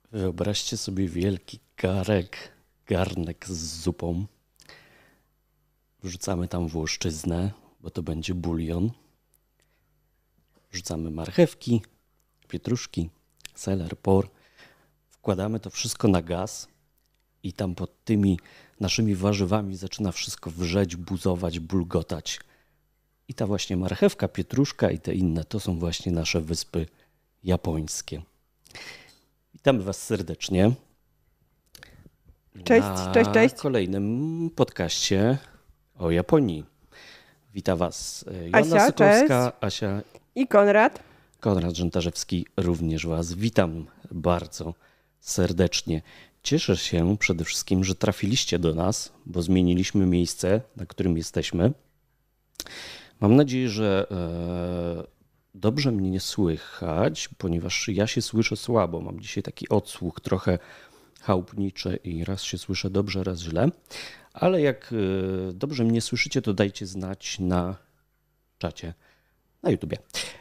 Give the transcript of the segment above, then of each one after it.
Wyobraźcie sobie wielki garnek z zupą. Wrzucamy tam włoszczyznę, bo to będzie bulion. Wrzucamy marchewki, pietruszki, seler, por. Wkładamy to wszystko na gaz i tam pod tymi naszymi warzywami zaczyna wszystko wrzeć, buzować, bulgotać. I ta właśnie marchewka, pietruszka i te inne to są właśnie nasze wyspy japońskie. Witamy Was serdecznie. Cześć, cześć, cześć. Na kolejnym podcaście o Japonii. Witam Was Joanna Asia, Sokolska, cześć. Asia I Konrad. Konrad Żentarzewski. Również Was witam bardzo serdecznie. Cieszę się przede wszystkim, że trafiliście do nas, bo zmieniliśmy miejsce, na którym jesteśmy. Mam nadzieję, że dobrze mnie nie słychać, ponieważ ja się słyszę słabo. Mam dzisiaj taki odsłuch trochę chałupniczy i raz się słyszę dobrze, raz źle. Ale jak dobrze mnie słyszycie, to dajcie znać na czacie, na YouTubie.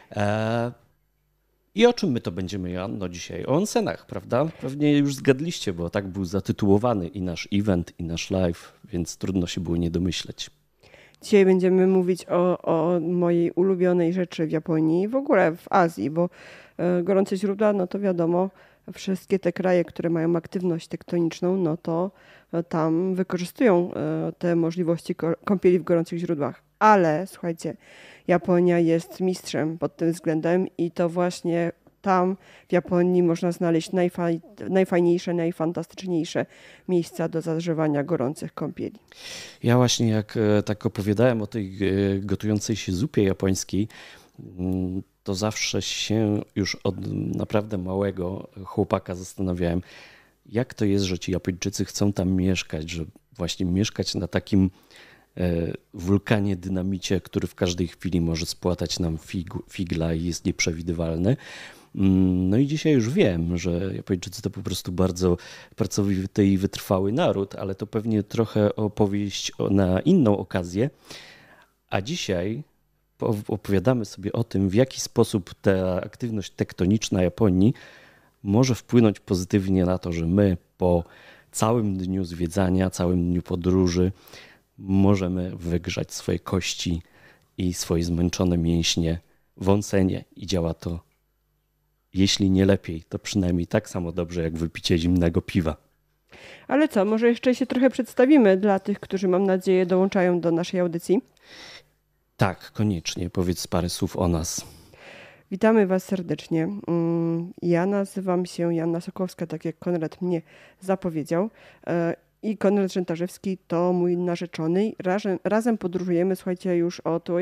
I o czym my to będziemy, Joanno, dzisiaj? O onsenach, prawda? Pewnie już zgadliście, bo tak był zatytułowany i nasz event, i nasz live, więc trudno się było nie domyśleć. Dzisiaj będziemy mówić o mojej ulubionej rzeczy w Japonii, w ogóle w Azji, bo gorące źródła, no to wiadomo, wszystkie te kraje, które mają aktywność tektoniczną, no to tam wykorzystują te możliwości kąpieli w gorących źródłach. Ale słuchajcie, Japonia jest mistrzem pod tym względem i to właśnie tam w Japonii można znaleźć najfajniejsze, najfantastyczniejsze miejsca do zażywania gorących kąpieli. Ja właśnie jak tak opowiadałem o tej gotującej się zupie japońskiej, to zawsze się już od naprawdę małego chłopaka zastanawiałem, jak to jest, że ci Japończycy chcą tam mieszkać, że właśnie mieszkać na takim wulkanie dynamicie, który w każdej chwili może spłatać nam figla i jest nieprzewidywalny. No i dzisiaj już wiem, że Japończycy to po prostu bardzo pracowity i wytrwały naród, ale to pewnie trochę opowieść na inną okazję. A dzisiaj opowiadamy sobie o tym, w jaki sposób ta aktywność tektoniczna Japonii może wpłynąć pozytywnie na to, że my po całym dniu zwiedzania, całym dniu podróży możemy wygrzać swoje kości i swoje zmęczone mięśnie w onsenie i działa to, jeśli nie lepiej, to przynajmniej tak samo dobrze jak wypicie zimnego piwa. Ale co, może jeszcze się trochę przedstawimy dla tych, którzy mam nadzieję dołączają do naszej audycji? Tak, koniecznie. Powiedz parę słów o nas. Witamy Was serdecznie. Ja nazywam się Joanna Sokolska, tak jak Konrad mnie zapowiedział. I Konrad Żentarzewski to mój narzeczony. Razem podróżujemy, słuchajcie, już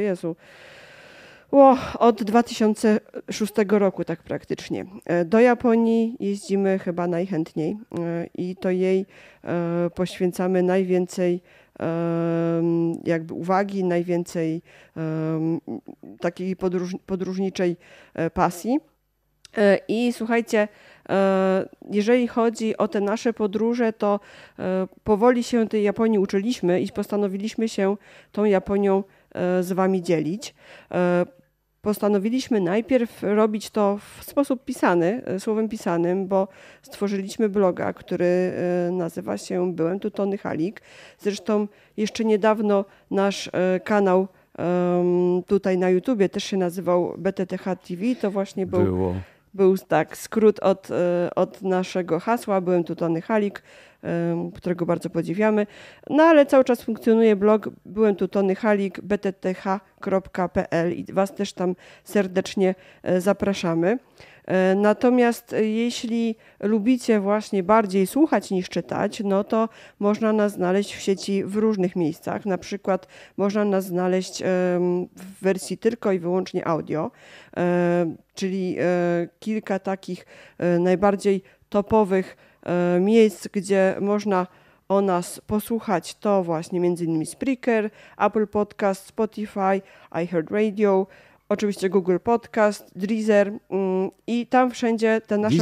od 2006 roku tak praktycznie. Do Japonii jeździmy chyba najchętniej i to jej poświęcamy najwięcej jakby uwagi, najwięcej takiej podróżniczej pasji. I słuchajcie, jeżeli chodzi o te nasze podróże, to powoli się tej Japonii uczyliśmy i postanowiliśmy się tą Japonią z Wami dzielić. Postanowiliśmy najpierw robić to w sposób pisany, słowem pisanym, bo stworzyliśmy bloga, który nazywa się Byłem tu Tony Halik. Zresztą jeszcze niedawno nasz kanał tutaj na YouTubie też się nazywał BTTH TV. To właśnie był tak skrót od naszego hasła. Byłem tu Tony Halik, którego bardzo podziwiamy. No ale cały czas funkcjonuje blog Byłem tu Tony Halik, btth.pl i Was też tam serdecznie zapraszamy. Natomiast jeśli lubicie właśnie bardziej słuchać niż czytać, no to można nas znaleźć w sieci w różnych miejscach. Na przykład można nas znaleźć w wersji tylko i wyłącznie audio, czyli kilka takich najbardziej topowych miejsc, gdzie można o nas posłuchać, to właśnie m.in. Spreaker, Apple Podcast, Spotify, iHeartRadio, oczywiście Google Podcast, Deezer i tam wszędzie te nasze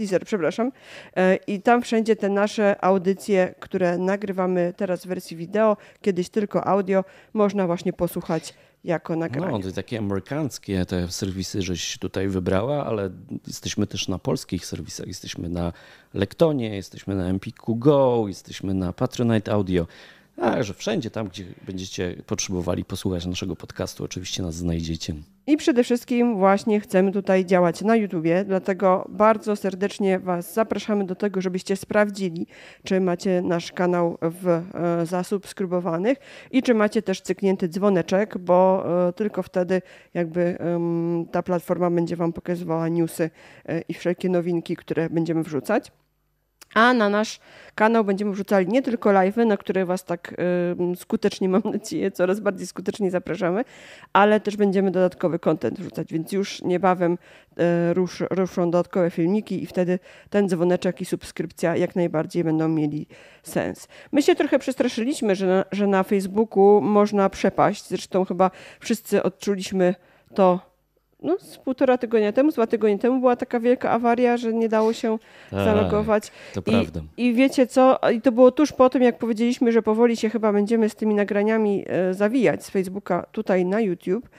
i tam wszędzie te nasze audycje, które nagrywamy teraz w wersji wideo, kiedyś tylko audio, można właśnie posłuchać jako nagranie. No, to takie amerykańskie te serwisy, żeś tutaj wybrała, ale jesteśmy też na polskich serwisach. Jesteśmy na Lektonie, jesteśmy na Empiku Go, jesteśmy na Patronite Audio. Że wszędzie tam, gdzie będziecie potrzebowali posłuchać naszego podcastu, oczywiście nas znajdziecie. I przede wszystkim właśnie chcemy tutaj działać na YouTubie, dlatego bardzo serdecznie Was zapraszamy do tego, żebyście sprawdzili, czy macie nasz kanał w zasubskrybowanych i czy macie też cyknięty dzwoneczek, bo tylko wtedy jakby ta platforma będzie Wam pokazywała newsy i wszelkie nowinki, które będziemy wrzucać. A na nasz kanał będziemy wrzucali nie tylko live'y, na które Was tak skutecznie, mam nadzieję, coraz bardziej skutecznie zapraszamy, ale też będziemy dodatkowy content wrzucać, więc już niebawem ruszą dodatkowe filmiki i wtedy ten dzwoneczek i subskrypcja jak najbardziej będą mieli sens. My się trochę przestraszyliśmy, że na Facebooku można przepaść, zresztą chyba wszyscy odczuliśmy to z 1,5 tygodnia temu, z 2 tygodnie temu była taka wielka awaria, że nie dało się zalogować. To prawda. I wiecie co? I to było tuż po tym, jak powiedzieliśmy, że powoli się chyba będziemy z tymi nagraniami zawijać z Facebooka tutaj na YouTube.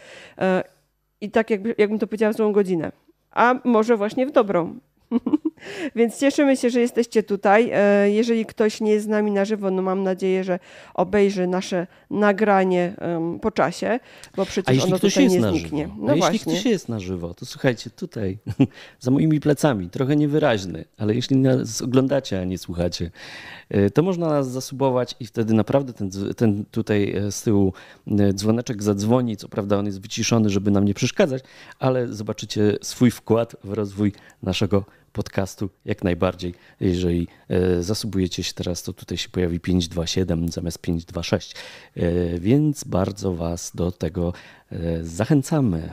I tak jakbym to powiedziała w złą godzinę. A może właśnie w dobrą. Więc cieszymy się, że jesteście tutaj. Jeżeli ktoś nie jest z nami na żywo, mam nadzieję, że obejrzy nasze nagranie po czasie, bo przecież ono tutaj nie zniknie. Jeśli ktoś jest na żywo, to słuchajcie, tutaj za moimi plecami, trochę niewyraźny, ale jeśli nas oglądacie, a nie słuchacie, to można nas zasubować i wtedy naprawdę ten tutaj z tyłu dzwoneczek zadzwoni. Co prawda on jest wyciszony, żeby nam nie przeszkadzać, ale zobaczycie swój wkład w rozwój naszego podcastu jak najbardziej. Jeżeli zasubujecie się teraz, to tutaj się pojawi 527 zamiast 526, więc bardzo Was do tego zachęcamy.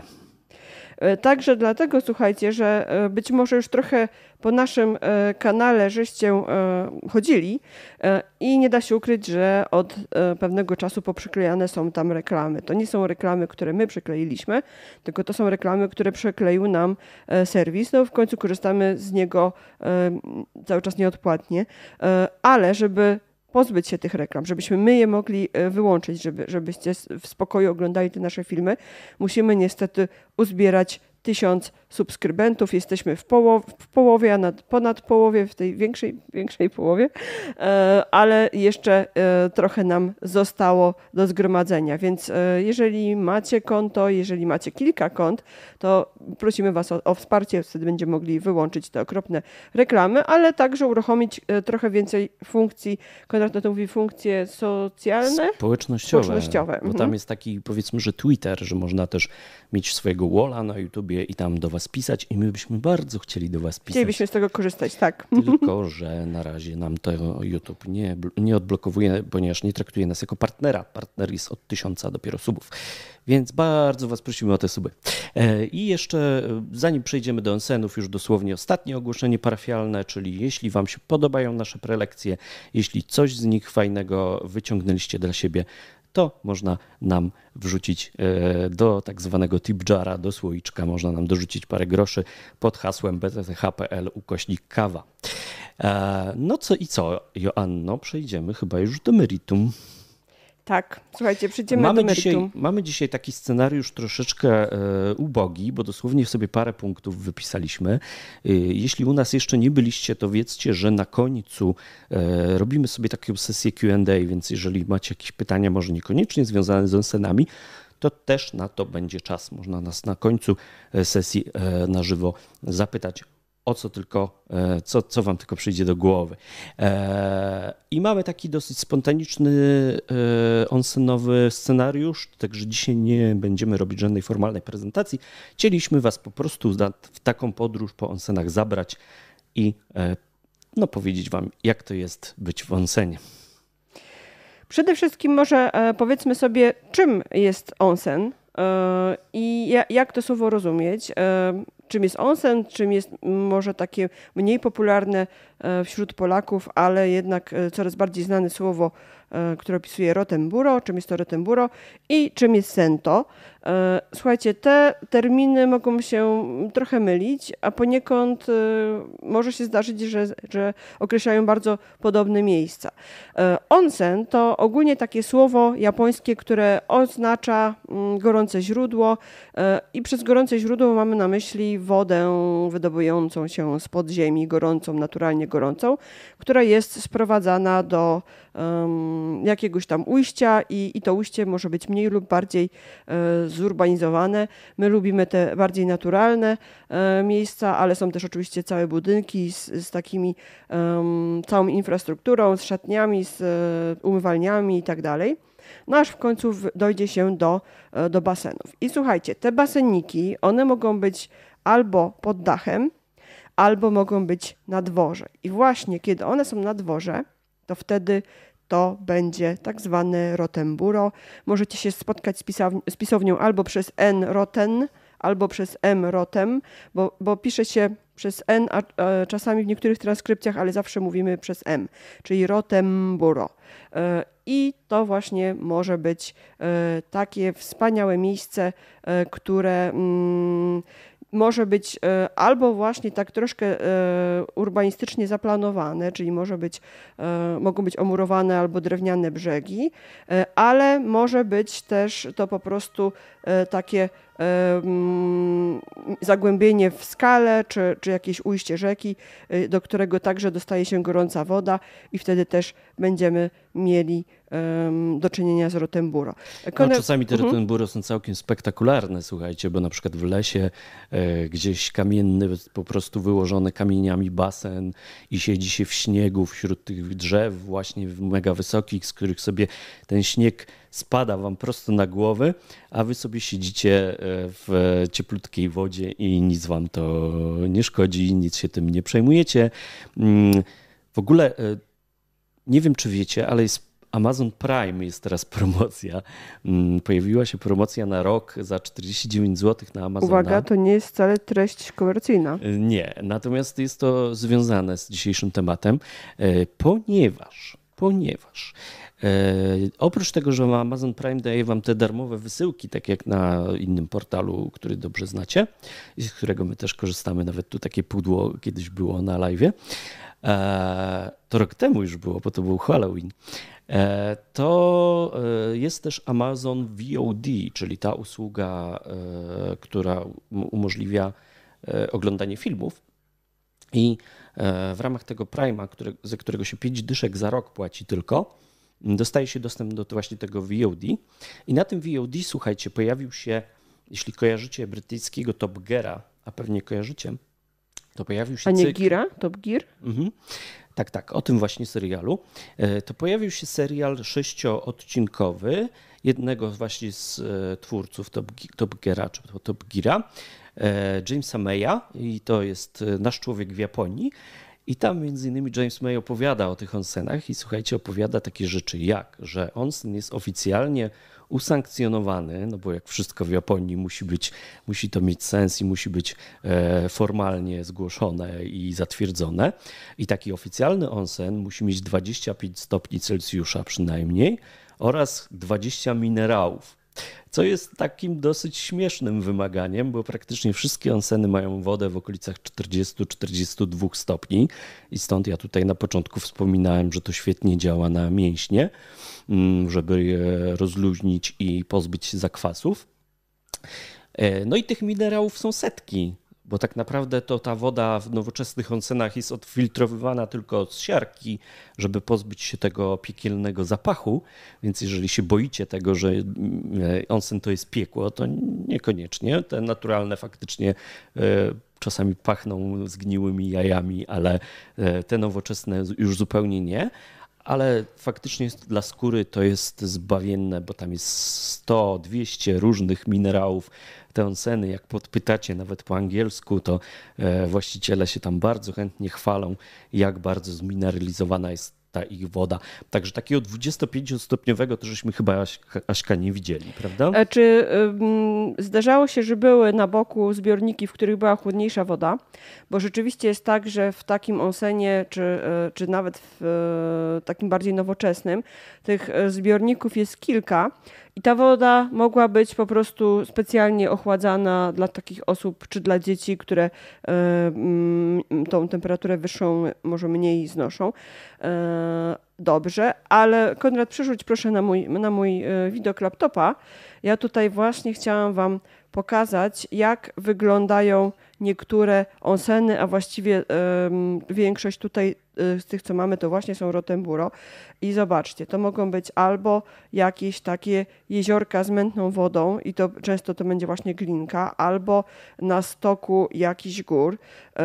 Także dlatego, słuchajcie, że być może już trochę po naszym kanale żeście chodzili i nie da się ukryć, że od pewnego czasu poprzyklejane są tam reklamy. To nie są reklamy, które my przykleiliśmy, tylko to są reklamy, które przykleił nam serwis. W końcu korzystamy z niego cały czas nieodpłatnie, ale żeby pozbyć się tych reklam, żebyśmy my je mogli wyłączyć, żebyście w spokoju oglądali te nasze filmy, musimy niestety uzbierać 1000 subskrybentów. Jesteśmy w połowie, a ponad połowie, w tej większej połowie, ale jeszcze trochę nam zostało do zgromadzenia. Więc jeżeli macie konto, jeżeli macie kilka kont, to prosimy Was o wsparcie. Wtedy będziemy mogli wyłączyć te okropne reklamy, ale także uruchomić trochę więcej funkcji. Konrad na to mówi funkcje socjalne? Społecznościowe. Bo tam jest taki, powiedzmy, że Twitter, że można też mieć swojego walla na YouTubie i tam do Was pisać i my byśmy bardzo chcieli do Was pisać. Chcielibyśmy z tego korzystać, tak. Tylko że na razie nam to YouTube nie odblokowuje, ponieważ nie traktuje nas jako partnera. Partner jest od 1000 dopiero subów. Więc bardzo Was prosimy o te suby. I jeszcze zanim przejdziemy do onsenów, już dosłownie ostatnie ogłoszenie parafialne, czyli jeśli Wam się podobają nasze prelekcje, jeśli coś z nich fajnego wyciągnęliście dla siebie, to można nam wrzucić do tak zwanego tip jara, do słoiczka, można nam dorzucić parę groszy pod hasłem btth.pl/kawa. No co, Joanno, przejdziemy chyba już do meritum. Tak, słuchajcie, przejdziemy do meritum. Mamy dzisiaj taki scenariusz troszeczkę ubogi, bo dosłownie sobie parę punktów wypisaliśmy. Jeśli u nas jeszcze nie byliście, to wiedzcie, że na końcu robimy sobie taką sesję Q&A, więc jeżeli macie jakieś pytania, może niekoniecznie związane z onsenami, to też na to będzie czas. Można nas na końcu sesji na żywo zapytać o co tylko, co Wam tylko przyjdzie do głowy. I mamy taki dosyć spontaniczny onsenowy scenariusz, także dzisiaj nie będziemy robić żadnej formalnej prezentacji. Chcieliśmy Was po prostu w taką podróż po onsenach zabrać i powiedzieć Wam, jak to jest być w onsenie. Przede wszystkim może powiedzmy sobie, czym jest onsen i jak to słowo rozumieć. Czym jest onsen, czym jest może takie mniej popularne wśród Polaków, ale jednak coraz bardziej znane słowo który opisuje Rotemburo, czym jest to Rotemburo i czym jest Sento. Słuchajcie, te terminy mogą się trochę mylić, a poniekąd może się zdarzyć, że określają bardzo podobne miejsca. Onsen to ogólnie takie słowo japońskie, które oznacza gorące źródło i przez gorące źródło mamy na myśli wodę wydobującą się z podziemi, gorącą, naturalnie gorącą, która jest sprowadzana do jakiegoś tam ujścia i to ujście może być mniej lub bardziej zurbanizowane. My lubimy te bardziej naturalne miejsca, ale są też oczywiście całe budynki z takimi całą infrastrukturą, z szatniami, z umywalniami i tak dalej. No aż w końcu dojdzie się do basenów. I słuchajcie, te baseniki, one mogą być albo pod dachem, albo mogą być na dworze. I właśnie kiedy one są na dworze, to wtedy to będzie tak zwane Rotemburo. Możecie się spotkać z pisownią albo przez N Roten, albo przez M Rotem, bo pisze się przez N, a czasami w niektórych transkrypcjach, ale zawsze mówimy przez M, czyli Rotemburo. I to właśnie może być takie wspaniałe miejsce, które może być albo właśnie tak troszkę urbanistycznie zaplanowane, czyli mogą być omurowane albo drewniane brzegi, ale może być też to po prostu takie zagłębienie w skale, czy jakieś ujście rzeki, do którego także dostaje się gorąca woda i wtedy też będziemy mieli do czynienia z Rotemburo. No, czasami te Rotemburo są całkiem spektakularne, słuchajcie, bo na przykład w lesie gdzieś kamienny, po prostu wyłożony kamieniami basen i siedzi się w śniegu wśród tych drzew właśnie mega wysokich, z których sobie ten śnieg spada wam prosto na głowę, a wy sobie siedzicie w cieplutkiej wodzie i nic wam to nie szkodzi, nic się tym nie przejmujecie. W ogóle nie wiem, czy wiecie, ale Amazon Prime jest teraz promocja. Pojawiła się promocja na rok za 49 zł na Amazona. Uwaga, to nie jest wcale treść komercyjna. Nie, natomiast jest to związane z dzisiejszym tematem, ponieważ oprócz tego, że Amazon Prime daje wam te darmowe wysyłki, tak jak na innym portalu, który dobrze znacie i z którego my też korzystamy, nawet tu takie pudło kiedyś było na live'ie, to rok temu już było, bo to był Halloween, to jest też Amazon VOD, czyli ta usługa, która umożliwia oglądanie filmów. I w ramach tego Prime'a, za którego się 5 dyszek za rok płaci tylko, dostaje się dostęp do właśnie tego VOD. I na tym VOD, słuchajcie, pojawił się, jeśli kojarzycie brytyjskiego Top Geara, a pewnie kojarzycie, to pojawił się A nie cykl... Gira? Top Gear? Mhm. Tak, o tym właśnie serialu. To pojawił się serial 6-odcinkowy, jednego właśnie z twórców Top Geara, czy Top Geara, Jamesa Maya, i to jest Nasz człowiek w Japonii. I tam między innymi James May opowiada o tych onsenach i słuchajcie, opowiada takie rzeczy jak, że onsen jest oficjalnie usankcjonowany, no bo jak wszystko w Japonii musi to mieć sens i musi być formalnie zgłoszone i zatwierdzone. I taki oficjalny onsen musi mieć 25 stopni Celsjusza przynajmniej oraz 20 minerałów. Co jest takim dosyć śmiesznym wymaganiem, bo praktycznie wszystkie onseny mają wodę w okolicach 40-42 stopni i stąd ja tutaj na początku wspominałem, że to świetnie działa na mięśnie, żeby je rozluźnić i pozbyć się zakwasów. No i tych minerałów są setki, bo tak naprawdę to ta woda w nowoczesnych onsenach jest odfiltrowywana tylko z siarki, żeby pozbyć się tego piekielnego zapachu, więc jeżeli się boicie tego, że onsen to jest piekło, to niekoniecznie. Te naturalne faktycznie czasami pachną zgniłymi jajami, ale te nowoczesne już zupełnie nie. Ale faktycznie dla skóry to jest zbawienne, bo tam jest 100-200 różnych minerałów. Te onseny, jak podpytacie nawet po angielsku, to właściciele się tam bardzo chętnie chwalą, jak bardzo zmineralizowana jest ta ich woda. Także takiego 25-stopniowego to żeśmy chyba Aśka nie widzieli, prawda? Czy zdarzało się, że były na boku zbiorniki, w których była chłodniejsza woda? Bo rzeczywiście jest tak, że w takim onsenie, czy nawet w takim bardziej nowoczesnym, tych zbiorników jest kilka i ta woda mogła być po prostu specjalnie ochładzana dla takich osób, czy dla dzieci, które tą temperaturę wyższą może mniej znoszą. Dobrze, ale Konrad, przerzuć proszę na mój widok laptopa. Ja tutaj właśnie chciałam wam pokazać, jak wyglądają niektóre onseny, a właściwie większość tutaj z tych, co mamy, to właśnie są Rotemburo. I zobaczcie, to mogą być albo jakieś takie jeziorka z mętną wodą i to często to będzie właśnie glinka, albo na stoku jakichś gór.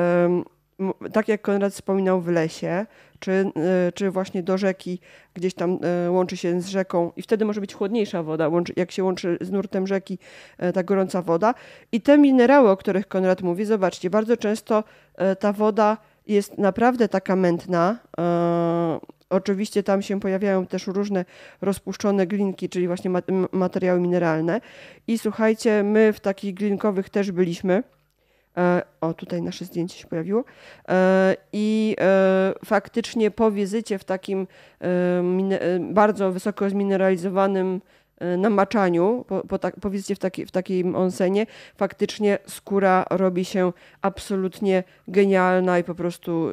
Tak jak Konrad wspominał, w lesie, czy właśnie do rzeki, gdzieś tam łączy się z rzeką i wtedy może być chłodniejsza woda, jak się łączy z nurtem rzeki ta gorąca woda. I te minerały, o których Konrad mówi, zobaczcie, bardzo często ta woda jest naprawdę taka mętna. Oczywiście tam się pojawiają też różne rozpuszczone glinki, czyli właśnie materiały mineralne. I słuchajcie, my w takich glinkowych też byliśmy. O, tutaj nasze zdjęcie się pojawiło. I faktycznie po wizycie w takim bardzo wysoko zmineralizowanym namaczaniu, po wizycie w takim onsenie, faktycznie skóra robi się absolutnie genialna i po prostu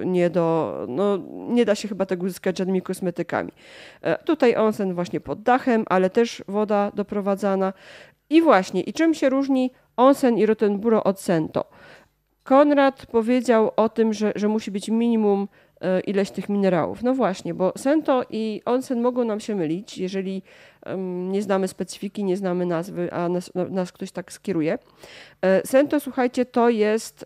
nie da się chyba tego uzyskać żadnymi kosmetykami. Tutaj onsen właśnie pod dachem, ale też woda doprowadzana. I właśnie, i czym się różni onsen i Rotemburo od Sento? Konrad powiedział o tym, że musi być minimum ileś tych minerałów. No właśnie, bo Sento i onsen mogą nam się mylić, jeżeli nie znamy specyfiki, nie znamy nazwy, a nas ktoś tak skieruje. Sento, słuchajcie, to jest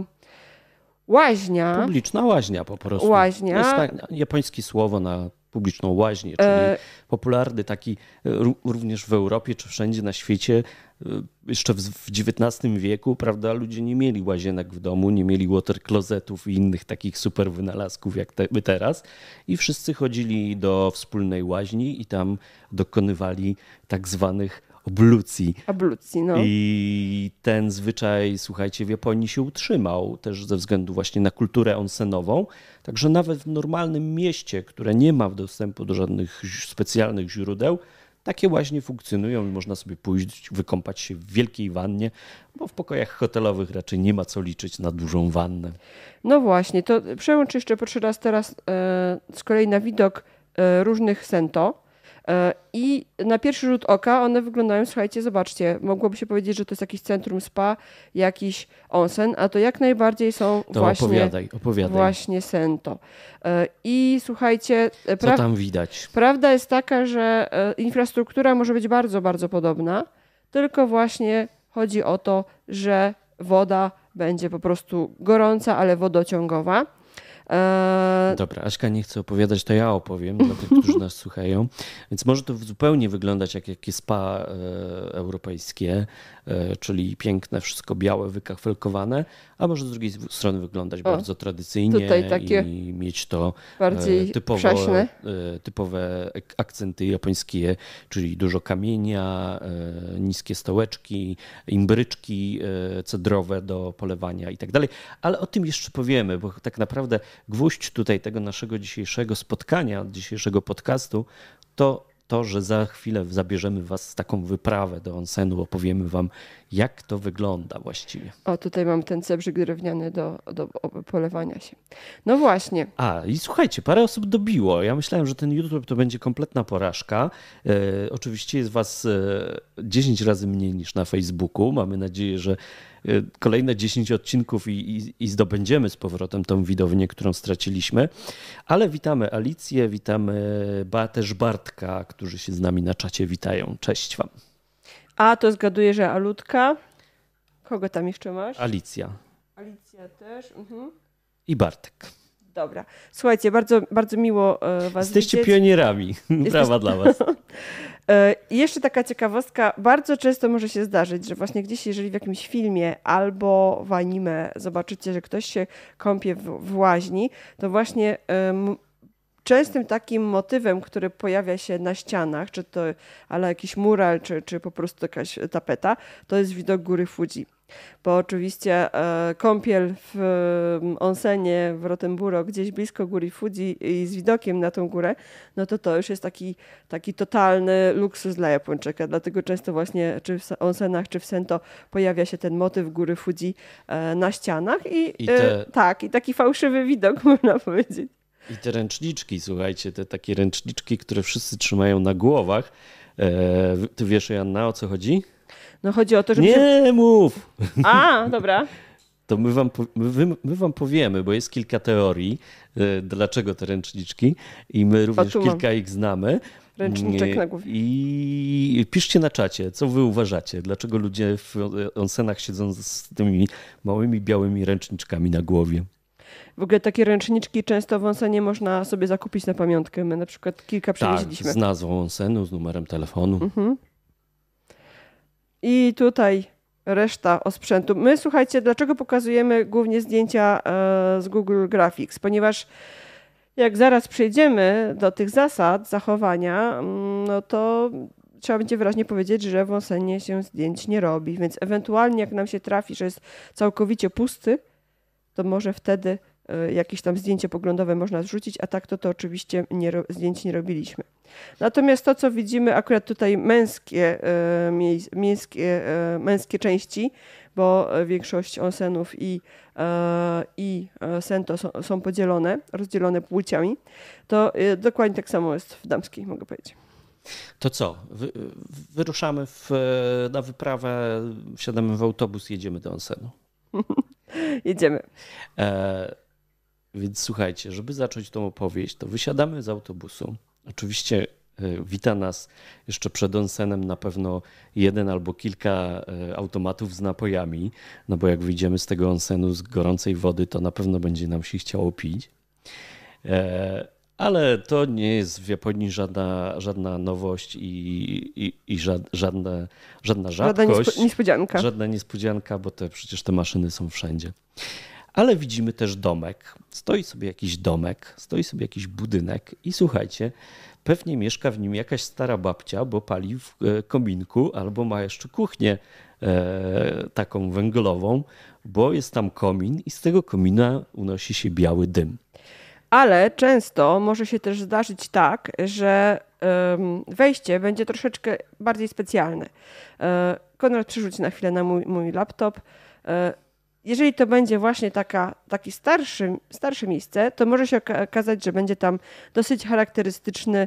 łaźnia. Publiczna łaźnia po prostu. Łaźnia. To jest tak, japońskie słowo na publiczną łaźnię, czyli popularny taki również w Europie czy wszędzie na świecie. Jeszcze w XIX wieku, prawda, ludzie nie mieli łazienek w domu, nie mieli water closetów i innych takich super wynalazków jak my teraz. I wszyscy chodzili do wspólnej łaźni i tam dokonywali tak zwanych ablucji. No. I ten zwyczaj, słuchajcie, w Japonii się utrzymał też ze względu właśnie na kulturę onsenową. Także nawet w normalnym mieście, które nie ma dostępu do żadnych specjalnych źródeł, takie łaźnie funkcjonują i można sobie pójść, wykąpać się w wielkiej wannie, bo w pokojach hotelowych raczej nie ma co liczyć na dużą wannę. No właśnie, to przełącz jeszcze proszę raz teraz z kolei na widok różnych Sento. I na pierwszy rzut oka one wyglądają, słuchajcie, zobaczcie, mogłoby się powiedzieć, że to jest jakiś centrum spa, jakiś onsen, a to jak najbardziej są to opowiadaj. Właśnie Sento. I słuchajcie, co tam widać? Prawda jest taka, że infrastruktura może być bardzo, bardzo podobna, tylko właśnie chodzi o to, że woda będzie po prostu gorąca, ale wodociągowa. Dobra, Aśka nie chce opowiadać, to ja opowiem dla tych, którzy nas słuchają. Więc może to zupełnie wyglądać jak jakieś spa europejskie, czyli piękne, wszystko białe, wykafelkowane, a może z drugiej strony wyglądać bardzo tradycyjnie i mieć to typowe akcenty japońskie, czyli dużo kamienia, niskie stołeczki, imbryczki cedrowe do polewania i tak dalej. Ale o tym jeszcze powiemy, bo tak naprawdę gwóźdź tutaj tego naszego dzisiejszego spotkania, dzisiejszego podcastu, to, że za chwilę zabierzemy was w taką wyprawę do onsenu, opowiemy wam, jak to wygląda właściwie. O, tutaj mam ten cebrzyk drewniany do polewania się. No właśnie. I słuchajcie, parę osób dobiło. Ja myślałem, że ten YouTube to będzie kompletna porażka. Oczywiście jest was 10 razy mniej niż na Facebooku. Mamy nadzieję, że kolejne 10 odcinków i zdobędziemy z powrotem tą widownię, którą straciliśmy. Ale witamy Alicję, witamy też Bartka, którzy się z nami na czacie witają. Cześć wam. A to zgaduję, że Alutka. Kogo tam jeszcze masz? Alicja. Alicja też. I Bartek. Dobra. Słuchajcie, bardzo, bardzo miło was Jesteście widzieć. Pionierami. Brawa dla was. I jeszcze taka ciekawostka. Bardzo często może się zdarzyć, że właśnie gdzieś, jeżeli w jakimś filmie albo w anime zobaczycie, że ktoś się kąpie w łaźni, to właśnie częstym takim motywem, który pojawia się na ścianach, czy to ale jakiś mural, czy po prostu jakaś tapeta, to jest widok góry Fuji. Bo oczywiście kąpiel w onsenie w Rotenburo, gdzieś blisko góry Fuji i z widokiem na tą górę, no to już jest taki totalny luksus dla Japończyka. Dlatego często właśnie czy w onsenach, czy w sento pojawia się ten motyw góry Fuji na ścianach i taki fałszywy widok, można powiedzieć. I te ręczniczki, słuchajcie, te takie ręczniczki, które wszyscy trzymają na głowach. Ty wiesz, Joanna, o co chodzi? No chodzi o to, żeby... Nie mów! A, dobra. To my wam powiemy, bo jest kilka teorii, dlaczego te ręczniczki i my również kilka ich znamy. Ręczniczek na głowie. I piszcie na czacie, co wy uważacie, dlaczego ludzie w onsenach siedzą z tymi małymi białymi ręczniczkami na głowie. W ogóle takie ręczniczki często w onsenie można sobie zakupić na pamiątkę. My na przykład kilka przywieźliśmy. Tak, z nazwą onsenu, z numerem telefonu. Mhm. I tutaj reszta osprzętu. My, słuchajcie, dlaczego pokazujemy głównie zdjęcia z Google Graphics? Ponieważ jak zaraz przejdziemy do tych zasad zachowania, no to trzeba będzie wyraźnie powiedzieć, że w onsenie się zdjęć nie robi. Więc ewentualnie jak nam się trafi, że jest całkowicie pusty, to może wtedy jakieś tam zdjęcie poglądowe można zrzucić, a tak to oczywiście zdjęć nie robiliśmy. Natomiast to, co widzimy akurat tutaj męskie części, bo większość onsenów i sento są rozdzielone płciami, to dokładnie tak samo jest w damskiej, mogę powiedzieć. To co? Wyruszamy na wyprawę, wsiadamy w autobus, jedziemy do onsenu. Jedziemy. Więc słuchajcie, żeby zacząć tą opowieść, to wysiadamy z autobusu. Oczywiście wita nas jeszcze przed onsenem na pewno jeden albo kilka automatów z napojami, no bo jak wyjdziemy z tego onsenu z gorącej wody, to na pewno będzie nam się chciało pić. Ale to nie jest w Japonii żadna nowość i żadna rzadkość. Żadna niespodzianka, bo przecież te maszyny są wszędzie. Ale widzimy też domek. Stoi sobie jakiś domek, stoi sobie jakiś budynek i słuchajcie, pewnie mieszka w nim jakaś stara babcia, bo pali w kominku albo ma jeszcze kuchnię taką węglową, bo jest tam komin i z tego komina unosi się biały dym. Ale często może się też zdarzyć tak, że wejście będzie troszeczkę bardziej specjalne. Konrad, przerzuć na chwilę na mój laptop. Jeżeli to będzie właśnie takie starsze miejsce, to może się okazać, że będzie tam dosyć charakterystyczna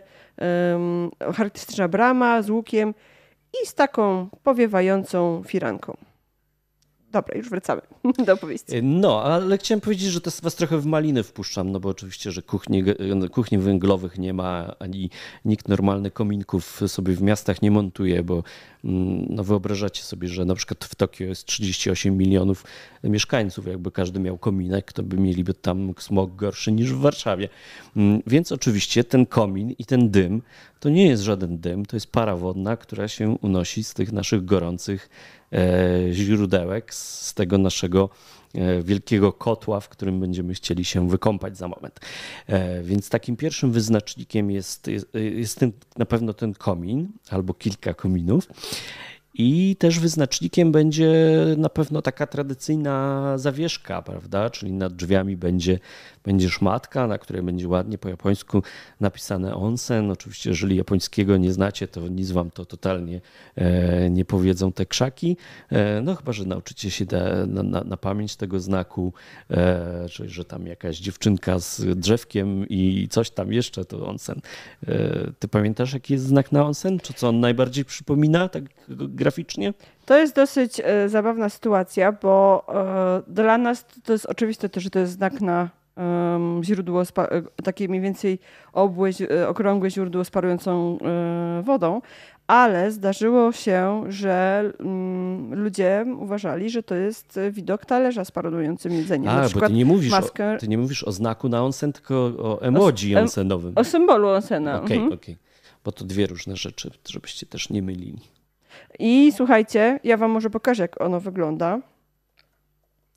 brama z łukiem i z taką powiewającą firanką. Dobra, już wracamy do opowieści. No, ale chciałem powiedzieć, że to was trochę w maliny wpuszczam, no bo oczywiście, że kuchni węglowych nie ma, ani nikt normalny kominków sobie w miastach nie montuje, bo no wyobrażacie sobie, że na przykład w Tokio jest 38 milionów mieszkańców, jakby każdy miał kominek, to by mieliby tam smog gorszy niż w Warszawie. Więc oczywiście ten komin i ten dym to nie jest żaden dym, to jest para wodna, która się unosi z tych naszych gorących źródełek, z tego naszego wielkiego kotła, w którym będziemy chcieli się wykąpać za moment. Więc takim pierwszym wyznacznikiem jest na pewno ten komin albo kilka kominów. I też wyznacznikiem będzie na pewno taka tradycyjna zawieszka, prawda? Czyli nad drzwiami będzie szmatka, na której będzie ładnie po japońsku napisane onsen. Oczywiście, jeżeli japońskiego nie znacie, to nic wam to totalnie nie powiedzą te krzaki. No chyba, że nauczycie się na pamięć tego znaku, czyli że tam jakaś dziewczynka z drzewkiem i coś tam jeszcze, to onsen. Ty pamiętasz, jaki jest znak na onsen? Czy co on najbardziej przypomina tak graficznie? To jest dosyć zabawna sytuacja, bo dla nas to jest oczywiste, że to jest znak na źródło, takie mniej więcej okrągłe źródło z parującą wodą, ale zdarzyło się, że ludzie uważali, że to jest widok talerza z parującym jedzeniem. A, bo ty nie mówisz o znaku na onsen, tylko o emoji onsenowym. O symbolu onsena. Okej. Bo to dwie różne rzeczy, żebyście też nie mylili. I słuchajcie, ja wam może pokażę, jak ono wygląda.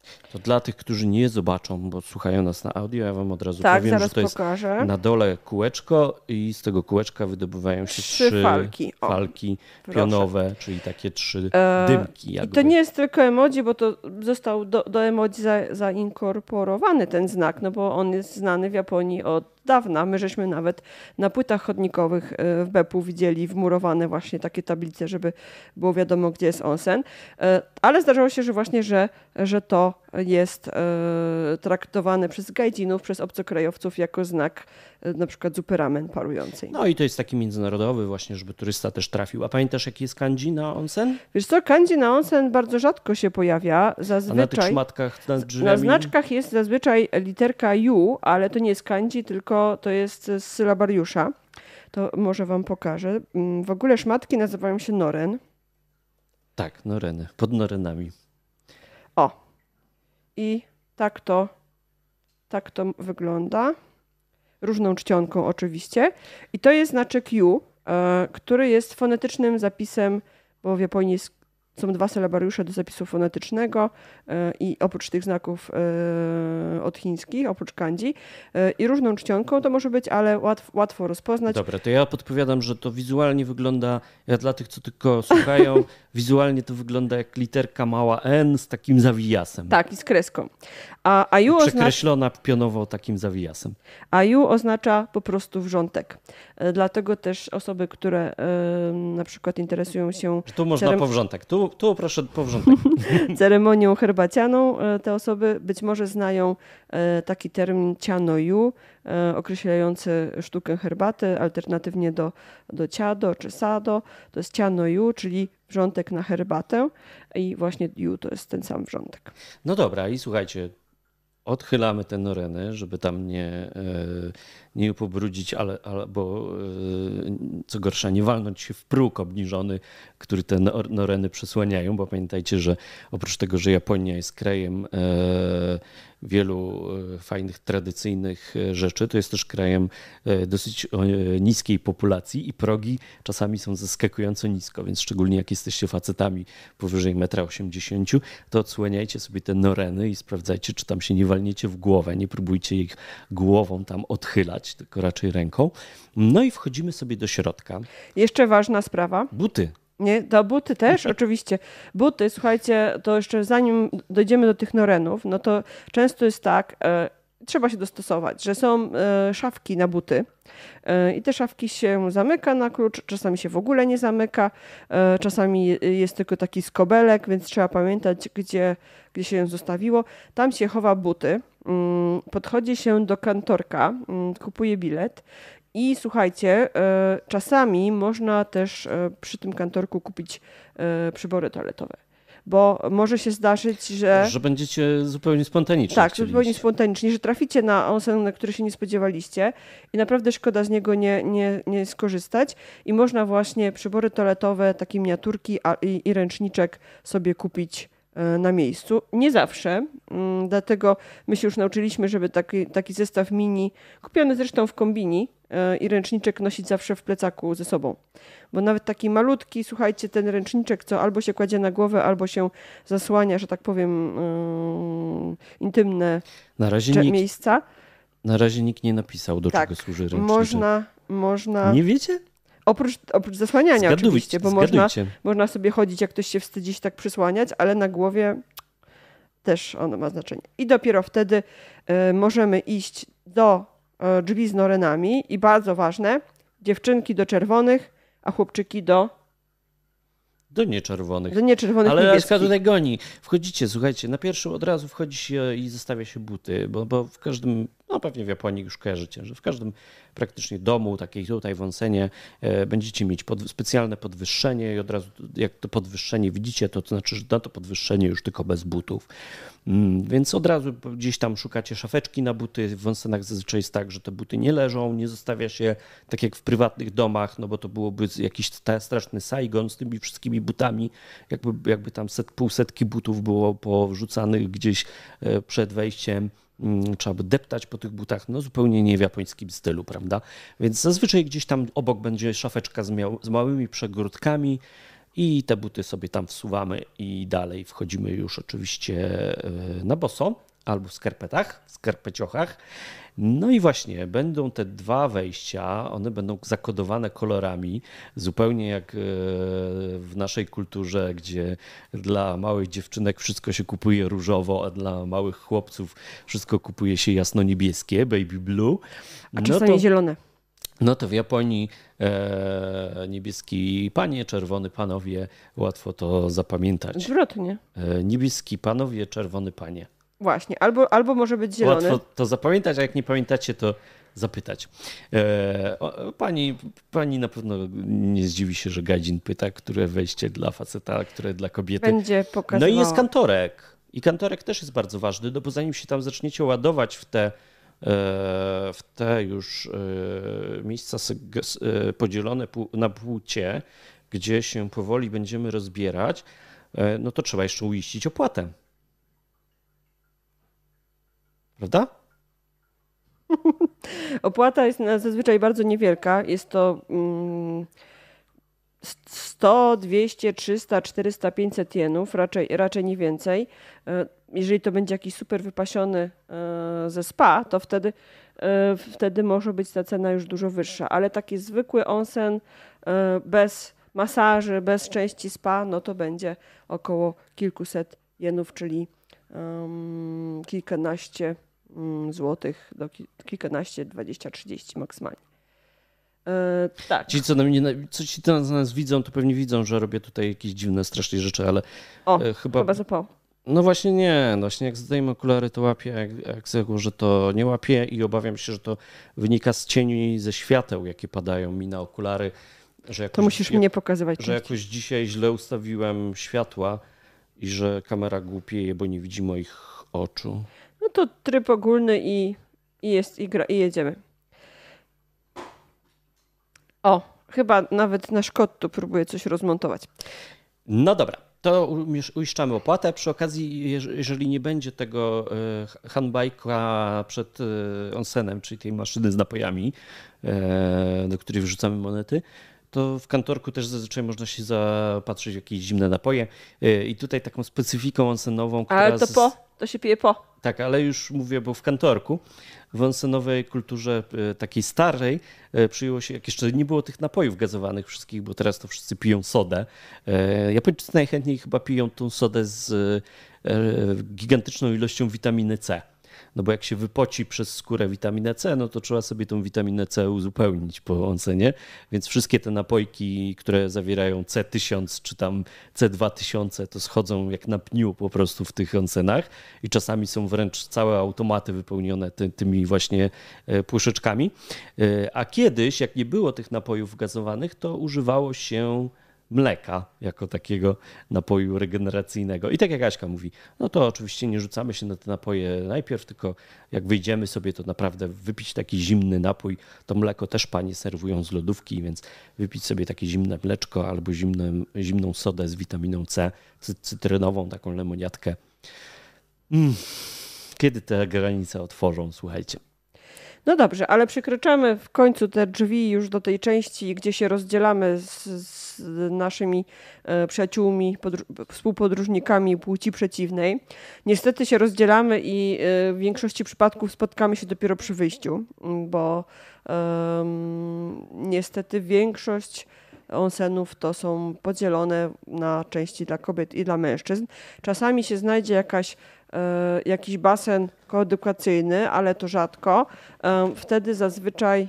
To dla tych, którzy nie zobaczą, bo słuchają nas na audio, ja wam od razu Tak, powiem, że to pokażę. jest na dole kółeczko i z tego kółeczka wydobywają się trzy falki pionowe, czyli takie 3 dymki. I to nie jest tylko emoji, bo to został do emoji zainkorporowany ten znak, no bo on jest znany w Japonii od dawna. My żeśmy nawet na płytach chodnikowych w Beppu widzieli wmurowane właśnie takie tablice, żeby było wiadomo, gdzie jest onsen. Ale zdarzało się, że właśnie, że to jest traktowane przez gaijinów, przez obcokrajowców jako znak na przykład zupy ramen parującej. No i to jest taki międzynarodowy właśnie, żeby turysta też trafił. A pamiętasz, jaki jest kanji na onsen? Wiesz co, kanji na onsen bardzo rzadko się pojawia. Zazwyczaj, a na tych szmatkach nad drzwiami? Na znaczkach jest zazwyczaj literka U, ale to nie jest kanji, tylko to jest z sylabariusza. To może wam pokażę. W ogóle szmatki nazywają się noren. Tak, noreny, pod norenami. O, i tak to wygląda. Różną czcionką oczywiście. I to jest znaczek U, który jest fonetycznym zapisem, bo w Japonii są 2 sylabariusze do zapisu fonetycznego i oprócz tych znaków od chińskich, oprócz kanji i różną czcionką to może być, ale łatwo rozpoznać. Dobra, to ja podpowiadam, że to wizualnie wygląda, dla tych, co tylko słuchają, wizualnie to wygląda jak literka mała N z takim zawijasem. Tak, i z kreską. A U przekreślona pionowo takim zawijasem. A U oznacza po prostu wrzątek. Dlatego też osoby, które na przykład interesują się... Tu można po wrzątek. Tu proszę po wrzątek. Ceremonią herbacianą. Te osoby być może znają taki termin ciano-yu, określający sztukę herbaty, alternatywnie do ciado czy sado. To jest ciano-yu, czyli wrzątek na herbatę i właśnie yu to jest ten sam wrzątek. No dobra i słuchajcie, odchylamy te noreny, żeby tam nie pobrudzić, bo co gorsza, nie walnąć się w próg obniżony, który te noreny przysłaniają, bo pamiętajcie, że oprócz tego, że Japonia jest krajem wielu fajnych, tradycyjnych rzeczy, to jest też krajem dosyć niskiej populacji i progi czasami są zaskakująco nisko, więc szczególnie jak jesteście facetami powyżej 1,80 m, to odsłaniajcie sobie te noreny i sprawdzajcie, czy tam się nie walniecie w głowę, nie próbujcie ich głową tam odchylać, tylko raczej ręką. No i wchodzimy sobie do środka. Jeszcze ważna sprawa. Buty. Nie, to buty też, oczywiście. Buty, słuchajcie, to jeszcze zanim dojdziemy do tych norenów, no to często jest tak, trzeba się dostosować, że są szafki na buty i te szafki się zamyka na klucz, czasami się w ogóle nie zamyka, czasami jest tylko taki skobelek, więc trzeba pamiętać, gdzie się ją zostawiło. Tam się chowa buty, podchodzi się do kantorka, kupuje bilet. I słuchajcie, czasami można też przy tym kantorku kupić przybory toaletowe, bo może się zdarzyć, że będziecie zupełnie spontaniczni. Tak, zupełnie spontaniczni, że traficie na onsen, na który się nie spodziewaliście i naprawdę szkoda z niego nie skorzystać i można właśnie przybory toaletowe, takie miniaturki i ręczniczek sobie kupić na miejscu. Nie zawsze, dlatego my się już nauczyliśmy, żeby taki zestaw mini, kupiony zresztą w kombini i ręczniczek nosić zawsze w plecaku ze sobą. Bo nawet taki malutki, słuchajcie, ten ręczniczek, co albo się kładzie na głowę, albo się zasłania, że tak powiem, intymne miejsca. Na razie nikt nie napisał, do czego służy ręczniczek. Można... Nie wiecie? Oprócz zasłaniania oczywiście, bo można sobie chodzić, jak ktoś się wstydzi tak przysłaniać, ale na głowie też ono ma znaczenie. I dopiero wtedy możemy iść do drzwi z norenami i bardzo ważne, dziewczynki do czerwonych, a chłopczyki do nieczerwonych. Ale niebieskich. Aśka tutaj goni. Wchodzicie, słuchajcie, na pierwszym od razu wchodzi się i zostawia się buty, bo w każdym, pewnie w Japonii już kojarzycie, że w każdym praktycznie domu, takiej tutaj w onsenie, będziecie mieć specjalne podwyższenie i od razu jak to podwyższenie widzicie, to znaczy, że na to podwyższenie już tylko bez butów. Więc od razu gdzieś tam szukacie szafeczki na buty. W onsenach zazwyczaj jest tak, że te buty nie leżą, nie zostawia się tak jak w prywatnych domach, no bo to byłoby jakiś straszny Saigon z tymi wszystkimi butami, jakby tam pół setki butów było porzucanych gdzieś przed wejściem. Trzeba by deptać po tych butach, zupełnie nie w japońskim stylu, prawda? Więc zazwyczaj gdzieś tam obok będzie szafeczka z małymi przegródkami i te buty sobie tam wsuwamy i dalej wchodzimy już oczywiście na boso albo w skarpetach, w skarpeciochach. No i właśnie, będą te dwa wejścia, one będą zakodowane kolorami, zupełnie jak w naszej kulturze, gdzie dla małych dziewczynek wszystko się kupuje różowo, a dla małych chłopców wszystko kupuje się jasno-niebieskie, baby blue. A czasami zielone. No to w Japonii niebieski panie, czerwony panowie, łatwo to zapamiętać. Odwrotnie. Niebieski panowie, czerwony panie. Właśnie, albo może być zielony. Łatwo to zapamiętać, a jak nie pamiętacie, to zapytać. Pani na pewno nie zdziwi się, że Gadzin pyta, które wejście dla faceta, które dla kobiety. Będzie pokazywało. No i jest kantorek. I kantorek też jest bardzo ważny, no bo zanim się tam zaczniecie ładować w te już miejsca podzielone na płcie, gdzie się powoli będziemy rozbierać, no to trzeba jeszcze uiścić opłatę. Prawda? Opłata jest zazwyczaj bardzo niewielka. Jest to 100, 200, 300, 400, 500 jenów, raczej nie więcej. Jeżeli to będzie jakiś super wypasiony ze spa, to wtedy może być ta cena już dużo wyższa. Ale taki zwykły onsen bez masaży, bez części spa, no to będzie około kilkuset jenów, czyli kilkanaście złotych do kilkanaście, 20, 30 maksymalnie. Tak. Ci, co nas widzą, to pewnie widzą, że robię tutaj jakieś dziwne, strasznie rzeczy, ale chyba zapał. No właśnie nie. No właśnie jak zdejmę okulary, to łapię, jak założę, to nie łapię i obawiam się, że to wynika z cieni i ze świateł, jakie padają mi na okulary. Że jakoś, to musisz mnie pokazywać. Że jakoś dzisiaj źle ustawiłem światła i że kamera głupieje, bo nie widzi moich oczu. No to tryb ogólny i jedziemy. Chyba nawet nasz kot tu próbuje coś rozmontować. No dobra, to uiszczamy opłatę. Przy okazji, jeżeli nie będzie tego handbike'a przed onsenem, czyli tej maszyny z napojami, do której wrzucamy monety, to w kantorku też zazwyczaj można się zapatrzyć w jakieś zimne napoje. I tutaj taką specyfiką onsenową, która... Ale to się pije po. Tak, ale już mówię, bo w kantorku, w onsenowej kulturze takiej starej przyjęło się, jak jeszcze nie było tych napojów gazowanych wszystkich, bo teraz to wszyscy piją sodę. Japończycy najchętniej chyba piją tą sodę z gigantyczną ilością witaminy C. No bo jak się wypoci przez skórę witaminę C, no to trzeba sobie tą witaminę C uzupełnić po onsenie, więc wszystkie te napojki, które zawierają C1000 czy tam C2000, to schodzą jak na pniu po prostu w tych onsenach i czasami są wręcz całe automaty wypełnione tymi właśnie puszeczkami. A kiedyś, jak nie było tych napojów gazowanych, to używało się mleka jako takiego napoju regeneracyjnego. I tak jak Aśka mówi, no to oczywiście nie rzucamy się na te napoje najpierw, tylko jak wyjdziemy sobie, to naprawdę wypić taki zimny napój. To mleko też panie serwują z lodówki, więc wypić sobie takie zimne mleczko albo zimną sodę z witaminą C, cytrynową, taką lemoniatkę. Kiedy te granice otworzą, słuchajcie. No dobrze, ale przekroczamy w końcu te drzwi już do tej części, gdzie się rozdzielamy z naszymi przyjaciółmi, współpodróżnikami płci przeciwnej. Niestety się rozdzielamy i w większości przypadków spotkamy się dopiero przy wyjściu, bo niestety większość onsenów to są podzielone na części dla kobiet i dla mężczyzn. Czasami się znajdzie jakiś basen koedukacyjny, ale to rzadko. Wtedy zazwyczaj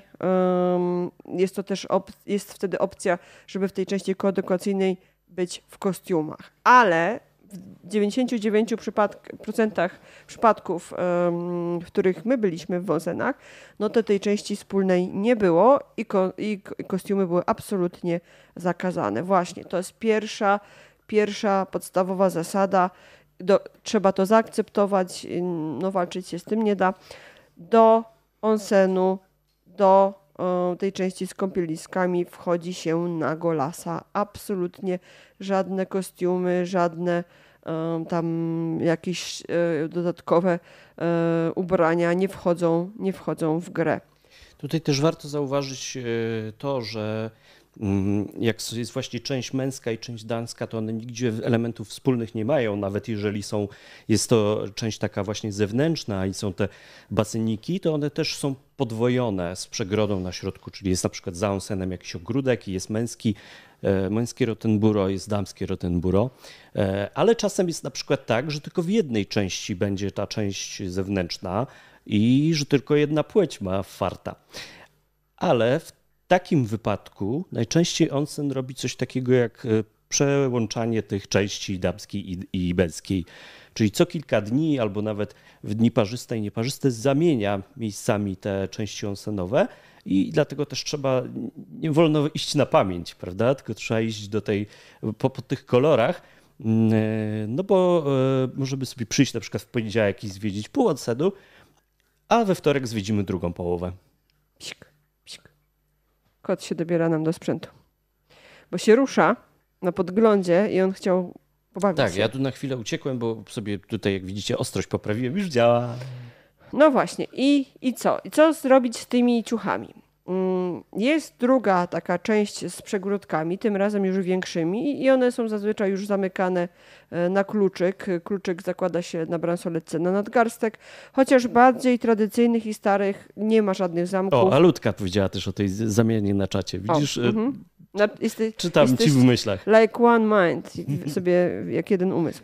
jest wtedy opcja, żeby w tej części koedukacyjnej być w kostiumach. Ale w 99% przypadków, w których my byliśmy w onsenach, no to tej części wspólnej nie było i kostiumy były absolutnie zakazane. Właśnie, to jest pierwsza podstawowa zasada. Trzeba to zaakceptować, no walczyć się z tym nie da. Do onsenu, do tej części z kąpieliskami wchodzi się na golasa. Absolutnie żadne kostiumy, żadne tam jakieś dodatkowe ubrania nie wchodzą w grę. Tutaj też warto zauważyć to, że jak jest właśnie część męska i część damska, to one nigdzie elementów wspólnych nie mają, nawet jeżeli jest to część taka właśnie zewnętrzna i są te baseniki, to one też są podwojone z przegrodą na środku, czyli jest na przykład za onsenem jakiś ogródek i jest męskie Rottenburo, jest damskie Rottenburo, ale czasem jest na przykład tak, że tylko w jednej części będzie ta część zewnętrzna i że tylko jedna płeć ma farta. Ale w takim wypadku najczęściej onsen robi coś takiego jak przełączanie tych części damskiej i męskiej. Czyli co kilka dni albo nawet w dni parzyste i nieparzyste zamienia miejscami te części onsenowe i dlatego też nie wolno iść na pamięć, prawda? Tylko trzeba iść po tych kolorach, no bo możemy sobie przyjść na przykład w poniedziałek i zwiedzić pół onsenu, a we wtorek zwiedzimy drugą połowę. Psik, psik. Kot się dobiera nam do sprzętu. Bo się rusza na podglądzie i on chciał pobawić Tak, się. ja tu na chwilę uciekłem, bo sobie tutaj, jak widzicie, ostrość poprawiłem, już działa. No właśnie. I co? I co zrobić z tymi ciuchami? Jest druga taka część z przegródkami, tym razem już większymi i one są zazwyczaj już zamykane na kluczyk. Kluczyk zakłada się na bransoletce na nadgarstek, chociaż bardziej tradycyjnych i starych nie ma żadnych zamków. O, a Ludka powiedziała też o tej zamianie na czacie. Widzisz? Czytam ci w myślach. Like one mind, sobie jak jeden umysł.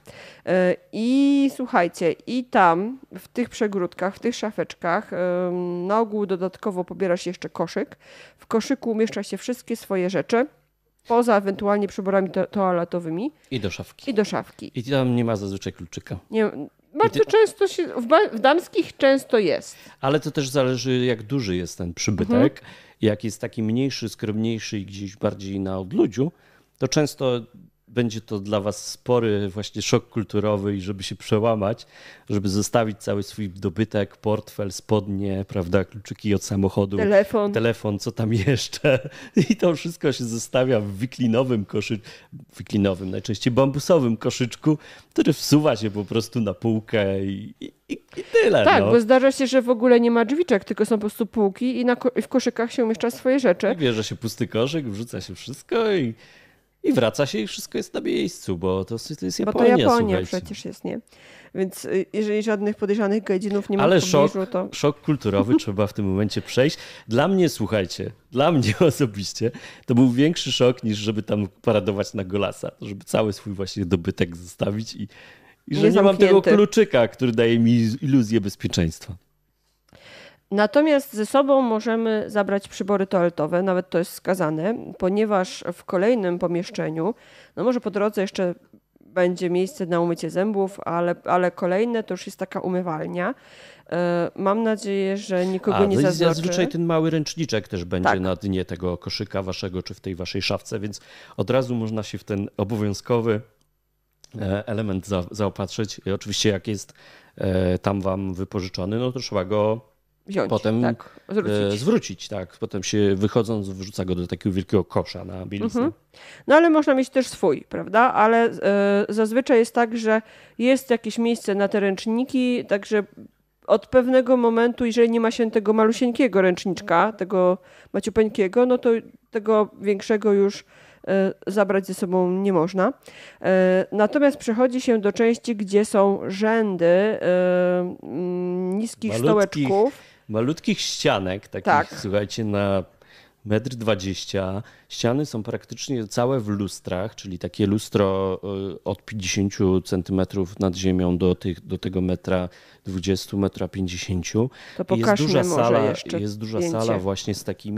I słuchajcie, i tam w tych przegródkach, w tych szafeczkach na ogół dodatkowo pobiera się jeszcze koszyk. W koszyku umieszcza się wszystkie swoje rzeczy, poza ewentualnie przyborami toaletowymi. I do szafki. I do szafki. I tam nie ma zazwyczaj kluczyka. Nie, bardzo często w damskich często jest. Ale to też zależy, jak duży jest ten przybytek. Jak jest taki mniejszy, skromniejszy i gdzieś bardziej na odludziu, to często będzie to dla was spory właśnie szok kulturowy i żeby się przełamać, żeby zostawić cały swój dobytek, portfel, spodnie, prawda, kluczyki od samochodu, telefon, co tam jeszcze. I to wszystko się zostawia w wiklinowym, najczęściej bambusowym koszyczku, który wsuwa się po prostu na półkę i tyle. Tak, no. bo zdarza się, że w ogóle nie ma drzwiczek, tylko są po prostu półki i w koszykach się umieszcza swoje rzeczy. I bierze się pusty koszyk, wrzuca się wszystko i wraca się i wszystko jest na miejscu, bo to jest Japonia. Bo to Japonia słuchajcie. przecież jest, nie? Więc jeżeli żadnych podejrzanych gajdzinów nie ma Ale w pobliżu, to... szok kulturowy trzeba w tym momencie przejść. Dla mnie, słuchajcie, osobiście, to był większy szok niż żeby tam paradować na Golasa. Żeby cały swój właśnie dobytek zostawić i że nie mam tego kluczyka, który daje mi iluzję bezpieczeństwa. Natomiast ze sobą możemy zabrać przybory toaletowe, nawet to jest wskazane, ponieważ w kolejnym pomieszczeniu, no może po drodze jeszcze będzie miejsce na umycie zębów, ale kolejne to już jest taka umywalnia. Mam nadzieję, że nikogo nie zaskoczy. Zazwyczaj ten mały ręczniczek też będzie na dnie tego koszyka waszego, czy w tej waszej szafce, więc od razu można się w ten obowiązkowy element zaopatrzyć. I oczywiście jak jest tam wam wypożyczony, no to trzeba go wziąć, potem zwrócić. Tak. Potem się wychodząc wrzuca go do takiego wielkiego kosza na bieliznę. No ale można mieć też swój, prawda? Ale zazwyczaj jest tak, że jest jakieś miejsce na te ręczniki, także od pewnego momentu, jeżeli nie ma się tego malusieńkiego ręczniczka, tego maciupeńkiego, no to tego większego już zabrać ze sobą nie można. Natomiast przechodzi się do części, gdzie są rzędy niskich stołeczków. Malutkich ścianek, takich słuchajcie, na 1,20 m. Ściany są praktycznie całe w lustrach, czyli takie lustro od 50 cm nad ziemią do tego 1,20 m, 1,50 m. To pokażmy jest duża sala właśnie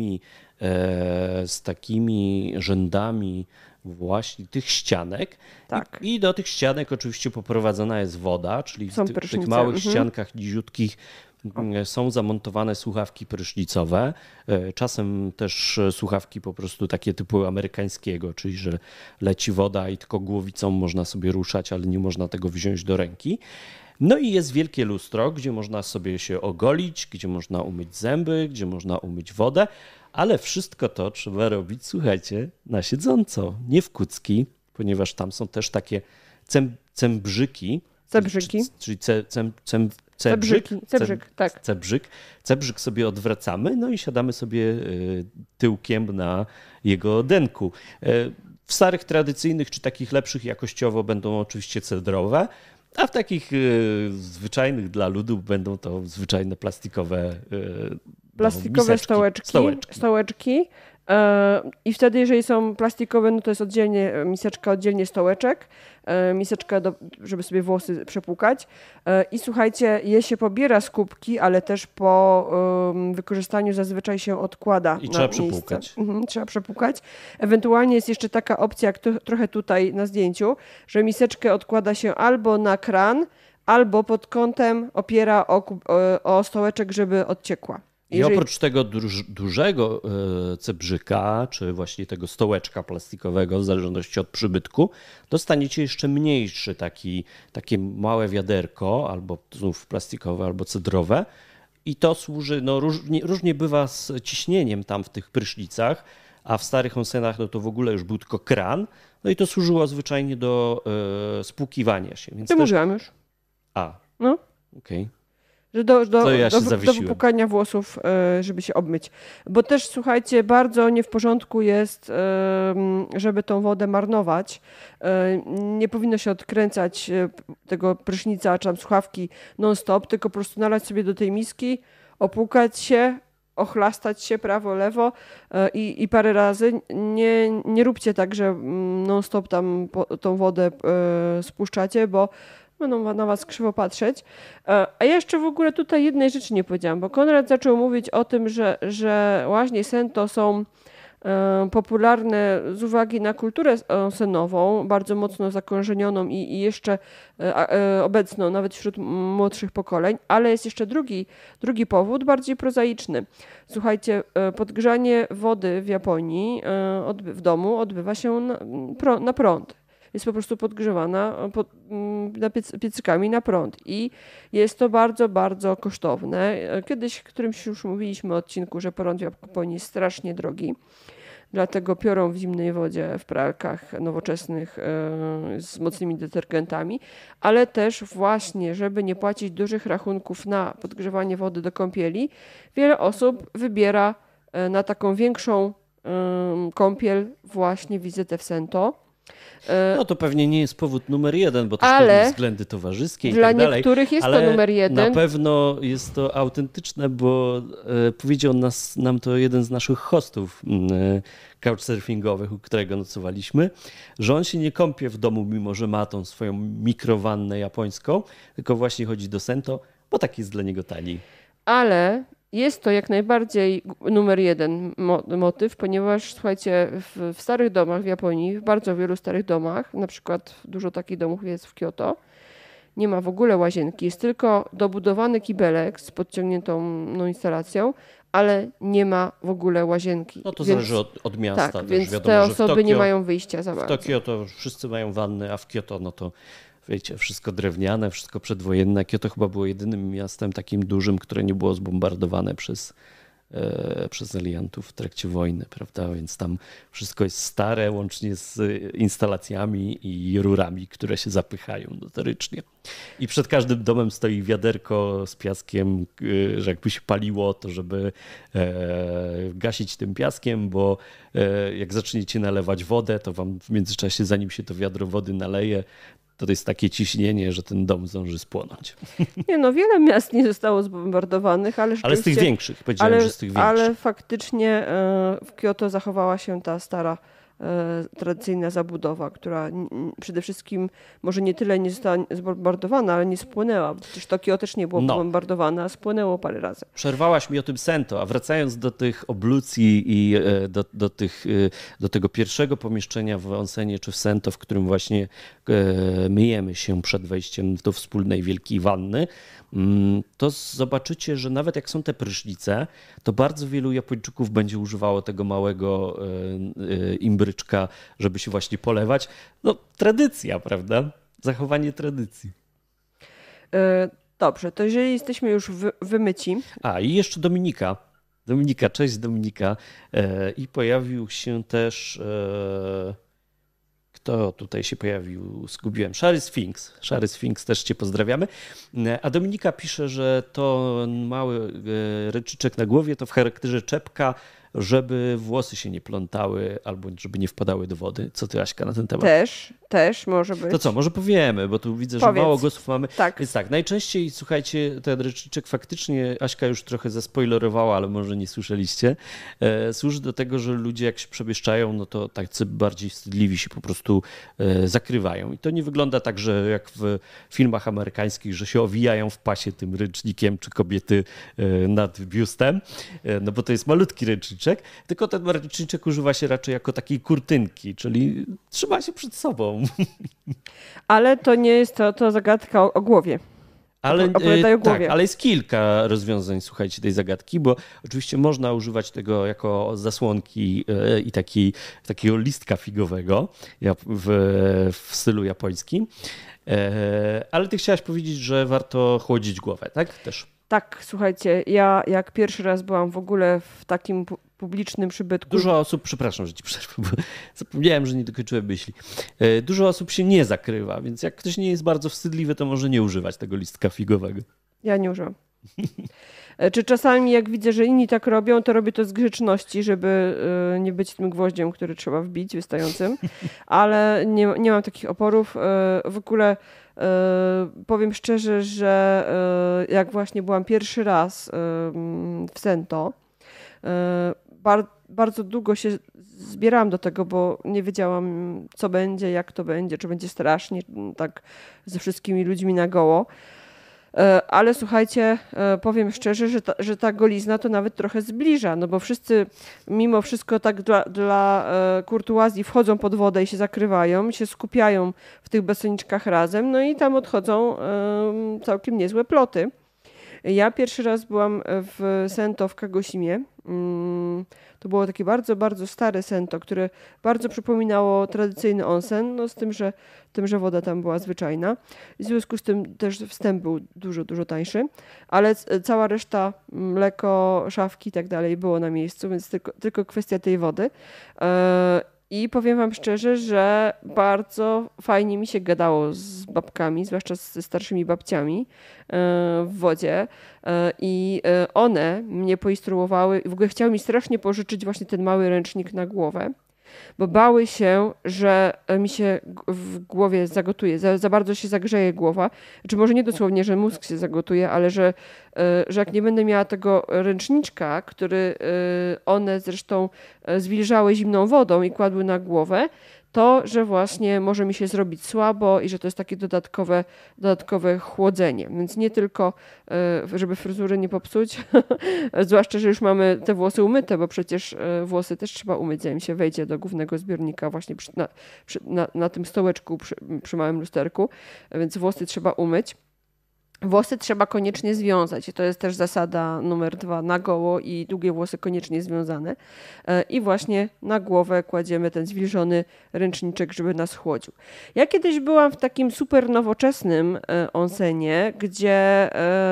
z takimi rzędami właśnie tych ścianek. Tak. I do tych ścianek oczywiście poprowadzona jest woda, czyli w tych małych ściankach niziutkich są zamontowane słuchawki prysznicowe, czasem też słuchawki po prostu takie typu amerykańskiego, czyli że leci woda i tylko głowicą można sobie ruszać, ale nie można tego wziąć do ręki. No i jest wielkie lustro, gdzie można sobie się ogolić, gdzie można umyć zęby, gdzie można umyć wodę, ale wszystko to trzeba robić, słuchajcie, na siedząco, nie w kucki, ponieważ tam są też takie cembrzyki. Cembrzyki. Czyli Cebrzyk. Tak. Cebrzyk sobie odwracamy, no i siadamy sobie tyłkiem na jego denku. W starych, tradycyjnych czy takich lepszych jakościowo będą oczywiście cedrowe, a w takich zwyczajnych dla ludu będą to zwyczajne plastikowe stołeczki. I wtedy, jeżeli są plastikowe, no to jest oddzielnie miseczka, oddzielnie stołeczek, miseczka, żeby sobie włosy przepłukać. I słuchajcie, je się pobiera z kubki, ale też po wykorzystaniu zazwyczaj się odkłada. I trzeba przepłukać. Trzeba przepłukać. Ewentualnie jest jeszcze taka opcja, jak trochę tutaj na zdjęciu, że miseczkę odkłada się albo na kran, albo pod kątem opiera o stołeczek, żeby odciekła. I oprócz tego dużego cebrzyka, czy właśnie tego stołeczka plastikowego, w zależności od przybytku, dostaniecie jeszcze mniejszy, takie małe wiaderko, albo znów plastikowe, albo cedrowe. I to służy, no różnie bywa z ciśnieniem tam w tych prysznicach, a w starych onsenach no to w ogóle już był tylko kran. No i to służyło zwyczajnie do spłukiwania się. Więc mówiłam już. No. Okej. Że do wypłukania włosów, żeby się obmyć. Bo też, słuchajcie, bardzo nie w porządku jest, żeby tą wodę marnować. Nie powinno się odkręcać tego prysznica czy tam słuchawki non-stop, tylko po prostu nalać sobie do tej miski, opłukać się, ochlastać się prawo, lewo i parę razy. Nie róbcie tak, że non-stop tam tą wodę spuszczacie, bo będą na was krzywo patrzeć. A ja jeszcze w ogóle tutaj jednej rzeczy nie powiedziałam, bo Konrad zaczął mówić o tym, że łaźnie sen to są popularne z uwagi na kulturę senową, bardzo mocno zakorzenizoną i jeszcze obecną nawet wśród młodszych pokoleń, ale jest jeszcze drugi powód, bardziej prozaiczny. Słuchajcie, podgrzanie wody w Japonii w domu odbywa się na prąd. Jest po prostu podgrzewana piecykami na prąd i jest to bardzo, bardzo kosztowne. Kiedyś w którymś już mówiliśmy odcinku, że prąd w Japonii jest strasznie drogi, dlatego piorą w zimnej wodzie w pralkach nowoczesnych z mocnymi detergentami, ale też właśnie, żeby nie płacić dużych rachunków na podgrzewanie wody do kąpieli, wiele osób wybiera na taką większą kąpiel właśnie wizytę w Sento. No to pewnie nie jest powód numer jeden, bo też pewne względy towarzyskie i tak dalej. Dla niektórych jest to numer jeden. Na pewno jest to autentyczne, bo powiedział nam to jeden z naszych hostów couchsurfingowych, u którego nocowaliśmy, że on się nie kąpie w domu, mimo że ma tą swoją mikrowannę japońską, tylko właśnie chodzi do Sento, bo tak jest dla niego taniej. Ale jest to jak najbardziej numer jeden motyw, ponieważ słuchajcie, w starych domach w Japonii, w bardzo wielu starych domach, na przykład dużo takich domów jest w Kyoto, nie ma w ogóle łazienki, jest tylko dobudowany kibelek z podciągniętą instalacją, ale nie ma w ogóle łazienki. No to zależy od miasta. Tak, też więc wiadomo, te osoby nie mają wyjścia za bardzo. W Tokio to wszyscy mają wanny, a w Kyoto no to wiecie, wszystko drewniane, wszystko przedwojenne. Kyoto chyba było jedynym miastem takim dużym, które nie było zbombardowane przez aliantów w trakcie wojny, prawda? Więc tam wszystko jest stare, łącznie z instalacjami i rurami, które się zapychają notorycznie. I przed każdym domem stoi wiaderko z piaskiem, że jakby się paliło, to żeby gasić tym piaskiem, bo jak zaczniecie nalewać wodę, to wam w międzyczasie, zanim się to wiadro wody naleje, to jest takie ciśnienie, że ten dom zdąży spłonąć. Nie no, wiele miast nie zostało zbombardowanych, ale z tych większych, powiedziałem, że z tych większych. Ale faktycznie w Kyoto zachowała się ta stara, tradycyjna zabudowa, która przede wszystkim może nie tyle nie została zbombardowana, ale nie spłonęła. Przecież Tokio też nie było bombardowane, a spłonęło parę razy. Przerwałaś mi o tym Sento, a wracając do tych oblucji i do tego pierwszego pomieszczenia w onsenie czy w Sento, w którym właśnie myjemy się przed wejściem do wspólnej wielkiej wanny, to zobaczycie, że nawet jak są te prysznice, to bardzo wielu Japończyków będzie używało tego małego imbryczka, żeby się właśnie polewać. No tradycja, prawda? Zachowanie tradycji. Dobrze, to jeżeli jesteśmy już wymyci. I jeszcze Dominika. Cześć Dominika. I pojawił się też kto tutaj się pojawił, zgubiłem. Szary Sfinks, też cię pozdrawiamy. A Dominika pisze, że to mały ręczniczek na głowie to w charakterze czepka, żeby włosy się nie plątały albo żeby nie wpadały do wody. Co ty, Aśka, na ten temat? Też może być. To co, może powiemy, bo tu widzę, że mało głosów mamy. Tak. Więc tak, najczęściej, słuchajcie, ten ręczniczek faktycznie, Aśka już trochę zaspoilerowała, ale może nie słyszeliście, służy do tego, że ludzie jak się przemieszczają, no to tacy bardziej wstydliwi się po prostu zakrywają. I to nie wygląda tak, że jak w filmach amerykańskich, że się owijają w pasie tym ręcznikiem, czy kobiety nad biustem, no bo to jest malutki ręczniczek, tylko ten ręczniczek używa się raczej jako takiej kurtynki, czyli trzyma się przed sobą. Ale to nie jest to zagadka o głowie. Ale, opowiadaj o głowie. Tak, ale jest kilka rozwiązań, słuchajcie, tej zagadki, bo oczywiście można używać tego jako zasłonki i takiego listka figowego w stylu japońskim. Ale ty chciałaś powiedzieć, że warto chłodzić głowę, tak? Też. Tak, słuchajcie, ja jak pierwszy raz byłam w ogóle w takim publicznym przybytku. Dużo osób, przepraszam, że ci przerwę, bo zapomniałem, że nie dokończyłem myśli. Dużo osób się nie zakrywa, więc jak ktoś nie jest bardzo wstydliwy, to może nie używać tego listka figowego. Ja nie używam. Czy czasami jak widzę, że inni tak robią, to robię to z grzeczności, żeby nie być tym gwoździem, który trzeba wbić wystającym, ale nie mam takich oporów. W ogóle powiem szczerze, że jak właśnie byłam pierwszy raz w Sento, bardzo długo się zbierałam do tego, bo nie wiedziałam, co będzie, jak to będzie, czy będzie strasznie, tak ze wszystkimi ludźmi na goło. Ale słuchajcie, powiem szczerze, że ta golizna to nawet trochę zbliża, no bo wszyscy mimo wszystko tak dla kurtuazji wchodzą pod wodę i się zakrywają, się skupiają w tych baseniczkach razem, no i tam odchodzą całkiem niezłe ploty. Ja pierwszy raz byłam w Sento w Kagoshimie. To było takie bardzo, bardzo stare Sento, które bardzo przypominało tradycyjny onsen, no z tym, że woda tam była zwyczajna. W związku z tym też wstęp był dużo, dużo tańszy, ale cała reszta, mleko, szafki i tak dalej było na miejscu, więc tylko kwestia tej wody. I powiem wam szczerze, że bardzo fajnie mi się gadało z babkami, zwłaszcza ze starszymi babciami w wodzie. I one mnie poinstruowały i w ogóle chciały mi strasznie pożyczyć właśnie ten mały ręcznik na głowę, bo bały się, że mi się w głowie zagotuje, za bardzo się zagrzeje głowa. Czy może nie dosłownie, że mózg się zagotuje, ale że jak nie będę miała tego ręczniczka, który one zresztą zwilżały zimną wodą i kładły na głowę, to, że właśnie może mi się zrobić słabo i że to jest takie dodatkowe chłodzenie. Więc nie tylko, żeby fryzury nie popsuć, zwłaszcza, że już mamy te włosy umyte, bo przecież włosy też trzeba umyć, zanim się wejdzie do głównego zbiornika właśnie na tym stołeczku przy małym lusterku, więc włosy trzeba umyć. Włosy trzeba koniecznie związać. To jest też zasada numer 2. Na goło i długie włosy koniecznie związane. I właśnie na głowę kładziemy ten zwilżony ręczniczek, żeby nas chłodził. Ja kiedyś byłam w takim super nowoczesnym onsenie, gdzie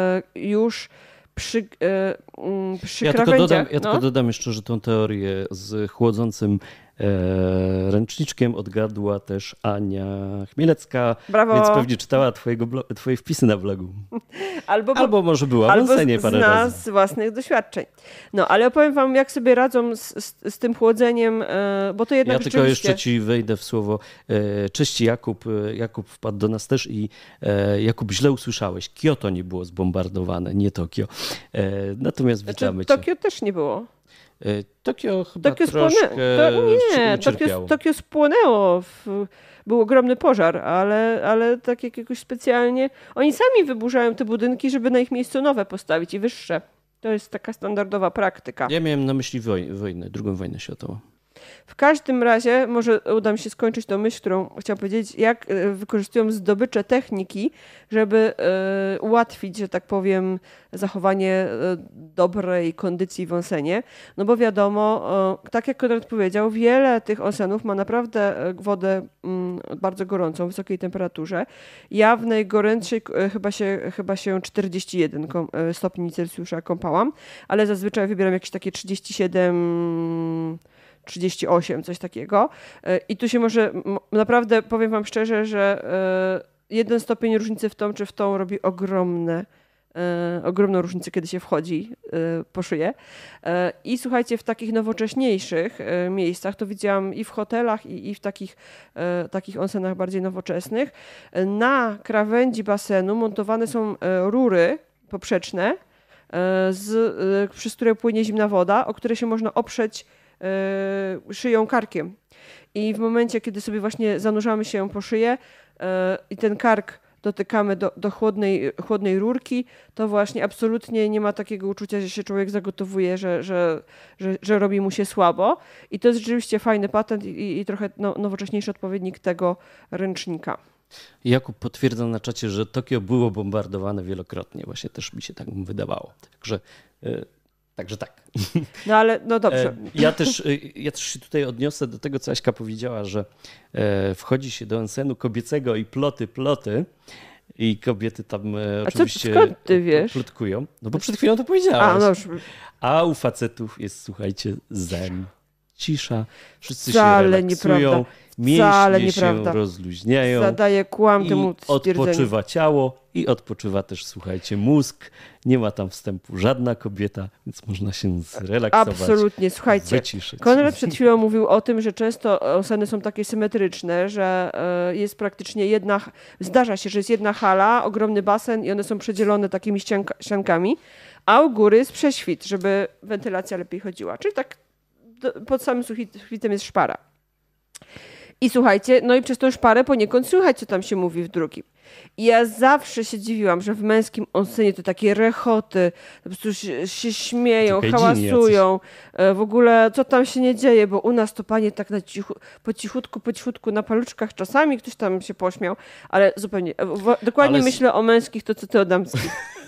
już przy krawędziach... Ja tylko dodam jeszcze, że tą teorię z chłodzącym ręczniczkiem odgadła też Ania Chmielecka, Brawo. Więc pewnie czytała twoje wpisy na blogu. Albo może była w onsenie parę razy. Z własnych doświadczeń. No, ale opowiem wam, jak sobie radzą z tym chłodzeniem, bo to jednak Ja tylko jeszcze ci wejdę w słowo. Cześć Jakub. Jakub wpadł do nas też i Jakub, źle usłyszałeś. Kyoto nie było zbombardowane, nie Tokio. Natomiast witamy cię. Tokio też nie było. Tokio chyba troszkę ucierpiało. Tokio spłonęło. Był ogromny pożar, ale tak jakiegoś specjalnie... Oni sami wyburzają te budynki, żeby na ich miejscu nowe postawić i wyższe. To jest taka standardowa praktyka. Ja miałem na myśli II wojnę światową. W każdym razie, może uda mi się skończyć tą myśl, którą chciałam powiedzieć, jak wykorzystują zdobycze techniki, żeby ułatwić, że tak powiem, zachowanie dobrej kondycji w onsenie. No bo wiadomo, tak jak Konrad powiedział, wiele tych onsenów ma naprawdę wodę bardzo gorącą, w wysokiej temperaturze. Ja w najgorętszej chyba się 41 stopni Celsjusza kąpałam, ale zazwyczaj wybieram jakieś takie 37... 38, coś takiego. I tu się może, naprawdę powiem wam szczerze, że 1 stopień różnicy w tą czy w tą robi ogromną różnicę, kiedy się wchodzi po szyję. I słuchajcie, w takich nowocześniejszych miejscach, to widziałam i w hotelach, i w takich onsenach bardziej nowoczesnych, na krawędzi basenu montowane są rury poprzeczne, przez które płynie zimna woda, o które się można oprzeć szyją, karkiem. I w momencie, kiedy sobie właśnie zanurzamy się po szyję i ten kark dotykamy do chłodnej rurki, to właśnie absolutnie nie ma takiego uczucia, że się człowiek zagotowuje, że robi mu się słabo. I to jest rzeczywiście fajny patent i trochę nowocześniejszy odpowiednik tego ręcznika. Jakub potwierdza na czacie, że Tokio było bombardowane wielokrotnie. Właśnie też mi się tak wydawało. Także tak. No ale no dobrze. Ja też się tutaj odniosę do tego, co Aśka powiedziała, że wchodzi się do onsenu kobiecego i ploty i kobiety tam oczywiście skąd ty wiesz? plotkują. No bo przed chwilą to powiedziałaś. No, a u facetów jest, słuchajcie, zen, cisza, wszyscy wcale się relaksują, mięśnie się rozluźniają. Zadaje kłam temu stwierdzeniu. Odpoczywa ciało i odpoczywa też, słuchajcie, mózg. Nie ma tam wstępu żadna kobieta, więc można się zrelaksować. Absolutnie, słuchajcie. Wyciszyć. Konrad przed chwilą mówił o tym, że często onseny są takie symetryczne, że jest praktycznie zdarza się, że jest jedna hala, ogromny basen i one są przedzielone takimi ściankami, a u góry jest prześwit, żeby wentylacja lepiej chodziła. Czyli tak pod samym sufitem jest szpara. I słuchajcie, no i przez tą szparę poniekąd słychać, co tam się mówi w drugim. I ja zawsze się dziwiłam, że w męskim onsenie to takie rechoty, po prostu się śmieją, hałasują, w ogóle co tam się nie dzieje, bo u nas to panie tak po cichutku na paluczkach, czasami ktoś tam się pośmiał, ale zupełnie, dokładnie myślę o męskich, to co ty o damskich.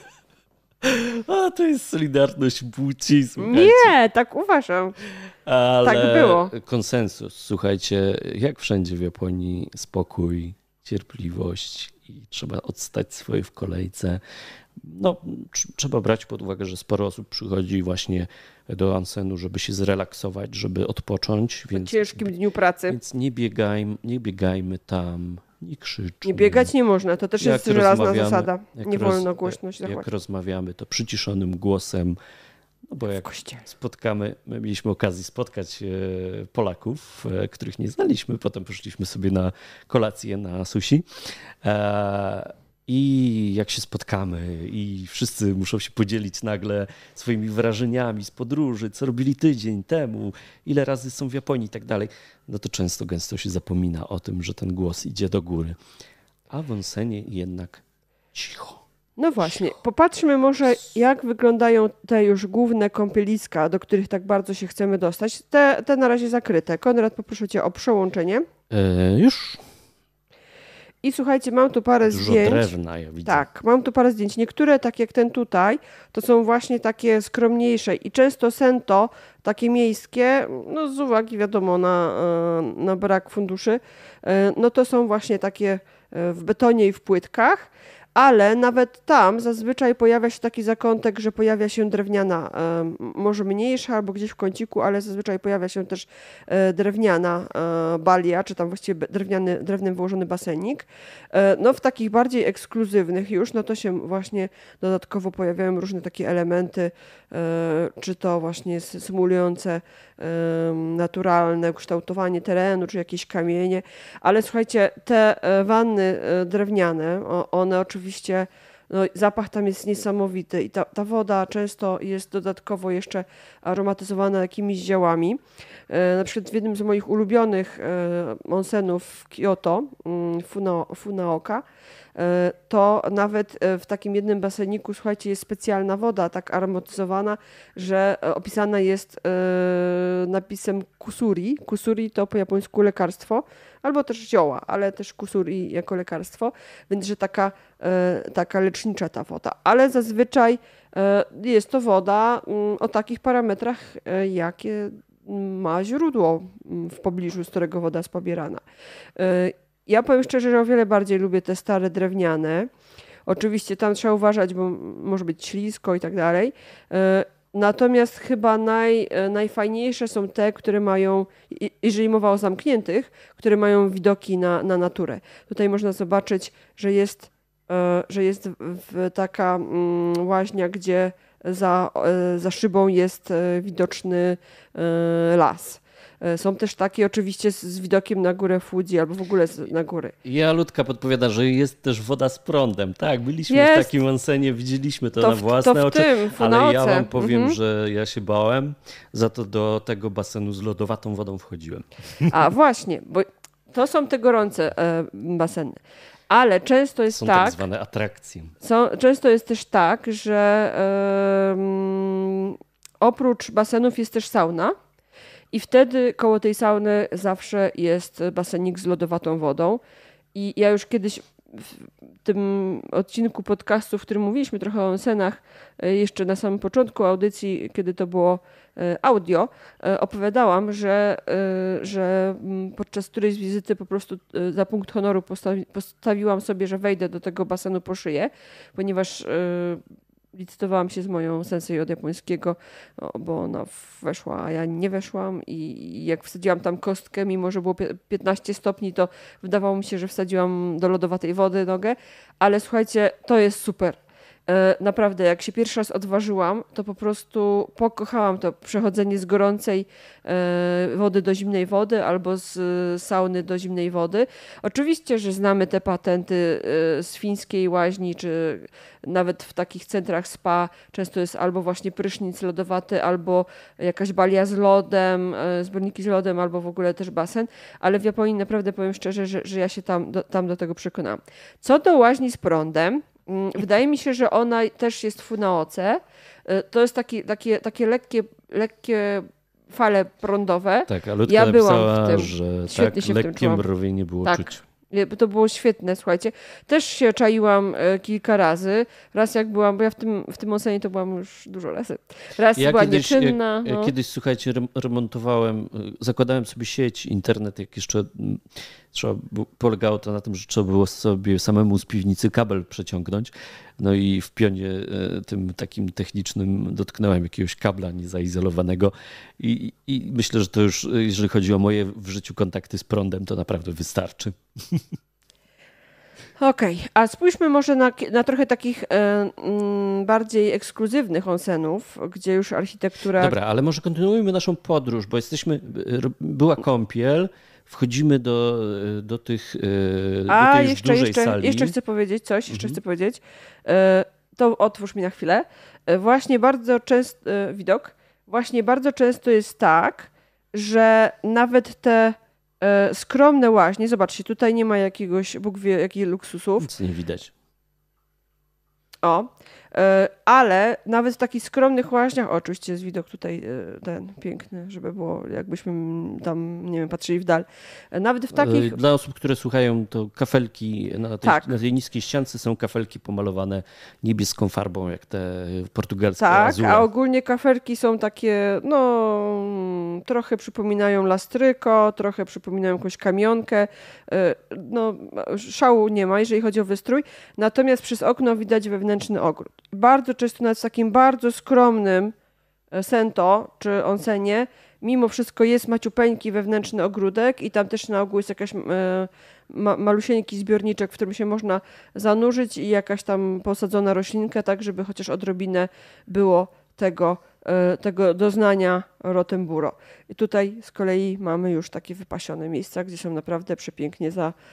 A to jest solidarność płci, słuchajcie. Nie, tak uważam. Ale tak było. Konsensus, słuchajcie, jak wszędzie w Japonii, spokój, cierpliwość i trzeba odstać swoje w kolejce. No, trzeba brać pod uwagę, że sporo osób przychodzi właśnie do onsenu, żeby się zrelaksować, żeby odpocząć. Po ciężkim dniu pracy. Więc nie biegajmy tam, nie krzyczmy. Nie biegać nie można, to też jest żelazna zasada. Nie wolno głośność zachować. Jak rozmawiamy, to przyciszonym głosem. No bo jak my mieliśmy okazję spotkać Polaków, których nie znaliśmy, potem poszliśmy sobie na kolację na sushi i jak się spotkamy i wszyscy muszą się podzielić nagle swoimi wrażeniami z podróży, co robili tydzień temu, ile razy są w Japonii i tak dalej, no to gęsto się zapomina o tym, że ten głos idzie do góry. A w onsenie jednak cicho. No właśnie, popatrzmy może, jak wyglądają te już główne kąpieliska, do których tak bardzo się chcemy dostać. Te na razie zakryte. Konrad, poproszę cię o przełączenie. Już. I słuchajcie, mam tu parę zdjęć. Dużo drewna, ja widzę. Tak, mam tu parę zdjęć. Niektóre, tak jak ten tutaj, to są właśnie takie skromniejsze i często sento, takie miejskie, no z uwagi wiadomo na brak funduszy, no to są właśnie takie w betonie i w płytkach. Ale nawet tam zazwyczaj pojawia się taki zakątek, że pojawia się drewniana, może mniejsza albo gdzieś w kąciku, ale zazwyczaj pojawia się też drewniana balia, czy tam właściwie drewnem wyłożony basenik. No w takich bardziej ekskluzywnych już, no to się właśnie dodatkowo pojawiają różne takie elementy, czy to właśnie symulujące naturalne kształtowanie terenu, czy jakieś kamienie. Ale słuchajcie, te wanny drewniane, one oczywiście, no, zapach tam jest niesamowity i ta woda często jest dodatkowo jeszcze aromatyzowana jakimiś ziołami. Na przykład w jednym z moich ulubionych onsenów w Kyoto, Funaoka, to nawet w takim jednym baseniku, słuchajcie, jest specjalna woda tak aromatyzowana, że opisana jest napisem kusuri. Kusuri to po japońsku lekarstwo, albo też zioła, ale też kusuri jako lekarstwo, więc że taka lecznicza ta woda. Ale zazwyczaj jest to woda o takich parametrach, jakie ma źródło w pobliżu, z którego woda jest pobierana. Ja powiem szczerze, że o wiele bardziej lubię te stare drewniane. Oczywiście tam trzeba uważać, bo może być ślisko i tak dalej. Natomiast chyba najfajniejsze są te, które mają, jeżeli mowa o zamkniętych, które mają widoki na naturę. Tutaj można zobaczyć, że jest taka łaźnia, gdzie za szybą jest widoczny las. Są też takie oczywiście z widokiem na górę Fuji albo w ogóle na góry. Ja Ludka podpowiada, że jest też woda z prądem. Tak, byliśmy w takim onsenie, widzieliśmy to na własne oczy, ale ja wam powiem, że ja się bałem, za to do tego basenu z lodowatą wodą wchodziłem. A właśnie, bo to są te gorące baseny. Ale często jest są tak... tak zwane atrakcje. Często jest też tak, że oprócz basenów jest też sauna. I wtedy koło tej sauny zawsze jest basenik z lodowatą wodą. I ja już kiedyś w tym odcinku podcastu, w którym mówiliśmy trochę o onsenach, jeszcze na samym początku audycji, kiedy to było audio, opowiadałam, że podczas którejś wizyty po prostu za punkt honoru postawiłam sobie, że wejdę do tego basenu po szyję, ponieważ licytowałam się z moją sensei od japońskiego, bo ona weszła, a ja nie weszłam i jak wsadziłam tam kostkę, mimo że było 15 stopni, to wydawało mi się, że wsadziłam do lodowatej wody nogę, ale słuchajcie, to jest super. Naprawdę, jak się pierwszy raz odważyłam, to po prostu pokochałam to przechodzenie z gorącej wody do zimnej wody albo z sauny do zimnej wody. Oczywiście, że znamy te patenty z fińskiej łaźni, czy nawet w takich centrach spa często jest albo właśnie prysznic lodowaty, albo jakaś balia z lodem, zbiorniki z lodem, albo w ogóle też basen, ale w Japonii naprawdę powiem szczerze, że ja się tam do tego przekonałam. Co do łaźni z prądem, wydaje mi się, że ona też jest Funaoce. To jest takie lekkie fale prądowe. Tak, ale ja byłam napisała, w tym. że Świetnie tak, się lekkie mrowienie było czuć. To było świetne, słuchajcie. Też się czaiłam kilka razy. Raz jak byłam, bo ja w tym onsenie to byłam już dużo razy. Raz była nieczynna. Ja kiedyś, słuchajcie, remontowałem, zakładałem sobie sieć, internet, jak jeszcze polegało to na tym, że trzeba było sobie samemu z piwnicy kabel przeciągnąć. No i w pionie tym takim technicznym dotknąłem jakiegoś kabla niezaizolowanego i myślę, że to już, jeżeli chodzi o moje w życiu kontakty z prądem, to naprawdę wystarczy. Okej, a spójrzmy może na trochę takich bardziej ekskluzywnych onsenów, gdzie już architektura... Dobra, ale może kontynuujmy naszą podróż, bo była kąpiel, wchodzimy do tej już dużej sali. Jeszcze chcę powiedzieć coś, to otwórz mi na chwilę. Właśnie bardzo często jest tak, że nawet te skromne łaźnie, zobaczcie, tutaj nie ma jakiegoś, Bóg wie, jakich luksusów. Nic nie widać. Ale nawet w takich skromnych łaźniach, oczywiście jest widok tutaj ten piękny, żeby było, jakbyśmy tam, nie wiem, patrzyli w dal. Nawet w takich... Dla osób, które słuchają, to kafelki na tej niskiej ściance są kafelki pomalowane niebieską farbą, jak te portugalskie azure. A ogólnie kafelki są takie, trochę przypominają lastryko, trochę przypominają jakąś kamionkę. Szału nie ma, jeżeli chodzi o wystrój. Natomiast przez okno widać wewnętrzny ogród. Bardzo często nawet w takim bardzo skromnym sento czy onsenie mimo wszystko jest maciupeńki wewnętrzny ogródek i tam też na ogół jest jakaś malusieńki zbiorniczek, w którym się można zanurzyć i jakaś tam posadzona roślinka, tak żeby chociaż odrobinę było tego doznania Rotemburo. I tutaj z kolei mamy już takie wypasione miejsca, gdzie są naprawdę przepięknie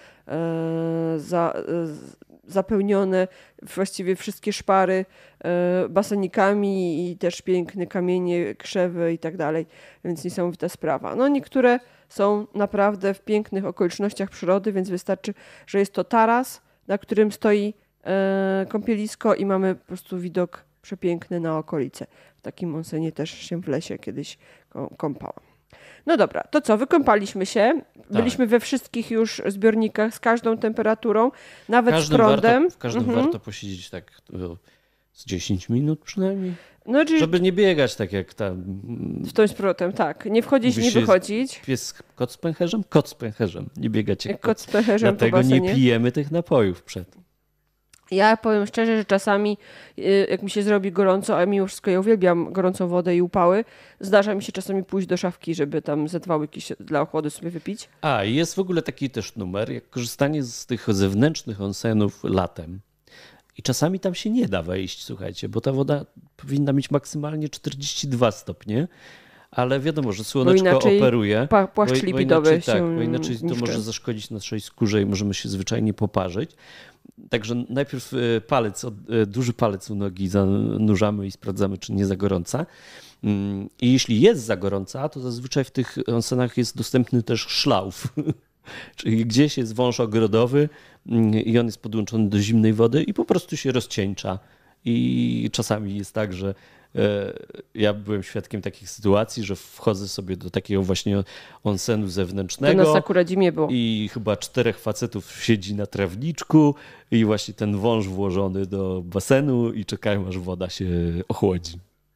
zapełnione właściwie wszystkie szpary basenikami i też piękne kamienie, krzewy i tak dalej, więc niesamowita sprawa. Niektóre są naprawdę w pięknych okolicznościach przyrody, więc wystarczy, że jest to taras, na którym stoi kąpielisko i mamy po prostu widok przepiękny na okolice. W takim onsenie też się w lesie kiedyś kąpałam. No dobra, to co? Wykąpaliśmy się. Byliśmy we wszystkich już zbiornikach z każdą temperaturą, nawet z prądem. W każdym warto posiedzieć tak z 10 minut przynajmniej. Żeby nie biegać tak jak tam. W tą z powrotem, tak. Nie wchodzić, nie wychodzić. Kot z pęcherzem? Kot z pęcherzem. Nie biegać jak kot z pęcherzem. Dlatego nie pijemy tych napojów przed. Ja powiem szczerze, że czasami jak mi się zrobi gorąco, a mimo wszystko ja uwielbiam gorącą wodę i upały, zdarza mi się czasami pójść do szafki, żeby tam ze 2 łyki dla ochłody sobie wypić. A, i jest w ogóle taki też numer, jak korzystanie z tych zewnętrznych onsenów latem. I czasami tam się nie da wejść, słuchajcie, bo ta woda powinna mieć maksymalnie 42 stopnie, ale wiadomo, że słoneczko operuje. Płaszcz lipidowy bo inaczej to może zaszkodzić naszej skórze i możemy się zwyczajnie poparzyć. Także najpierw duży palec u nogi zanurzamy i sprawdzamy, czy nie za gorąca. I jeśli jest za gorąca, to zazwyczaj w tych onsenach jest dostępny też szlauf. Czyli gdzieś jest wąż ogrodowy i on jest podłączony do zimnej wody i po prostu się rozcieńcza. I czasami jest tak, że ja byłem świadkiem takich sytuacji, że wchodzę sobie do takiego właśnie onsenu zewnętrznego. To nas akurat zimie było. I chyba 4 facetów siedzi na trawniczku i właśnie ten wąż włożony do basenu i czekają, aż woda się ochłodzi.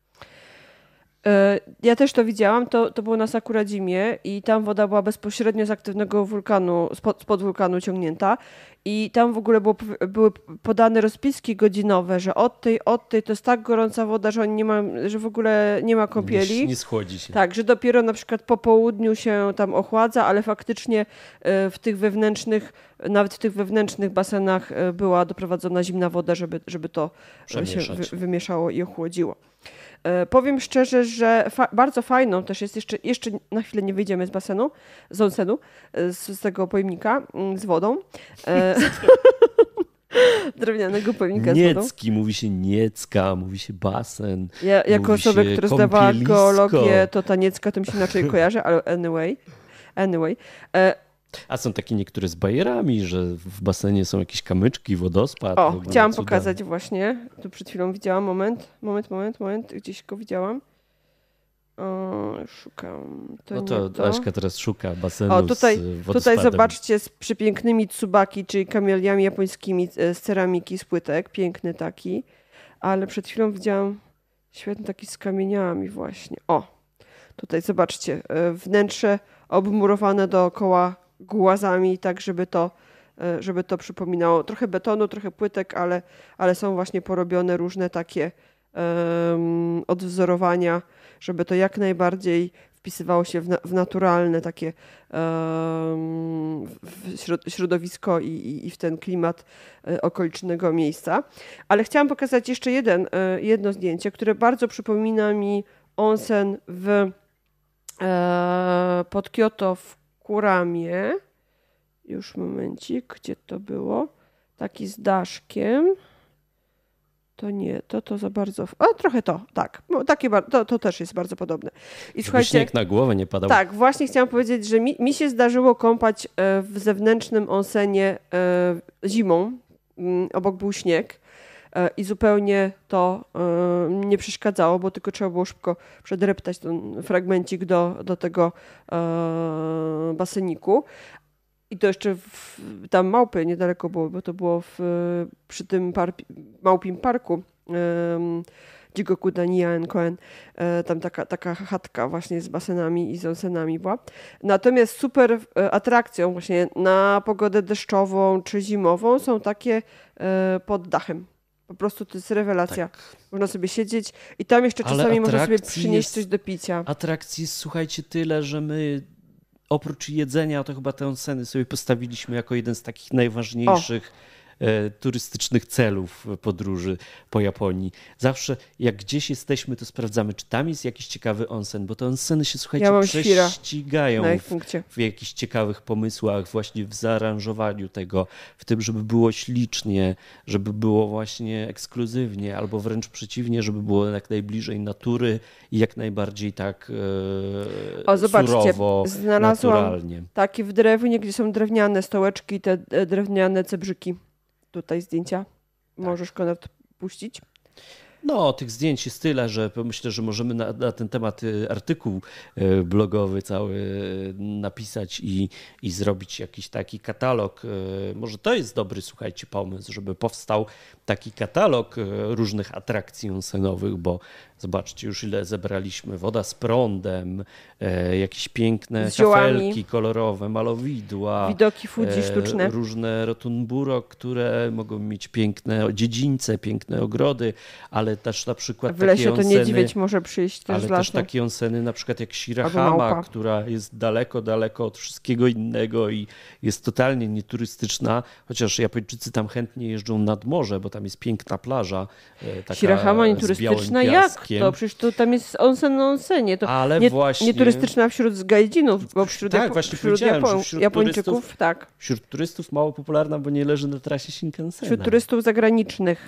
Ja też to widziałam, to było na Sakuradzimie i tam woda była bezpośrednio z aktywnego wulkanu, spod wulkanu ciągnięta i tam w ogóle były podane rozpiski godzinowe, że od tej to jest tak gorąca woda, że że w ogóle nie ma kąpieli. Nie schłodzi się. Tak, że dopiero na przykład po południu się tam ochładza, ale faktycznie nawet w tych wewnętrznych basenach była doprowadzona zimna woda, żeby to się wymieszało i ochłodziło. Powiem szczerze, że bardzo fajną też jest, jeszcze na chwilę nie wyjdziemy z basenu, z onsenu, z tego pojemnika z wodą. Drewnianego pojemnika z wodą. Niecki, mówi się niecka, mówi się basen. Ja jako osoba, która zdawała geologię, to ta niecka to mi się inaczej kojarzy, ale anyway. A są takie niektóre z bajerami, że w basenie są jakieś kamyczki, wodospad. O, chciałam pokazać właśnie. Tu przed chwilą widziałam. Moment. Gdzieś go widziałam. Szukam. To Aśka teraz szuka basenu z wodospadem. Tutaj zobaczcie z przepięknymi tsubaki, czyli kameliami japońskimi z ceramiki, z płytek. Piękny taki. Ale przed chwilą widziałam świetny taki z kamieniami właśnie. O, tutaj zobaczcie. Wnętrze obmurowane dookoła głazami, tak żeby to przypominało trochę betonu, trochę płytek, ale są właśnie porobione różne takie odwzorowania, żeby to jak najbardziej wpisywało się w naturalne takie środowisko i w ten klimat okolicznego miejsca. Ale chciałam pokazać jeszcze jedno zdjęcie, które bardzo przypomina mi onsen pod Kyoto w Kuramie. Już momencik, gdzie to było? Taki z daszkiem. To nie, to za bardzo... A trochę to, tak. To też jest bardzo podobne. I słuchajcie, śnieg na głowę nie padał. Tak, właśnie chciałam powiedzieć, że mi się zdarzyło kąpać w zewnętrznym onsenie zimą. Obok był śnieg. I zupełnie to nie przeszkadzało, bo tylko trzeba było szybko przedreptać ten fragmencik do tego baseniku. I to jeszcze tam Małpy niedaleko było, bo to było przy tym Małpim Parku Jigoku Danien Koen. Tam taka chatka właśnie z basenami i z onsenami była. Natomiast super atrakcją właśnie na pogodę deszczową czy zimową są takie pod dachem. Po prostu to jest rewelacja. Tak. Można sobie siedzieć i tam jeszcze czasami można sobie przynieść coś do picia. Atrakcji jest, słuchajcie, tyle, że my oprócz jedzenia to chyba te onseny sobie postawiliśmy jako jeden z takich najważniejszych turystycznych celów podróży po Japonii. Zawsze jak gdzieś jesteśmy, to sprawdzamy, czy tam jest jakiś ciekawy onsen, bo te onseny się, słuchajcie, prześcigają w jakichś ciekawych pomysłach, właśnie w zaaranżowaniu tego, w tym, żeby było ślicznie, żeby było właśnie ekskluzywnie, albo wręcz przeciwnie, żeby było jak najbliżej natury i jak najbardziej tak surowo, znalazłam naturalnie. Takie w drewnie, gdzie są drewniane stołeczki, te drewniane cebrzyki. Tutaj zdjęcia. Możesz, Konrad, puścić. No, tych zdjęć jest tyle, że myślę, że możemy na ten temat artykuł blogowy cały napisać i zrobić jakiś taki katalog. Może to jest dobry, słuchajcie, pomysł, żeby powstał taki katalog różnych atrakcji onsenowych, bo zobaczcie już ile zebraliśmy. Woda z prądem, jakieś piękne kafelki kolorowe, malowidła. Widoki Fuji sztuczne. Różne rotunburok, które mogą mieć piękne dziedzińce, piękne ogrody, ale też na przykład w lesie takie onseny, to niedźwiedź może przyjść też ale z lasu. też takie onseny na przykład jak Shirahama, która jest daleko, daleko od wszystkiego innego i jest totalnie nieturystyczna, chociaż Japończycy tam chętnie jeżdżą nad morze, bo tam jest piękna plaża. Taka Shirahama nieturystyczna? Jak to? Przecież to tam jest onsen na onsenie. To ale właśnie... Nieturystyczna wśród gajdzinów, bo wśród, tak, właśnie wśród Japończyków tak. Wśród turystów mało popularna, bo nie leży na trasie Shinkansena. Wśród turystów zagranicznych.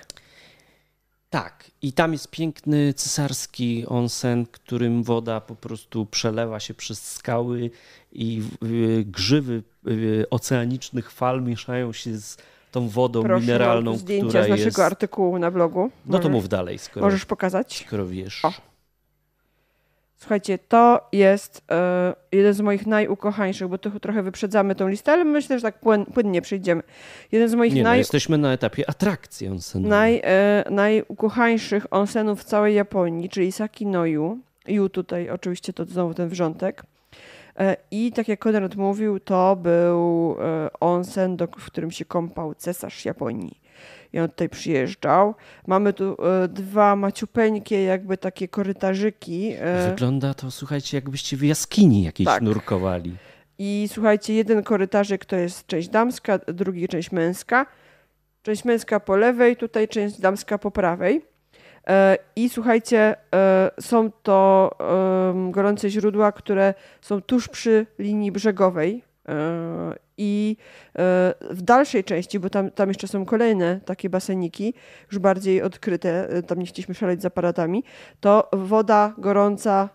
Tak, i tam jest piękny cesarski onsen, którym woda po prostu przelewa się przez skały i grzywy oceanicznych fal mieszają się z tą wodą mineralną, mam zdjęcia która z naszego jest... artykułu na blogu. No to mów dalej, możesz pokazać? Skoro wiesz. O. Słuchajcie, to jest jeden z moich najukochańszych, bo tu trochę wyprzedzamy tą listę, ale myślę, że tak płynnie przejdziemy. Jeden z moich jesteśmy na etapie atrakcji onsenowej. Najukochańszych onsenów w całej Japonii, czyli Sakinoyu. Yu tutaj oczywiście to znowu ten wrzątek. I tak jak Konrad mówił, to był onsen, w którym się kąpał cesarz Japonii. I on tutaj przyjeżdżał. Mamy tu dwa maciupeńkie jakby takie korytarzyki. Wygląda to, słuchajcie, jakbyście w jaskini jakiejś nurkowali. I słuchajcie, jeden korytarzyk to jest część damska, drugi część męska. Część męska po lewej, tutaj część damska po prawej. I słuchajcie, są to gorące źródła, które są tuż przy linii brzegowej. I w dalszej części, bo tam jeszcze są kolejne takie baseniki, już bardziej odkryte, tam nie chcieliśmy szaleć z aparatami, to woda gorąca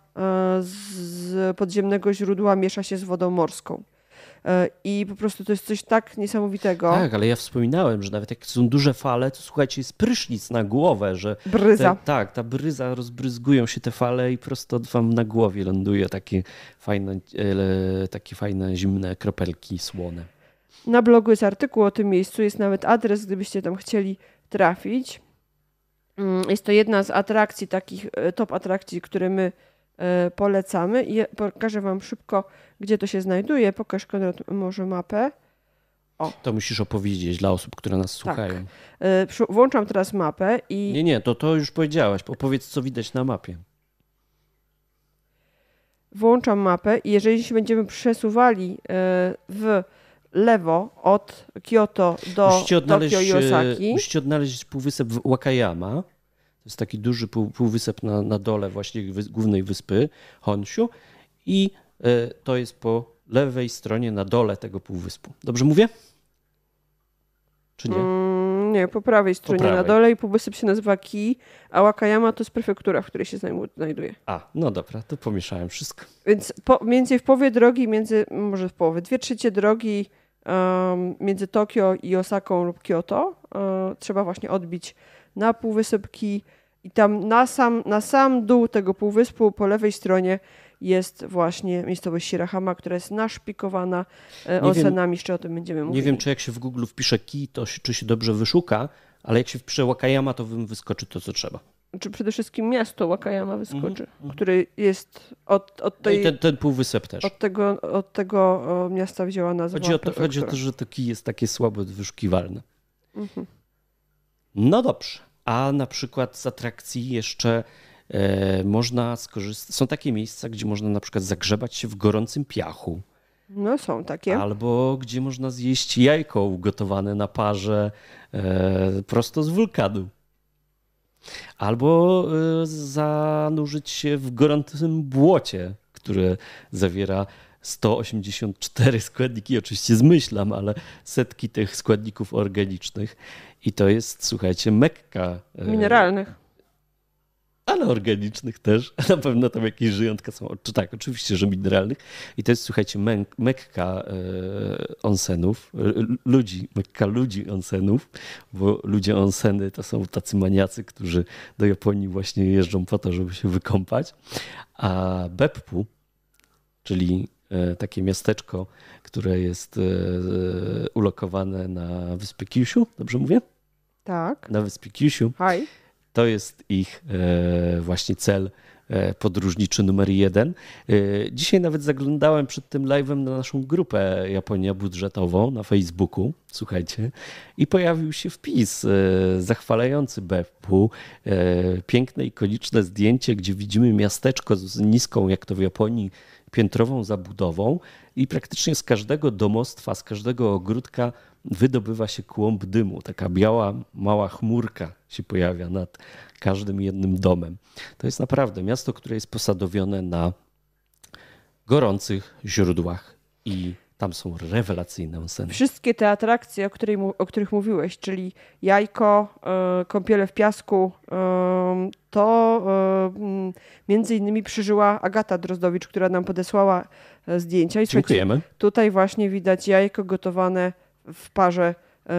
z podziemnego źródła miesza się z wodą morską. I po prostu to jest coś tak niesamowitego. Tak, ale ja wspominałem, że nawet jak są duże fale, to słuchajcie, jest prysznic na głowę, że bryza. Ta bryza, rozbryzgują się te fale i prosto wam na głowie ląduje takie fajne zimne kropelki słone. Na blogu jest artykuł o tym miejscu, jest nawet adres, gdybyście tam chcieli trafić. Jest to jedna z atrakcji, takich top atrakcji, które my polecamy. I pokażę wam szybko, gdzie to się znajduje. Pokaż, Konrad, może mapę. O. To musisz opowiedzieć dla osób, które nas słuchają. Włączam teraz mapę i... Nie, to już powiedziałaś. Opowiedz, co widać na mapie. Włączam mapę i jeżeli się będziemy przesuwali w lewo od Kyoto do Tokio i Osaki... Musicie odnaleźć półwysep Wakayama. To jest taki duży półwysep na dole właśnie głównej wyspy Honshu i to jest po lewej stronie na dole tego półwyspu. Dobrze mówię? Czy nie? Nie, po prawej stronie na dole i półwysep się nazywa Ki, a Wakayama to jest prefektura, w której się znajduje. No dobra, to pomieszałem wszystko. Więc mniej więcej w połowie drogi, może w połowie, 2/3 drogi między Tokio i Osaką lub Kyoto trzeba właśnie odbić na półwysep Ki i tam na sam dół tego półwyspu po lewej stronie jest właśnie miejscowość Shirahama, która jest naszpikowana onsenami, jeszcze o tym będziemy mówili. Nie wiem, czy jak się w Google wpisze Ki, czy się dobrze wyszuka, ale jak się wpisze Wakayama, to wyskoczy to, co trzeba. Czy przede wszystkim miasto Wakayama wyskoczy, który jest od tej... No i ten półwysep też. Od tego miasta wzięła nazwę. Chodzi o to, że to Ki jest takie słabo wyszukiwalne. No dobrze. A na przykład z atrakcji jeszcze można skorzystać. Są takie miejsca, gdzie można na przykład zagrzebać się w gorącym piachu. No są takie. Albo gdzie można zjeść jajko ugotowane na parze prosto z wulkanu. Albo zanurzyć się w gorącym błocie, które zawiera 184 składniki, oczywiście zmyślam, ale setki tych składników organicznych. I to jest, słuchajcie, Mekka. Mineralnych. ale organicznych też. Na pewno tam jakieś żyjątka są. Czy tak, oczywiście, że mineralnych. I to jest, słuchajcie, Mekka onsenów, Mekka ludzi onsenów, bo ludzie onseny to są tacy maniacy, którzy do Japonii właśnie jeżdżą po to, żeby się wykąpać. A Beppu, czyli takie miasteczko, które jest ulokowane na wyspie Kyushu, dobrze mówię? Tak. Na wyspie Kyushu. Haj. To jest ich właśnie cel podróżniczy numer 1. Dzisiaj nawet zaglądałem przed tym live'em na naszą grupę Japonia budżetową na Facebooku, słuchajcie, i pojawił się wpis zachwalający Beppu. Piękne, ikoniczne zdjęcie, gdzie widzimy miasteczko z niską, jak to w Japonii, piętrową zabudową i praktycznie z każdego domostwa, z każdego ogródka wydobywa się kłąb dymu. Taka biała, mała chmurka się pojawia nad każdym jednym domem. To jest naprawdę miasto, które jest posadowione na gorących źródłach i tam są rewelacyjne onseny. Wszystkie te atrakcje, o których mówiłeś, czyli jajko, kąpiele w piasku, to między innymi przeżyła Agata Drozdowicz, która nam podesłała zdjęcia. I dziękujemy. Tutaj właśnie widać jajko gotowane w parze,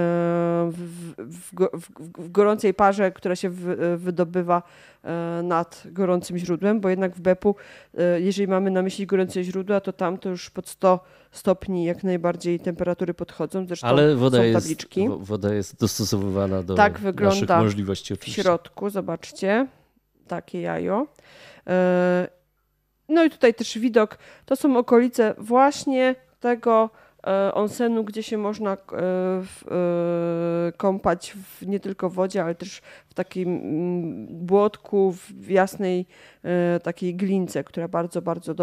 w gorącej parze, która się wydobywa nad gorącym źródłem, bo jednak w Beppu, jeżeli mamy na myśli gorące źródła, to tam to już pod 100 stopni jak najbardziej temperatury podchodzą. Zresztą ale tabliczki. Woda jest dostosowywana do tak wygląda naszych możliwości. Oczywiście. W środku, zobaczcie, takie jajo. No i tutaj też widok, to są okolice właśnie tego onsenu, gdzie się można kąpać nie tylko w wodzie, ale też w takim błotku, w jasnej takiej glince, która bardzo,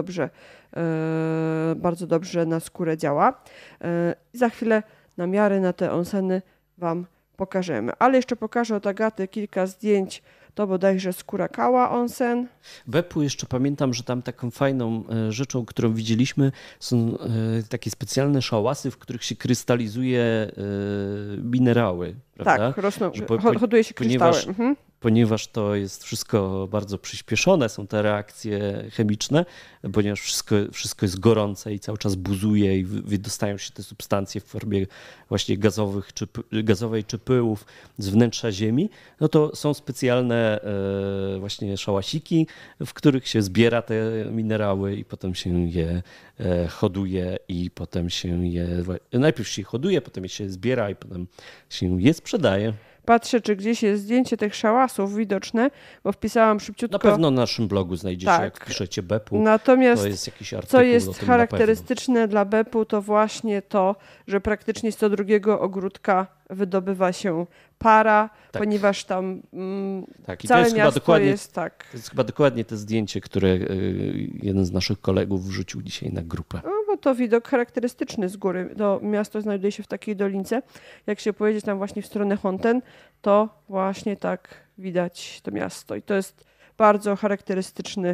bardzo dobrze na skórę działa. Za chwilę namiary na te onseny Wam pokażemy. Ale jeszcze pokażę od Agaty kilka zdjęć. To bodajże z Kurakała onsen. Beppu jeszcze pamiętam, że tam taką fajną rzeczą, którą widzieliśmy, są takie specjalne szałasy, w których się krystalizuje minerały. Prawda? Tak, rosną, hoduje się kryształy. Ponieważ to jest wszystko bardzo przyspieszone, są te reakcje chemiczne, ponieważ wszystko jest gorące i cały czas buzuje i wydostają się te substancje w formie właśnie gazowej czy pyłów z wnętrza ziemi, no to są specjalne właśnie szałasiki, w których się zbiera te minerały i potem się je hoduje i potem się je, najpierw się hoduje, potem się zbiera i potem się je sprzedaje. Patrzę, czy gdzieś jest zdjęcie tych szałasów widoczne, bo wpisałam szybciutko. Na pewno na naszym blogu znajdziecie, tak. Jak piszecie Beppu. Natomiast to jest jakiś artykuł, co jest charakterystyczne dla Beppu, to właśnie to, że praktycznie z co drugiego ogródka wydobywa się para, tak. Ponieważ tam tak. I całe to jest miasto jest tak. To jest chyba dokładnie te zdjęcie, które jeden z naszych kolegów wrzucił dzisiaj na grupę. No, bo to widok charakterystyczny z góry. To miasto znajduje się w takiej dolince. Jak się pojedzie tam właśnie w stronę Honten, to właśnie tak widać to miasto. I to jest bardzo charakterystyczny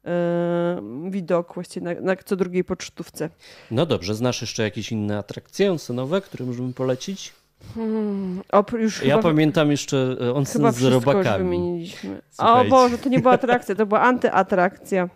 widok właściwie na co drugiej pocztówce. No dobrze, znasz jeszcze jakieś inne atrakcje onsenowe, które możemy polecić? Ja pamiętam jeszcze onsen z robakami. Już wymieniliśmy. O Boże, to nie była atrakcja, to była antyatrakcja.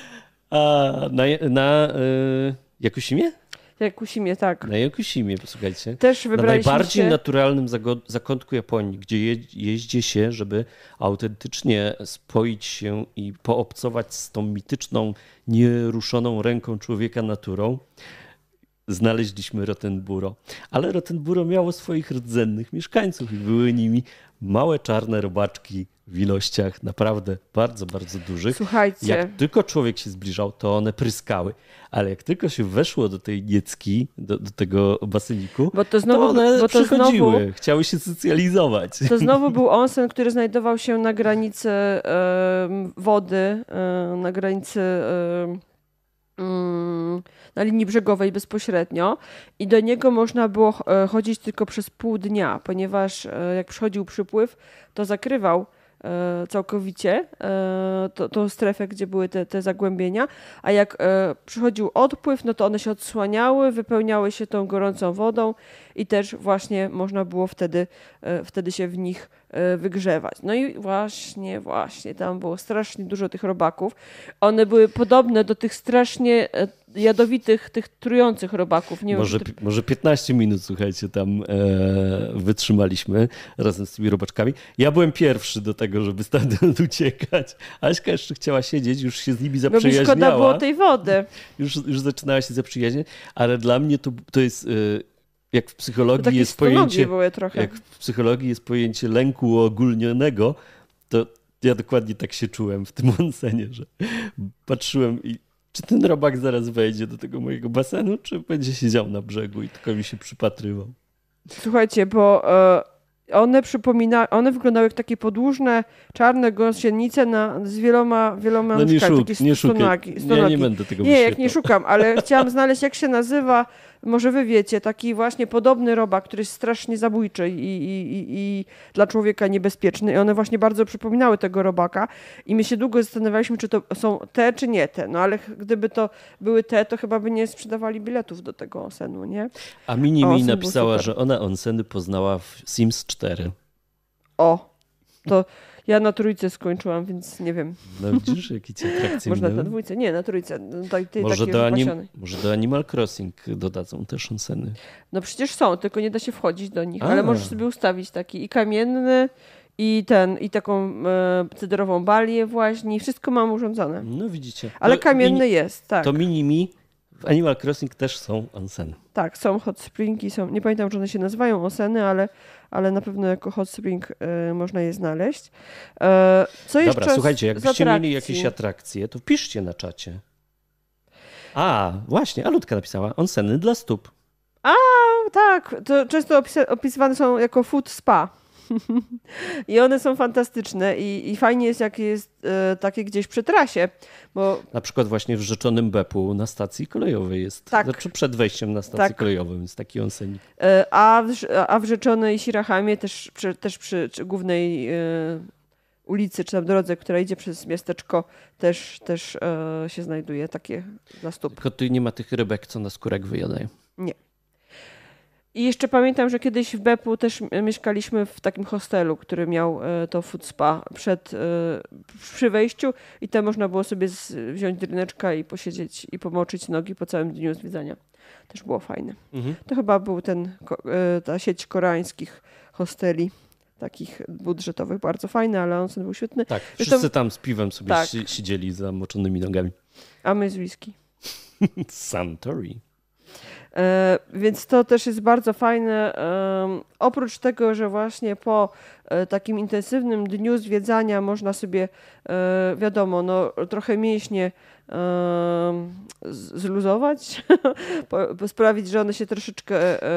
A na Jakusimie? Jakusimie, tak. Na Jakusimie, posłuchajcie. Też wybraliśmy na najbardziej naturalnym zakątku Japonii, gdzie jeździ się, żeby autentycznie spoić się i poobcować z tą mityczną, nieruszoną ręką człowieka naturą. Znaleźliśmy Rottenburo, ale Rottenburo miało swoich rdzennych mieszkańców i były nimi małe czarne robaczki w ilościach naprawdę bardzo, bardzo dużych. Słuchajcie. Jak tylko człowiek się zbliżał, to one pryskały, ale jak tylko się weszło do tej niecki, do tego baseniku, to one przychodziły, chciały się socjalizować. To znowu był onsen, który znajdował się na granicy wody, na granicy na linii brzegowej bezpośrednio i do niego można było chodzić tylko przez pół dnia, ponieważ jak przychodził przypływ, to zakrywał całkowicie tą strefę, gdzie były te zagłębienia, a jak przychodził odpływ, no to one się odsłaniały, wypełniały się tą gorącą wodą i też właśnie można było wtedy się w nich wygrzewać. No i właśnie, tam było strasznie dużo tych robaków. One były podobne do tych strasznie jadowitych, tych trujących robaków. Nie może 15 minut, słuchajcie, tam wytrzymaliśmy razem z tymi robaczkami. Ja byłem pierwszy do tego, żeby stamtąd uciekać. Aśka jeszcze chciała siedzieć, już się z nimi zaprzyjaźniała. Bo mi szkoda było tej wody. Już zaczynała się zaprzyjaźniać, ale dla mnie to jest... Jak w psychologii jest pojęcie, jak w psychologii jest pojęcie lęku ogólnionego, to ja dokładnie tak się czułem w tym onsenie, że patrzyłem i czy ten robak zaraz wejdzie do tego mojego basenu, czy będzie siedział na brzegu i tylko mi się przypatrywał. Słuchajcie, bo one wyglądały jak takie podłużne, czarne gąsienice z wieloma no nie szukaj. Ja nie będę tego wyświetlał. Jak nie szukam, ale chciałam znaleźć, jak się nazywa, może wy wiecie, taki właśnie podobny robak, który jest strasznie zabójczy i dla człowieka niebezpieczny. I one właśnie bardzo przypominały tego robaka. I my się długo zastanawialiśmy, czy to są te, czy nie te. No ale gdyby to były te, to chyba by nie sprzedawali biletów do tego onsenu, nie? A Mini napisała, że ona onseny poznała w Sims 4. To ja na trójce skończyłam, więc nie wiem. No widzisz, jaki ci atrakcyjny. Może na dwójce? Nie, na trójce. Może do Animal Crossing dodadzą też onseny. No przecież są, tylko nie da się wchodzić do nich. Ale możesz sobie ustawić taki i kamienny, i taką cedrową balię właśnie. Wszystko mam urządzone. No widzicie. Ale kamienny jest, tak. To w Animal Crossing też są onseny. Tak, są hot springi, nie pamiętam, czy one się nazywają onseny, ale na pewno jako hot spring można je znaleźć. Dobra, słuchajcie, jakbyście mieli jakieś atrakcje, to piszcie na czacie. Właśnie, Alutka napisała, onseny dla stóp. Tak, to często opisywane są jako food spa. I one są fantastyczne i fajnie jest, jak jest takie gdzieś przy trasie. Bo... Na przykład właśnie w Rzeczonym Bepu na stacji kolejowej jest, znaczy przed wejściem na stację kolejową jest taki onsenik. A w Rzeczonej Sirahamie też przy głównej ulicy, czy tam drodze, która idzie przez miasteczko, też się znajduje takie dla stóp. Tylko tu nie ma tych rybek, co na skórek wyjadają. Nie. I jeszcze pamiętam, że kiedyś w Bepu też mieszkaliśmy w takim hostelu, który miał to food spa przy wejściu i tam można było sobie wziąć drineczka i posiedzieć i pomoczyć nogi po całym dniu zwiedzania. Też było fajne. Mhm. To chyba był ta sieć koreańskich hosteli, takich budżetowych, bardzo fajny, ale on był świetny. Tak, wszyscy tam z piwem sobie siedzieli zamoczonymi nogami. A my z whisky. Suntory. Więc to też jest bardzo fajne. Oprócz tego, że właśnie po takim intensywnym dniu zwiedzania można sobie, wiadomo, trochę mięśnie zluzować, sprawić, że one się troszeczkę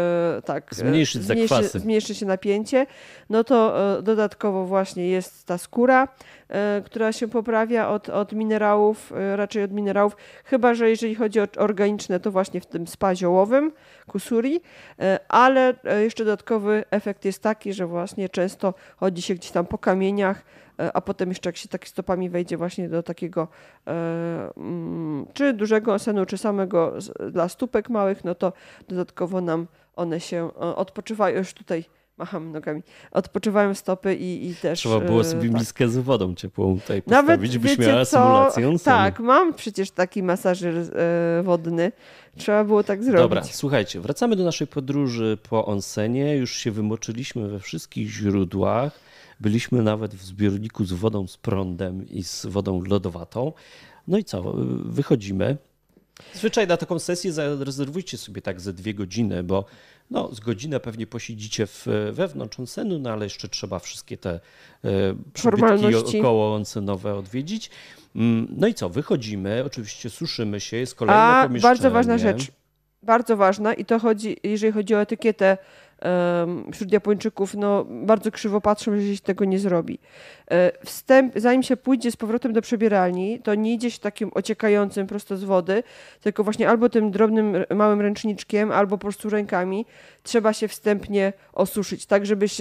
zmniejszy się napięcie, no to dodatkowo właśnie jest ta skóra, która się poprawia od minerałów, raczej od minerałów, chyba że jeżeli chodzi o organiczne, to właśnie w tym spa ziołowym, kusuri, ale jeszcze dodatkowy efekt jest taki, że właśnie często chodzi się gdzieś tam po kamieniach, a potem jeszcze jak się tak stopami wejdzie właśnie do takiego czy dużego onsenu, czy samego dla stópek małych, no to dodatkowo nam one się odpoczywają, już tutaj macham nogami, odpoczywają stopy i też... Trzeba było sobie miskę z wodą ciepłą tutaj postawić, byś miała symulację onsenu. Tak, mam przecież taki masażer wodny. Trzeba było tak zrobić. Dobra, słuchajcie, wracamy do naszej podróży po onsenie. Już się wymoczyliśmy we wszystkich źródłach. Byliśmy nawet w zbiorniku z wodą z prądem i z wodą lodowatą. No i co? Wychodzimy. Zwyczaj na taką sesję zarezerwujcie sobie tak ze 2 godziny, bo z godzinę pewnie posiedzicie wewnątrz onsenu, no ale jeszcze trzeba wszystkie te przybytki około onsenowe odwiedzić. No i co? Wychodzimy, oczywiście suszymy się, jest kolejne pomieszczenie. Bardzo ważna rzecz. Bardzo ważna i to chodzi, jeżeli chodzi o etykietę wśród Japończyków, bardzo krzywo patrzą, że się tego nie zrobi. Zanim się pójdzie z powrotem do przebieralni, to nie idzie się takim ociekającym prosto z wody, tylko właśnie albo tym drobnym, małym ręczniczkiem, albo po prostu rękami trzeba się wstępnie osuszyć, tak żeby się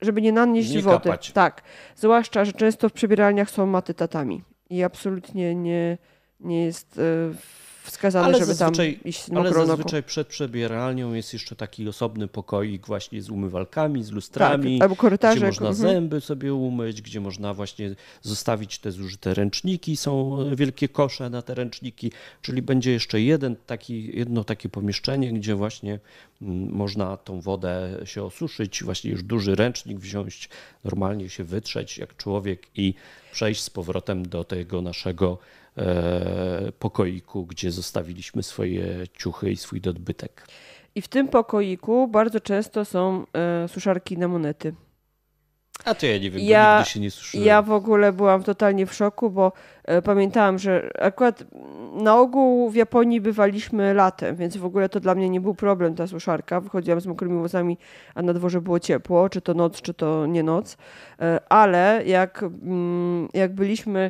żeby nie nanieść Nie wody. kapać. Tak. Zwłaszcza, że często w przebieralniach są maty tatami. I absolutnie nie jest wskazane, żeby tam iść Ale mokro zazwyczaj przed przebieralnią jest jeszcze taki osobny pokoik właśnie z umywalkami, z lustrami, albo korytarzek. gdzie można zęby sobie umyć, gdzie można właśnie zostawić te zużyte ręczniki. Są wielkie kosze na te ręczniki, czyli będzie jeszcze jedno takie pomieszczenie, gdzie właśnie można tą wodę się osuszyć, właśnie już duży ręcznik wziąć, normalnie się wytrzeć jak człowiek i przejść z powrotem do tego naszego pokoiku, gdzie zostawiliśmy swoje ciuchy i swój dobytek. I w tym pokoiku bardzo często są suszarki na monety. A to ja nie wiem, bo nigdy się nie suszyłem. Ja w ogóle byłam totalnie w szoku, bo pamiętałam, że akurat na ogół w Japonii bywaliśmy latem, więc w ogóle to dla mnie nie był problem ta suszarka. Wychodziłam z mokrymi włosami, a na dworze było ciepło, czy to noc, czy to nie noc. Ale jak byliśmy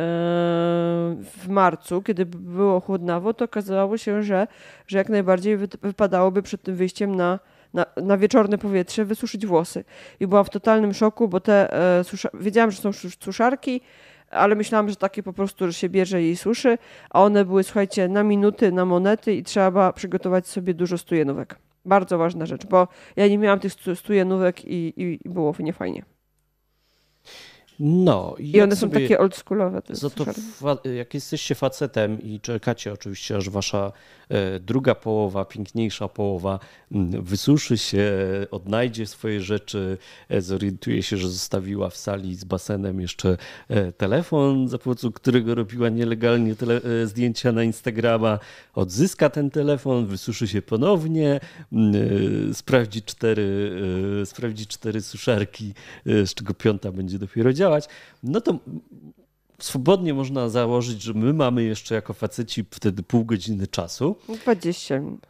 w marcu, kiedy było chłodnawo, to okazało się, że jak najbardziej wypadałoby przed tym wyjściem na wieczorne powietrze wysuszyć włosy. I byłam w totalnym szoku, bo wiedziałam, że są suszarki, ale myślałam, że takie po prostu, że się bierze i suszy, a one były, słuchajcie, na minuty, na monety i trzeba przygotować sobie dużo stujenówek. Bardzo ważna rzecz, bo ja nie miałam tych stujenówek i było niefajnie. No, i one są takie oldschoolowe. Jak jesteście facetem i czekacie oczywiście, aż wasza druga połowa, piękniejsza połowa wysuszy się, odnajdzie swoje rzeczy, zorientuje się, że zostawiła w sali z basenem jeszcze telefon, za pomocą którego robiła nielegalnie zdjęcia na Instagrama, odzyska ten telefon, wysuszy się ponownie, sprawdzi cztery suszarki, z czego piąta będzie dopiero działać, no to swobodnie można założyć, że my mamy jeszcze jako faceci wtedy pół godziny czasu. 20 minut.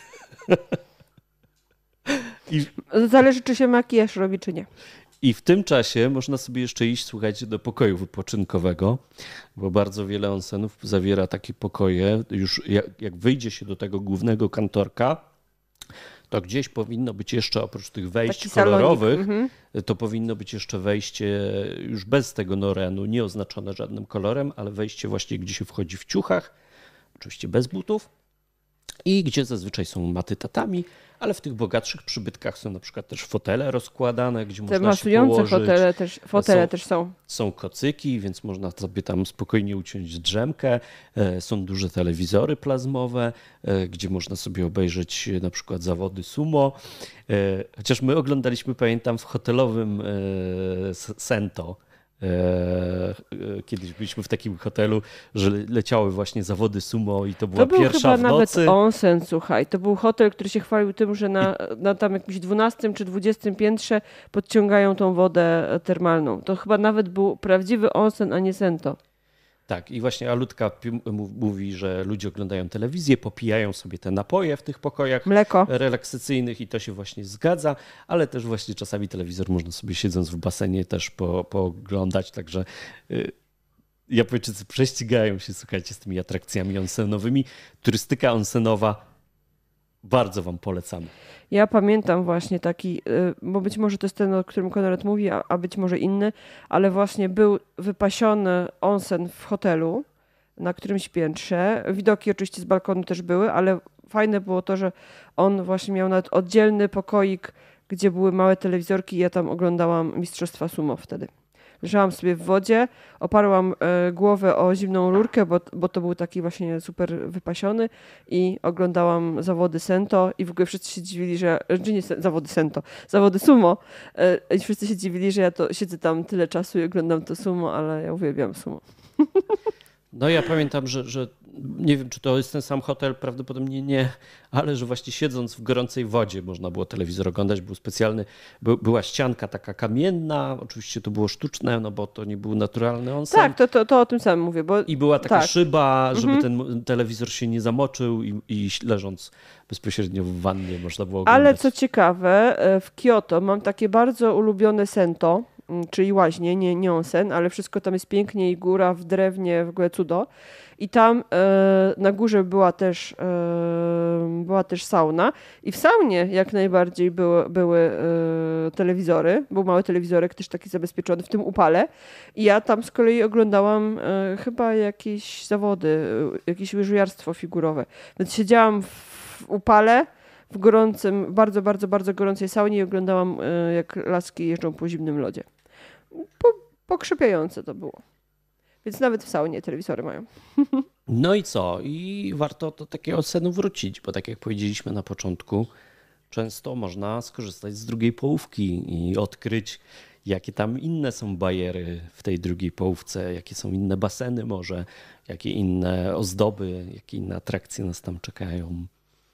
Zależy, czy się makijaż robi, czy nie. I w tym czasie można sobie jeszcze iść, słuchajcie, do pokoju wypoczynkowego, bo bardzo wiele onsenów zawiera takie pokoje. Już jak wyjdzie się do tego głównego kantorka, to gdzieś powinno być jeszcze oprócz tych wejść kolorowych, to powinno być jeszcze wejście już bez tego norenu, nie oznaczone żadnym kolorem, ale wejście właśnie, gdzie się wchodzi w ciuchach, oczywiście bez butów i gdzie zazwyczaj są maty tatami, ale w tych bogatszych przybytkach są na przykład też fotele rozkładane, gdzie można się położyć. Fotele też są. Są kocyki, więc można sobie tam spokojnie uciąć drzemkę. Są duże telewizory plazmowe, gdzie można sobie obejrzeć na przykład zawody sumo. Chociaż my oglądaliśmy, pamiętam, w hotelowym Sento. Kiedyś byliśmy w takim hotelu, że leciały właśnie zawody sumo i to była pierwsza w nocy. To był chyba nawet onsen, słuchaj. To był hotel, który się chwalił tym, że na tam jakimś 12 czy 20 piętrze podciągają tą wodę termalną. To chyba nawet był prawdziwy onsen, a nie sento. Tak, i właśnie Alutka mówi, że ludzie oglądają telewizję, popijają sobie te napoje w tych pokojach relaksacyjnych i to się właśnie zgadza, ale też właśnie czasami telewizor można sobie siedząc w basenie też pooglądać, także Japończycy prześcigają się, słuchajcie, z tymi atrakcjami onsenowymi. Turystyka onsenowa bardzo wam polecamy. Ja pamiętam właśnie taki, bo być może to jest ten, o którym Konrad mówi, a być może inny, ale właśnie był wypasiony onsen w hotelu na którymś piętrze. Widoki oczywiście z balkonu też były, ale fajne było to, że on właśnie miał nawet oddzielny pokoik, gdzie były małe telewizorki i ja tam oglądałam mistrzostwa sumo wtedy. Leżałam sobie w wodzie, oparłam głowę o zimną rurkę, bo to był taki właśnie super wypasiony i oglądałam zawody sento i w ogóle wszyscy się dziwili, że nie zawody sento, zawody sumo i wszyscy się dziwili, że ja to siedzę tam tyle czasu i oglądam to sumo, ale ja uwielbiam sumo. No ja pamiętam, że nie wiem, czy to jest ten sam hotel, prawdopodobnie nie, ale że właśnie siedząc w gorącej wodzie można było telewizor oglądać, był specjalny, była ścianka taka kamienna, oczywiście to było sztuczne, no bo to nie był naturalny onsen. Tak, to o tym samym mówię. I była taka szyba, żeby ten telewizor się nie zamoczył i leżąc bezpośrednio w wannie można było oglądać. Ale co ciekawe, w Kyoto mam takie bardzo ulubione sento, czyli łaźnie, nie onsen, ale wszystko tam jest pięknie i góra w drewnie, w ogóle cudo. I tam na górze była była też sauna i w saunie jak najbardziej były telewizory, był mały telewizorek też taki zabezpieczony w tym upale i ja tam z kolei oglądałam chyba jakieś zawody, jakieś łyżwiarstwo figurowe, więc siedziałam w upale, w gorącym, bardzo, bardzo, bardzo gorącej saunie i oglądałam, jak laski jeżdżą po zimnym lodzie. Pokrzepiające to było. Więc nawet w saunie telewizory mają. No i co? I warto do takiego senu wrócić, bo tak jak powiedzieliśmy na początku, często można skorzystać z drugiej połówki i odkryć, jakie tam inne są bajery w tej drugiej połówce, jakie są inne baseny może, jakie inne ozdoby, jakie inne atrakcje nas tam czekają.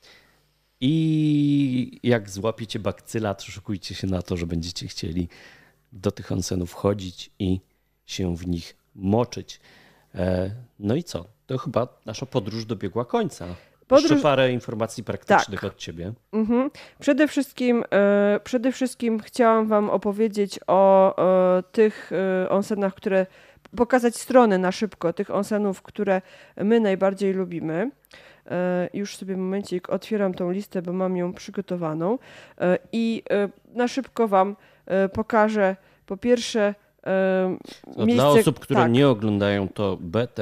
I jak złapiecie bakcyla, to szykujcie się na to, że będziecie chcieli do tych onsenów wchodzić i się w nich moczyć. No i co? To chyba nasza podróż dobiegła końca. Jeszcze parę informacji praktycznych od ciebie. Przede wszystkim chciałam wam opowiedzieć o tych onsenach, pokazać strony na szybko tych onsenów, które my najbardziej lubimy. Już sobie momencik otwieram tą listę, bo mam ją przygotowaną i na szybko wam pokażę po pierwsze miejsce, dla osób, które nie oglądają, to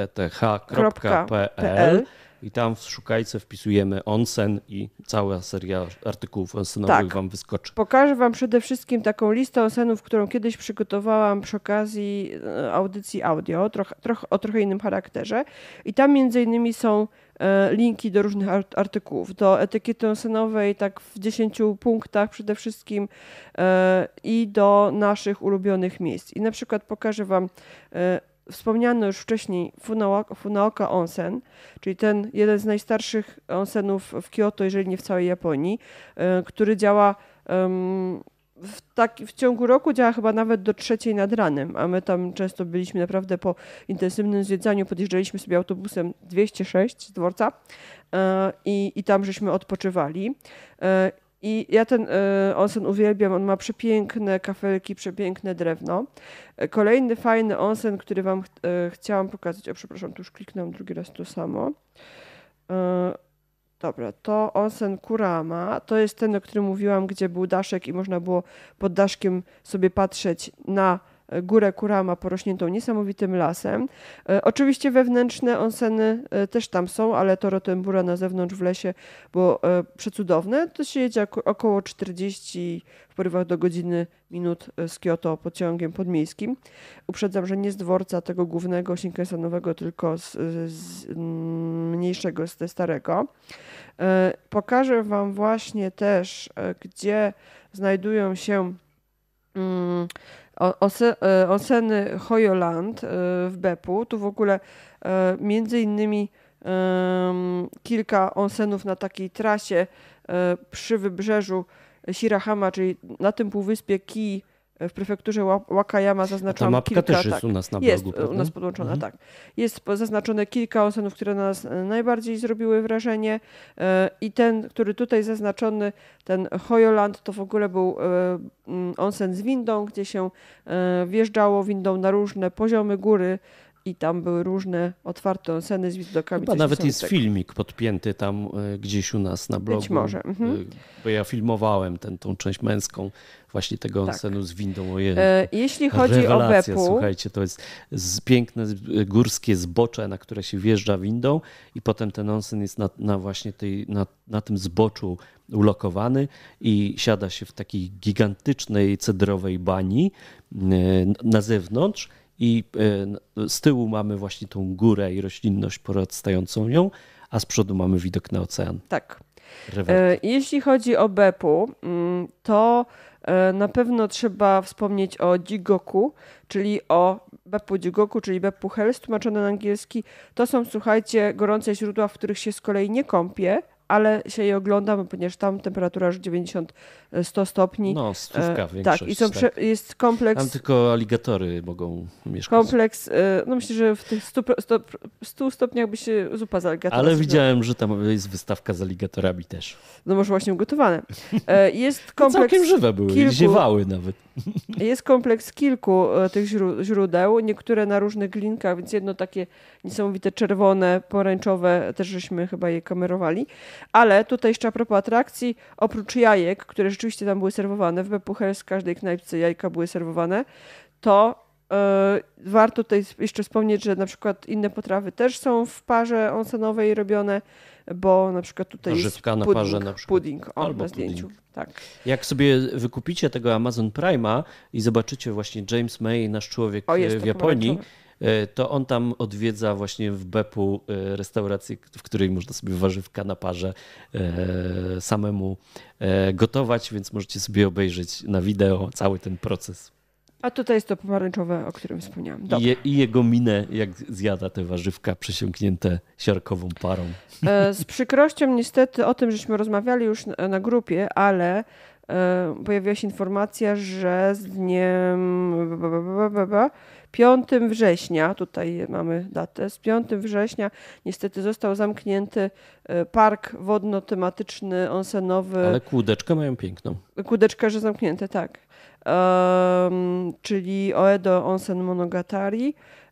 btth.pl i tam w szukajce wpisujemy onsen i cała seria artykułów onsenowych wam wyskoczy. Pokażę wam przede wszystkim taką listę onsenów, którą kiedyś przygotowałam przy okazji audycji audio, o trochę innym charakterze. I tam między innymi są linki do różnych artykułów, do etykiety onsenowej, tak w 10 punktach przede wszystkim i do naszych ulubionych miejsc. I na przykład pokażę wam wspomniano już wcześniej Funaoka Onsen, czyli ten jeden z najstarszych onsenów w Kyoto, jeżeli nie w całej Japonii, który działa w ciągu roku, działa chyba nawet do 3:00 nad ranem, a my tam często byliśmy naprawdę po intensywnym zwiedzaniu, podjeżdżaliśmy sobie autobusem 206 z dworca i tam żeśmy odpoczywali. I ja ten onsen uwielbiam, on ma przepiękne kafelki, przepiękne drewno. Kolejny fajny onsen, który wam chciałam pokazać, przepraszam, tu już kliknąłem drugi raz to samo. Dobra, to onsen Kurama, to jest ten, o którym mówiłam, gdzie był daszek i można było pod daszkiem sobie patrzeć na górę Kurama porośniętą niesamowitym lasem. Oczywiście wewnętrzne onseny też tam są, ale to Rotembura na zewnątrz w lesie było przecudowne. To się jedzie około 40 w porywach do godziny minut z Kyoto pociągiem podmiejskim. Uprzedzam, że nie z dworca tego głównego shinkansenowego, tylko z mniejszego, z tego starego. Pokażę wam właśnie też, gdzie znajdują się onseny Hoyoland w Beppu. Tu w ogóle między innymi kilka onsenów na takiej trasie przy wybrzeżu Shirahama, czyli na tym półwyspie Kii w prefekturze Wakayama zaznaczam kilka. Ta mapka też jest u nas na blogu. Jest u nas podłączona, tak. Jest zaznaczone kilka onsenów, które na nas najbardziej zrobiły wrażenie i ten, który tutaj zaznaczony, ten Hoyoland, to w ogóle był onsen z windą, gdzie się wjeżdżało windą na różne poziomy góry i tam były różne otwarte onseny z widokami. Chyba nawet jest filmik podpięty tam gdzieś u nas na blogu. Być może. Bo ja filmowałem tą część męską właśnie tego onsenu z windą. Jeśli chodzi o Beppu. Słuchajcie, to jest piękne górskie zbocze, na które się wjeżdża windą i potem ten onsen jest na właśnie na tym zboczu ulokowany i siada się w takiej gigantycznej cedrowej bani na zewnątrz. I z tyłu mamy właśnie tą górę i roślinność porastającą ją, a z przodu mamy widok na ocean. Tak. Jeśli chodzi o Beppu, to na pewno trzeba wspomnieć o Jigoku, czyli o Beppu Jigoku, czyli Beppu Hells, tłumaczone na angielski. To są, słuchajcie, gorące źródła, w których się z kolei nie kąpię, ale się je oglądamy, ponieważ tam temperatura już 90-100 stopni. No, stówka większość. Tak, i jest kompleks. Tam tylko aligatory mogą mieszkać. Kompleks, no myślę, że w tych 100 stopniach by się zupa z aligatora. Ale widziałem, że tam jest wystawka z aligatorami też. No może właśnie ugotowane. Jest kompleks. Całkiem żywe były, ziewały nawet. Jest kompleks kilku tych źródeł, niektóre na różnych glinkach, więc jedno takie niesamowite czerwone, pomarańczowe, też żeśmy chyba je kamerowali. Ale tutaj jeszcze a propos atrakcji, oprócz jajek, które rzeczywiście tam były serwowane, w Beppu Hells w każdej knajpce jajka były serwowane, to warto tutaj jeszcze wspomnieć, że na przykład inne potrawy też są w parze onsenowej robione, bo na przykład tutaj Warzywka jest na pudding, parze na przykład. pudding Albo na zdjęciu. pudding. Tak. Jak sobie wykupicie tego Amazon Prime'a i zobaczycie właśnie James May, nasz człowiek w Japonii, to on tam odwiedza właśnie w Beppu restaurację, w której można sobie warzywka na parze samemu gotować, więc możecie sobie obejrzeć na wideo cały ten proces. A tutaj jest to pomarańczowe, o którym wspomniałam. I jego minę, jak zjada te warzywka przesiąknięte siarkową parą. Z przykrością niestety o tym, żeśmy rozmawiali już na grupie, ale pojawiła się informacja, że z dniem 5 września, tutaj mamy datę, z 5 września niestety został zamknięty park wodno-tematyczny, onsenowy. Ale kłódeczkę mają piękną. Kłódeczkę, że zamknięte, tak. Czyli Oedo Onsen Monogatari.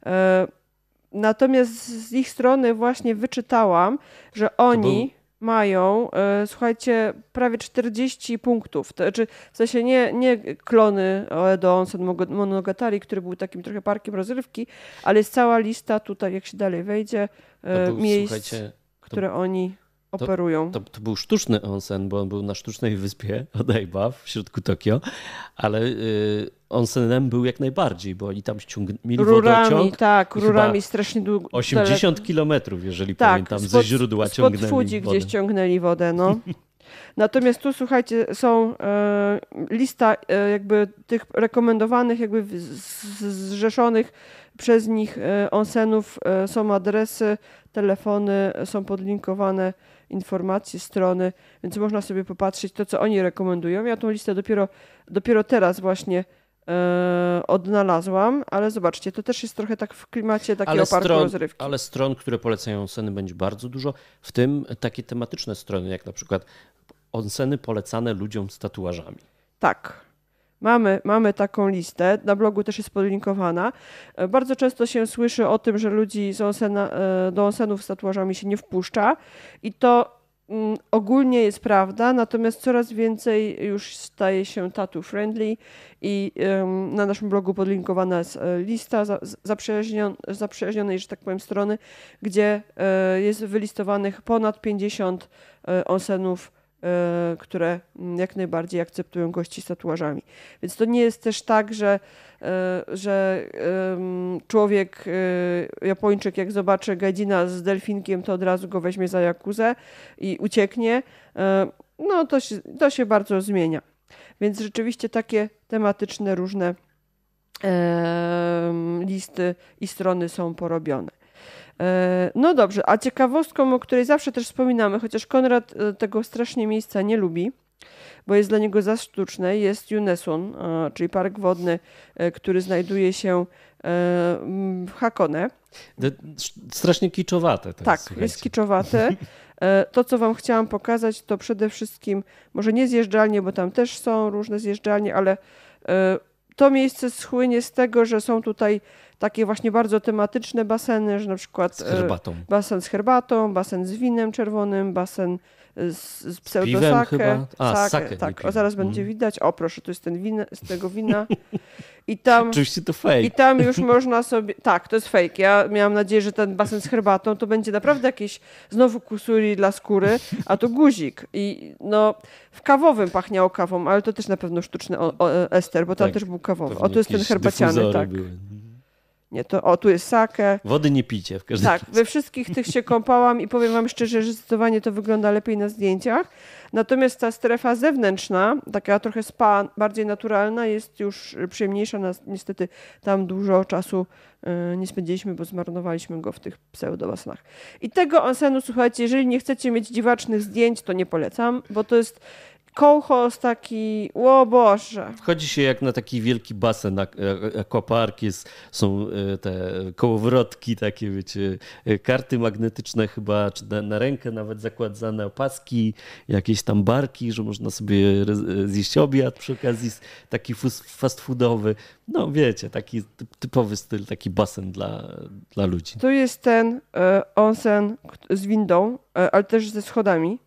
Natomiast z ich strony właśnie wyczytałam, że oni mają, słuchajcie, prawie 40 punktów. To znaczy, w sensie nie klony Oedo Onsen Monogatari, który był takim trochę parkiem rozrywki, ale jest cała lista tutaj, jak się dalej wejdzie, miejsc, które oni operują. To był sztuczny onsen, bo on był na sztucznej wyspie Odaiba w środku Tokio, ale onsenem był jak najbardziej, bo oni tam mieli wodociąg. Tak, rurami strasznie długo. 80 kilometrów, jeżeli pamiętam, ze źródła ciągnęli wodę. Spod Fudzi gdzieś ciągnęli wodę, no. Natomiast tu, słuchajcie, są lista jakby tych rekomendowanych, jakby zrzeszonych przez nich onsenów, są adresy, telefony, są podlinkowane informacje, strony, więc można sobie popatrzeć to, co oni rekomendują. Ja tą listę dopiero teraz właśnie odnalazłam, ale zobaczcie, to też jest trochę tak w klimacie takiego parku rozrywki. Ale stron, które polecają onseny, będzie bardzo dużo, w tym takie tematyczne strony, jak na przykład onseny polecane ludziom z tatuażami. Tak. Mamy taką listę, na blogu też jest podlinkowana. Bardzo często się słyszy o tym, że ludzi do onsenów z tatuażami się nie wpuszcza i to ogólnie jest prawda, natomiast coraz więcej już staje się tattoo friendly i na naszym blogu podlinkowana jest lista zaprzyjaźnionej, że tak powiem, strony, gdzie jest wylistowanych ponad 50 onsenów, które jak najbardziej akceptują gości z tatuażami. Więc to nie jest też tak, że człowiek, Japończyk, jak zobaczy gajdina z delfinkiem, to od razu go weźmie za jakuzę i ucieknie. No to się bardzo zmienia. Więc rzeczywiście takie tematyczne różne listy i strony są porobione. No dobrze, a ciekawostką, o której zawsze też wspominamy, chociaż Konrad tego strasznie miejsca nie lubi, bo jest dla niego za sztuczne, jest Yunesun, czyli park wodny, który znajduje się w Hakone. Strasznie kiczowate. Tak, jest kiczowate. To, co wam chciałam pokazać, to przede wszystkim, może nie zjeżdżalnie, bo tam też są różne zjeżdżalnie, ale to miejsce słynie z tego, że są tutaj takie właśnie bardzo tematyczne baseny, że na przykład basen z herbatą, basen z winem czerwonym, basen z pseudo-sake. Sake, tak, zaraz będzie widać. O proszę, to jest z tego wina. I tam, oczywiście to fake. I tam już można sobie... Tak, to jest fake. Ja miałam nadzieję, że ten basen z herbatą to będzie naprawdę jakieś znowu kusuri dla skóry, a to guzik. I no w kawowym pachniało kawą, ale to też na pewno sztuczny ester, bo tam też był kawowy. O, tu jest ten herbaciany, tak. Były. Nie, to tu jest sake. Wody nie picie w każdym razie. Tak, we wszystkich tych się kąpałam i powiem wam szczerze, że zdecydowanie to wygląda lepiej na zdjęciach. Natomiast ta strefa zewnętrzna, taka trochę spa, bardziej naturalna, jest już przyjemniejsza. Niestety tam dużo czasu nie spędziliśmy, bo zmarnowaliśmy go w tych pseudobasenach. I tego onsenu, słuchajcie, jeżeli nie chcecie mieć dziwacznych zdjęć, to nie polecam, bo to jest kołchoz taki, o Boże. Wchodzi się jak na taki wielki basen, aquapark, są te kołowrotki takie, wiecie, karty magnetyczne chyba, czy na rękę nawet zakładane, opaski, jakieś tam barki, że można sobie zjeść obiad przy okazji, taki fast foodowy. No wiecie, taki typowy styl, taki basen dla ludzi. Tu jest ten onsen z windą, ale też ze schodami.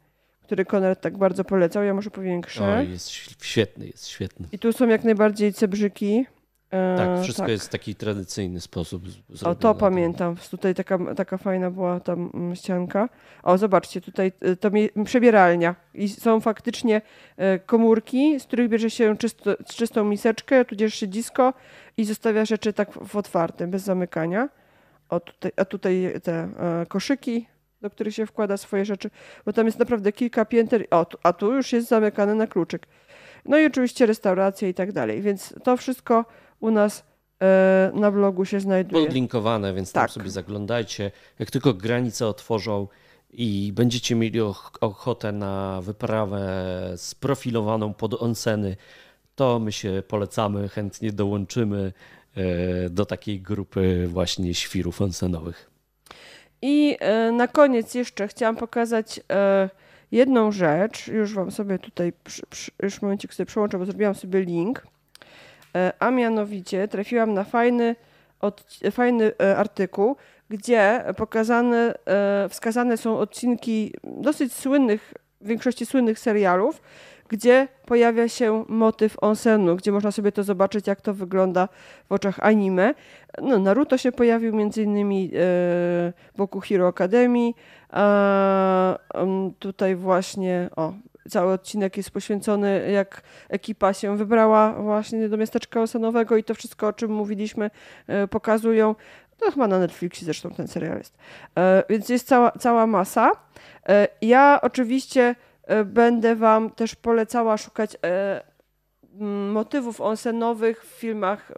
który Konrad tak bardzo polecał. Ja może powiększę. O, jest świetny, jest świetny. I tu są jak najbardziej cebrzyki. Tak, wszystko tak. jest w taki tradycyjny sposób zrobione. O, to pamiętam. Tutaj taka fajna była tam ścianka. O, zobaczcie, tutaj to przebieralnia. I są faktycznie komórki, z których bierze się czystą miseczkę, tudzież siedzisko i zostawia rzeczy tak w otwartym, bez zamykania. A tutaj te koszyki, do których się wkłada swoje rzeczy, bo tam jest naprawdę kilka pięter. A tu już jest zamykane na kluczyk. No i oczywiście restauracja i tak dalej. Więc to wszystko u nas na blogu się znajduje. Podlinkowane, więc tam sobie zaglądajcie. Jak tylko granice otworzą i będziecie mieli ochotę na wyprawę sprofilowaną pod onseny, to my się polecamy, chętnie dołączymy do takiej grupy właśnie świrów onsenowych. I na koniec jeszcze chciałam pokazać jedną rzecz. Już wam sobie tutaj, już momencik sobie przełączę, bo zrobiłam sobie link. A mianowicie trafiłam na fajny artykuł, gdzie wskazane są odcinki dosyć słynnych, w większości słynnych serialów, gdzie pojawia się motyw onsenu, gdzie można sobie to zobaczyć, jak to wygląda w oczach anime. No, Naruto się pojawił m.in. Boku Hero Academy. Tutaj właśnie cały odcinek jest poświęcony, jak ekipa się wybrała właśnie do miasteczka onsenowego i to wszystko, o czym mówiliśmy, pokazują. To chyba na Netflixie zresztą ten serial jest. Więc jest cała masa. Ja oczywiście będę wam też polecała szukać motywów onsenowych w filmach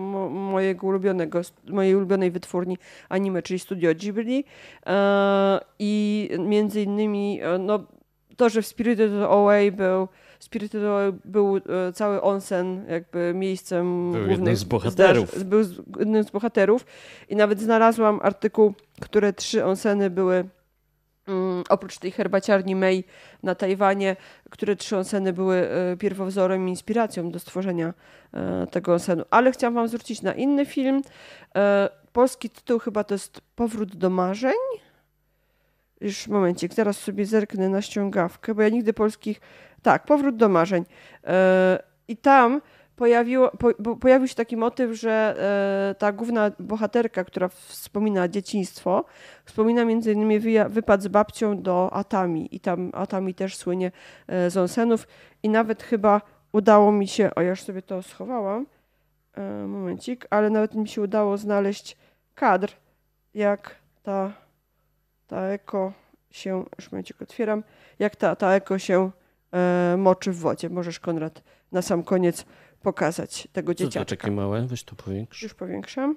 mojej ulubionej wytwórni anime, czyli Studio Ghibli. I między innymi to, że w Spirited Away był cały onsen jakby miejscem był głównych jednym z bohaterów. Był jednym z bohaterów i nawet znalazłam artykuł, które 3 onseny były oprócz tej herbaciarni Mei na Tajwanie, które 3 onseny były pierwowzorem i inspiracją do stworzenia tego onsenu. Ale chciałam wam zwrócić na inny film. Polski tytuł chyba to jest Powrót do marzeń. Już momencik, zaraz sobie zerknę na ściągawkę, bo ja nigdy polskich... Tak, Powrót do marzeń. I tam pojawił się taki motyw, że ta główna bohaterka, która wspomina dzieciństwo, wspomina między innymi wypad z babcią do Atami i tam Atami też słynie z onsenów i nawet chyba udało mi się, ja już sobie to schowałam, momencik, ale nawet mi się udało znaleźć kadr, jak ta eko się, już momencik otwieram, jak ta eko się moczy w wodzie. Możesz, Konrad, na sam koniec pokazać tego dzieciaczka. Co to takie małe? Weź to powiększ. Już powiększam.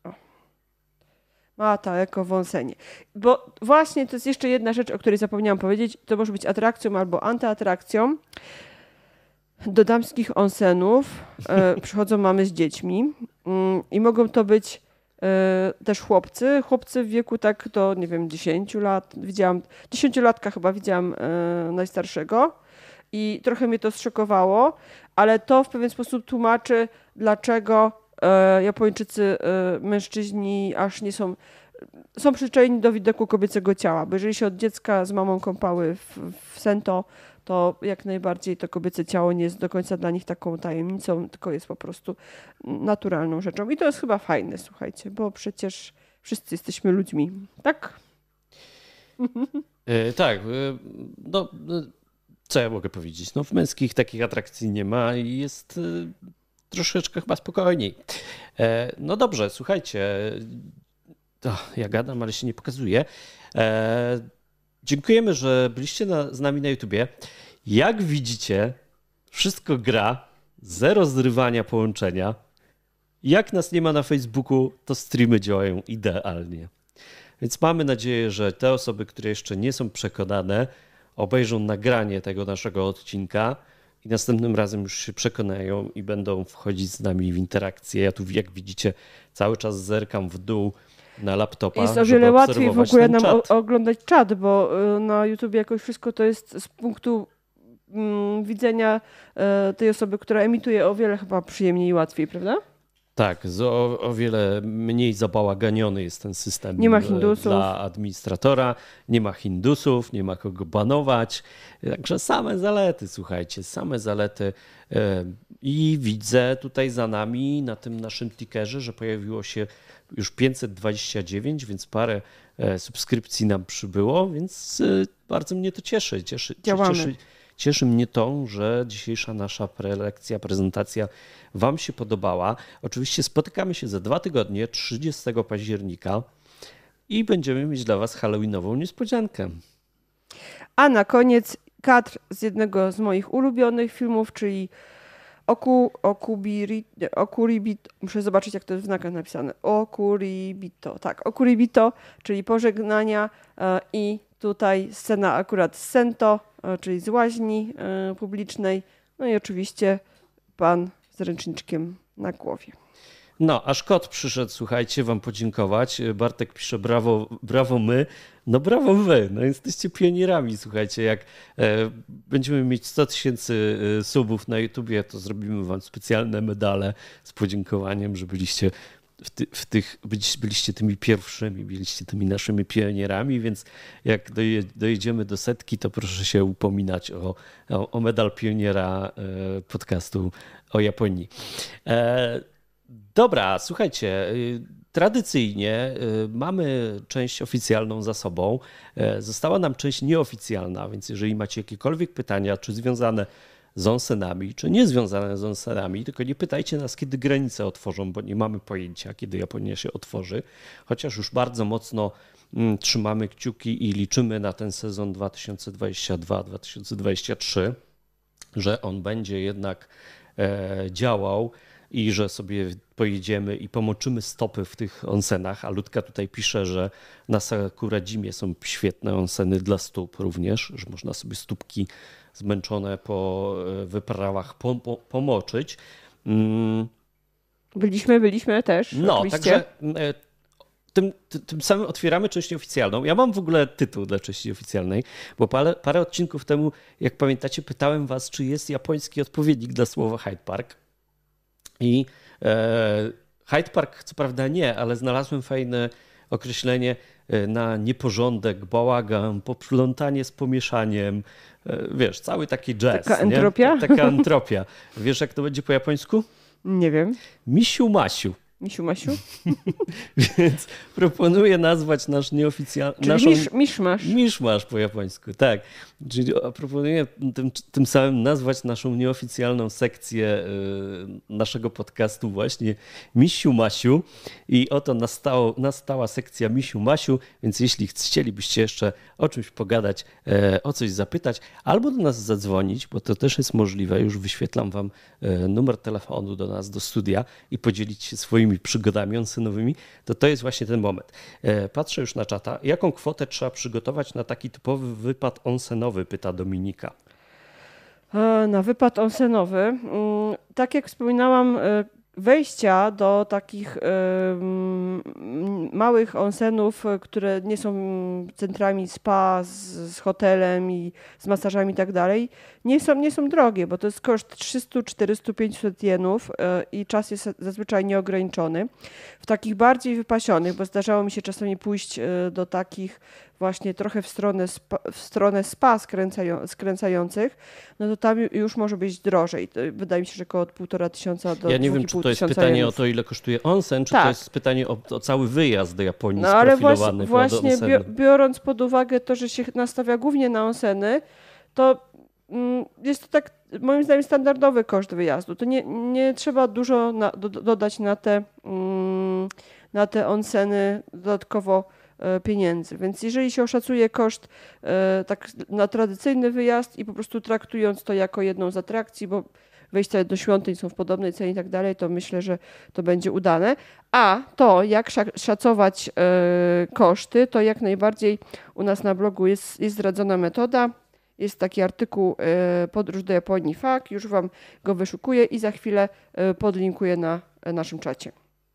Ma ta eko w onsenie. Bo właśnie to jest jeszcze jedna rzecz, o której zapomniałam powiedzieć. To może być atrakcją albo antyatrakcją. Do damskich onsenów przychodzą mamy z dziećmi i mogą to być też chłopcy w wieku tak do, nie wiem, 10 lat. 10-latka chyba widziałam najstarszego i trochę mnie to zszokowało, ale to w pewien sposób tłumaczy, dlaczego Japończycy, mężczyźni aż nie są przyzwyczajeni do widoku kobiecego ciała, bo jeżeli się od dziecka z mamą kąpały w sento, to jak najbardziej to kobiece ciało nie jest do końca dla nich taką tajemnicą, tylko jest po prostu naturalną rzeczą. I to jest chyba fajne, słuchajcie, bo przecież wszyscy jesteśmy ludźmi, tak? Tak, no co ja mogę powiedzieć? No w męskich takich atrakcji nie ma i jest troszeczkę chyba spokojniej. No dobrze, słuchajcie, ja gadam, ale się nie pokazuję. Dziękujemy, że byliście z nami na YouTubie. Jak widzicie, wszystko gra, zero zrywania połączenia. Jak nas nie ma na Facebooku, to streamy działają idealnie. Więc mamy nadzieję, że te osoby, które jeszcze nie są przekonane, obejrzą nagranie tego naszego odcinka i następnym razem już się przekonają i będą wchodzić z nami w interakcję. Ja tu, jak widzicie, cały czas zerkam w dół na laptopa. Jest o wiele łatwiej w ogóle nam oglądać czat, bo na YouTube jakoś wszystko to jest z punktu widzenia tej osoby, która emituje, o wiele chyba przyjemniej i łatwiej, prawda? Tak, o wiele mniej zabałaganiony jest ten system. Nie ma Hindusów. Dla administratora, nie ma Hindusów, nie ma kogo banować. Także same zalety, słuchajcie, same zalety. I widzę tutaj za nami na tym naszym tickerze, że pojawiło się już 529, więc parę subskrypcji nam przybyło, więc bardzo mnie to cieszy. Cieszy mnie to, że dzisiejsza nasza prelekcja, prezentacja Wam się podobała. Oczywiście spotykamy się za 2 tygodnie, 30 października i będziemy mieć dla Was halloweenową niespodziankę. A na koniec kadr z jednego z moich ulubionych filmów, czyli Okuribito, muszę zobaczyć, jak to jest w znakach napisane. Okuribito, czyli pożegnania i tutaj scena akurat z Sento, czyli z łaźni publicznej. No i oczywiście pan z ręczniczkiem na głowie. No, aż kot przyszedł, słuchajcie, wam podziękować. Bartek pisze, brawo my. No brawo wy, no jesteście pionierami, słuchajcie. Jak będziemy mieć 100 000 subów na YouTubie, to zrobimy wam specjalne medale z podziękowaniem, że byliście byliście tymi pierwszymi, byliście tymi naszymi pionierami, więc jak dojedziemy do 100, to proszę się upominać o medal pioniera podcastu o Japonii. Dobra, słuchajcie, tradycyjnie mamy część oficjalną za sobą. Została nam część nieoficjalna, więc jeżeli macie jakiekolwiek pytania, czy związane z onsenami, czy nie związane z onsenami, tylko nie pytajcie nas, kiedy granice otworzą, bo nie mamy pojęcia, kiedy Japonia się otworzy, chociaż już bardzo mocno trzymamy kciuki i liczymy na ten sezon 2022-2023, że on będzie jednak działał i że sobie pojedziemy i pomoczymy stopy w tych onsenach. A Ludka tutaj pisze, że na Sakuradzimie są świetne onseny dla stóp również, że można sobie stópki zmęczone po wyprawach pomoczyć. Byliśmy też. No, oczywiście. Także tym samym otwieramy część oficjalną. Ja mam w ogóle tytuł dla części oficjalnej, bo parę odcinków temu, jak pamiętacie, pytałem was, czy jest japoński odpowiednik dla słowa Hyde Park. I Hyde Park co prawda nie, ale znalazłem fajne określenie na nieporządek, bałagan, poplątanie z pomieszaniem. Wiesz, cały taki jazz. Taka entropia? Nie? Taka entropia. Wiesz, jak to będzie po japońsku? Nie wiem. Misiu-masiu. Misiu-masiu? Więc proponuję nazwać nasz nieoficjalny... Miszmasz. Miszmasz po japońsku, tak. Czyli proponuję tym samym nazwać naszą nieoficjalną sekcję naszego podcastu właśnie Misiu-Masiu. I oto nastała sekcja Misiu-Masiu, więc jeśli chcielibyście jeszcze o czymś pogadać, o coś zapytać, albo do nas zadzwonić, bo to też jest możliwe, już wyświetlam wam numer telefonu do nas, do studia i podzielić się swoimi przygodami onsenowymi, to jest właśnie ten moment. Patrzę już na czata. Jaką kwotę trzeba przygotować na taki typowy wypad onsenowy, pyta Dominika. Na wypad onsenowy. Tak jak wspominałam, wejścia do takich małych onsenów, które nie są centrami spa z hotelem i z masażami i tak dalej, nie są drogie, bo to jest koszt 300, 400, 500 jenów i czas jest zazwyczaj nieograniczony. W takich bardziej wypasionych, bo zdarzało mi się czasami pójść do takich właśnie trochę w stronę spa skręcających, no to tam już może być drożej. Wydaje mi się, że około 1500 do 2500 Ja nie wiem, czy to jest pytanie jenów. O to, ile kosztuje onsen, czy tak. To jest pytanie o cały wyjazd do Japonii ale sprofilowany. Właśnie biorąc pod uwagę to, że się nastawia głównie na onseny, to jest to tak moim zdaniem standardowy koszt wyjazdu. To nie trzeba dużo dodać na te onseny dodatkowo pieniędzy. Więc jeżeli się oszacuje koszt tak na tradycyjny wyjazd i po prostu traktując to jako jedną z atrakcji, bo wejścia do świątyń są w podobnej cenie i tak dalej, to myślę, że to będzie udane. A to, jak szacować koszty, to jak najbardziej u nas na blogu jest zdradzona metoda. Jest taki artykuł Podróż do Japonii FAQ, już wam go wyszukuję i za chwilę podlinkuję na naszym czacie.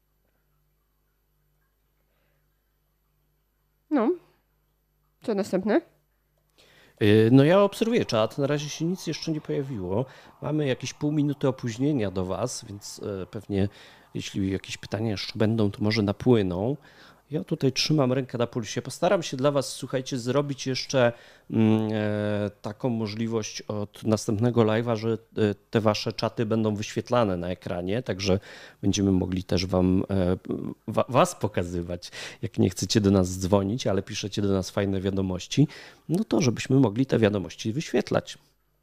No, co następne? No ja obserwuję czat, na razie się nic jeszcze nie pojawiło. Mamy jakieś pół minuty opóźnienia do was, więc pewnie jeśli jakieś pytania jeszcze będą, to może napłyną. Ja tutaj trzymam rękę na pulsie. Postaram się dla Was, słuchajcie, zrobić jeszcze taką możliwość od następnego live'a, że te Wasze czaty będą wyświetlane na ekranie, także będziemy mogli też Was pokazywać, jak nie chcecie do nas dzwonić, ale piszecie do nas fajne wiadomości, no to żebyśmy mogli te wiadomości wyświetlać.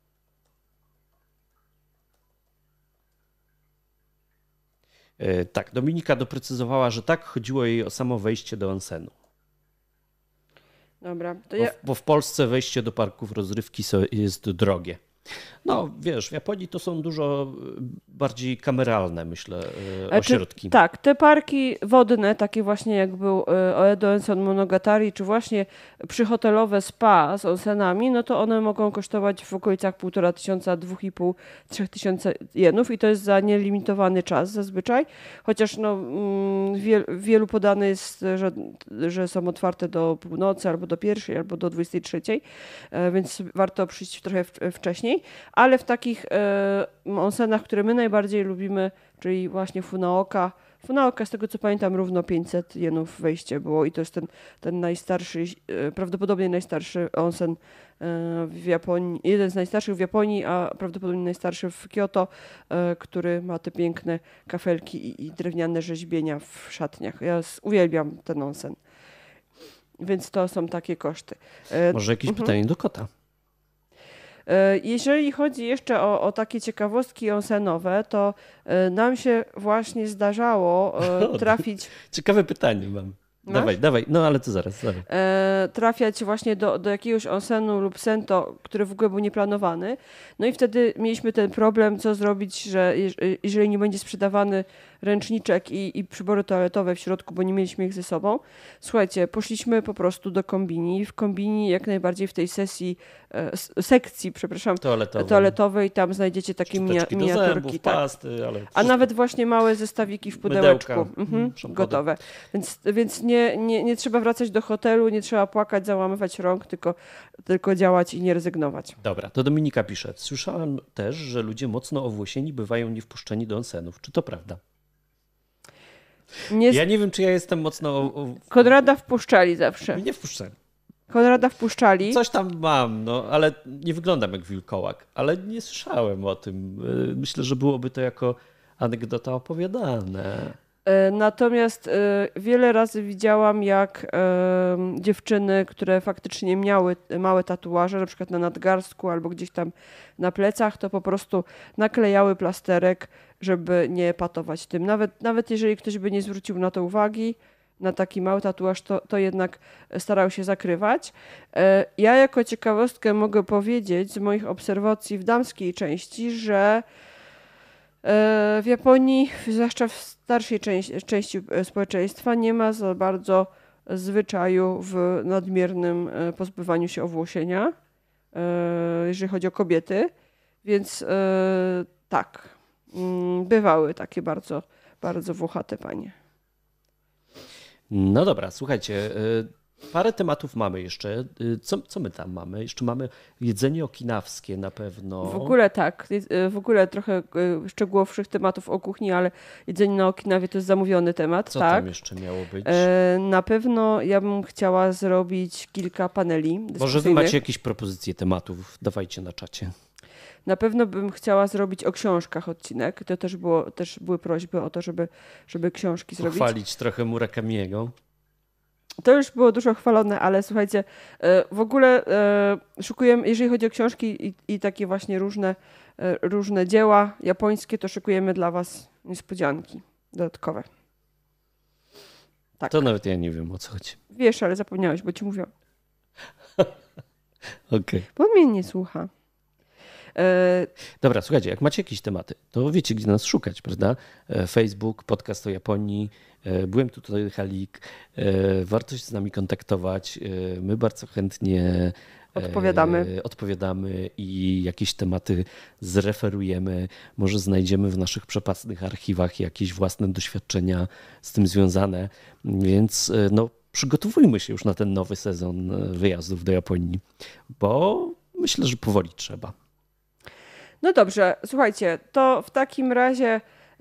Tak, Dominika doprecyzowała, że tak, chodziło jej o samo wejście do onsenu. Dobra. To bo w Polsce wejście do parków rozrywki jest drogie. No wiesz, w Japonii to są dużo bardziej kameralne, myślę, ośrodki. Tak, te parki wodne, takie właśnie jak był Oedo Onsen Monogatari, czy właśnie przyhotelowe spa z onsenami, no to one mogą kosztować w okolicach 1500, 2,5, 3000 jenów i to jest za nielimitowany czas zazwyczaj, chociaż no, wielu podane jest, że są otwarte do północy, albo do 1, albo do 23, więc warto przyjść trochę wcześniej. Ale w takich onsenach, które my najbardziej lubimy, czyli właśnie Funaoka, z tego co pamiętam równo 500 jenów wejście było i to jest ten najstarszy, prawdopodobnie najstarszy onsen w Japonii, jeden z najstarszych w Japonii, a prawdopodobnie najstarszy w Kyoto, który ma te piękne kafelki i drewniane rzeźbienia w szatniach. Ja uwielbiam ten onsen, więc to są takie koszty. Może jakieś pytanie do kota? Jeżeli chodzi jeszcze o takie ciekawostki onsenowe, to nam się właśnie zdarzało trafić... Ciekawe pytanie mam. Dawaj, no ale to zaraz. Trafiać właśnie do jakiegoś onsenu lub sento, który w ogóle był nieplanowany. No i wtedy mieliśmy ten problem, co zrobić, że jeżeli nie będzie sprzedawany ręczniczek i przybory toaletowe w środku, bo nie mieliśmy ich ze sobą. Słuchajcie, poszliśmy po prostu do kombini. W kombini jak najbardziej w tej sekcji toaletowej, tam znajdziecie takie miniaturki. Pasty, ale a nawet właśnie małe zestawiki w pudełeczku. Gotowe. Więc nie trzeba wracać do hotelu, nie trzeba płakać, załamywać rąk, tylko działać i nie rezygnować. Dobra, to Dominika pisze. Słyszałam też, że ludzie mocno owłosieni bywają niewpuszczeni do onsenów. Czy to prawda? Ja nie wiem, czy ja jestem mocno... Konrada wpuszczali zawsze. Nie wpuszczali. Konrada wpuszczali. Coś tam mam, no, ale nie wyglądam jak wilkołak. Ale nie słyszałem o tym. Myślę, że byłoby to jako anegdota opowiadane. Natomiast wiele razy widziałam, jak dziewczyny, które faktycznie miały małe tatuaże, na przykład na nadgarstku albo gdzieś tam na plecach, to po prostu naklejały plasterek, żeby nie epatować tym. Nawet jeżeli ktoś by nie zwrócił na to uwagi, na taki mały tatuaż, to jednak starał się zakrywać. Ja jako ciekawostkę mogę powiedzieć z moich obserwacji w damskiej części, że w Japonii, zwłaszcza w starszej części społeczeństwa, nie ma za bardzo zwyczaju w nadmiernym pozbywaniu się owłosienia, jeżeli chodzi o kobiety. Więc tak, bywały takie bardzo, bardzo włochate panie. No dobra, słuchajcie, parę tematów mamy jeszcze. Co my tam mamy? Jeszcze mamy jedzenie okinawskie na pewno. W ogóle tak. W ogóle trochę szczegółowszych tematów o kuchni, ale jedzenie na Okinawie to jest zamówiony temat. Co tak? tam jeszcze miało być? Na pewno ja bym chciała zrobić kilka paneli dyskusyjnych. Może wy macie jakieś propozycje tematów? Dawajcie na czacie. Na pewno bym chciała zrobić o książkach odcinek. To też były prośby o to, żeby książki zrobić. Pochwalić trochę Murakamiego. To już było dużo chwalone, ale słuchajcie, w ogóle szykujemy, jeżeli chodzi o książki i takie właśnie różne dzieła japońskie, to szykujemy dla was niespodzianki dodatkowe. Tak. To nawet ja nie wiem, o co chodzi. Wiesz, ale zapomniałeś, bo ci mówiłam. Okej. Bo mnie nie słucha. Dobra, słuchajcie, jak macie jakieś tematy, to wiecie, gdzie nas szukać, prawda? Facebook, podcast o Japonii, byłem tutaj Halik, warto się z nami kontaktować, my bardzo chętnie odpowiadamy i jakieś tematy zreferujemy, może znajdziemy w naszych przepasnych archiwach jakieś własne doświadczenia z tym związane, więc no, przygotowujmy się już na ten nowy sezon wyjazdów do Japonii, bo myślę, że powoli trzeba. No dobrze, słuchajcie, to w takim razie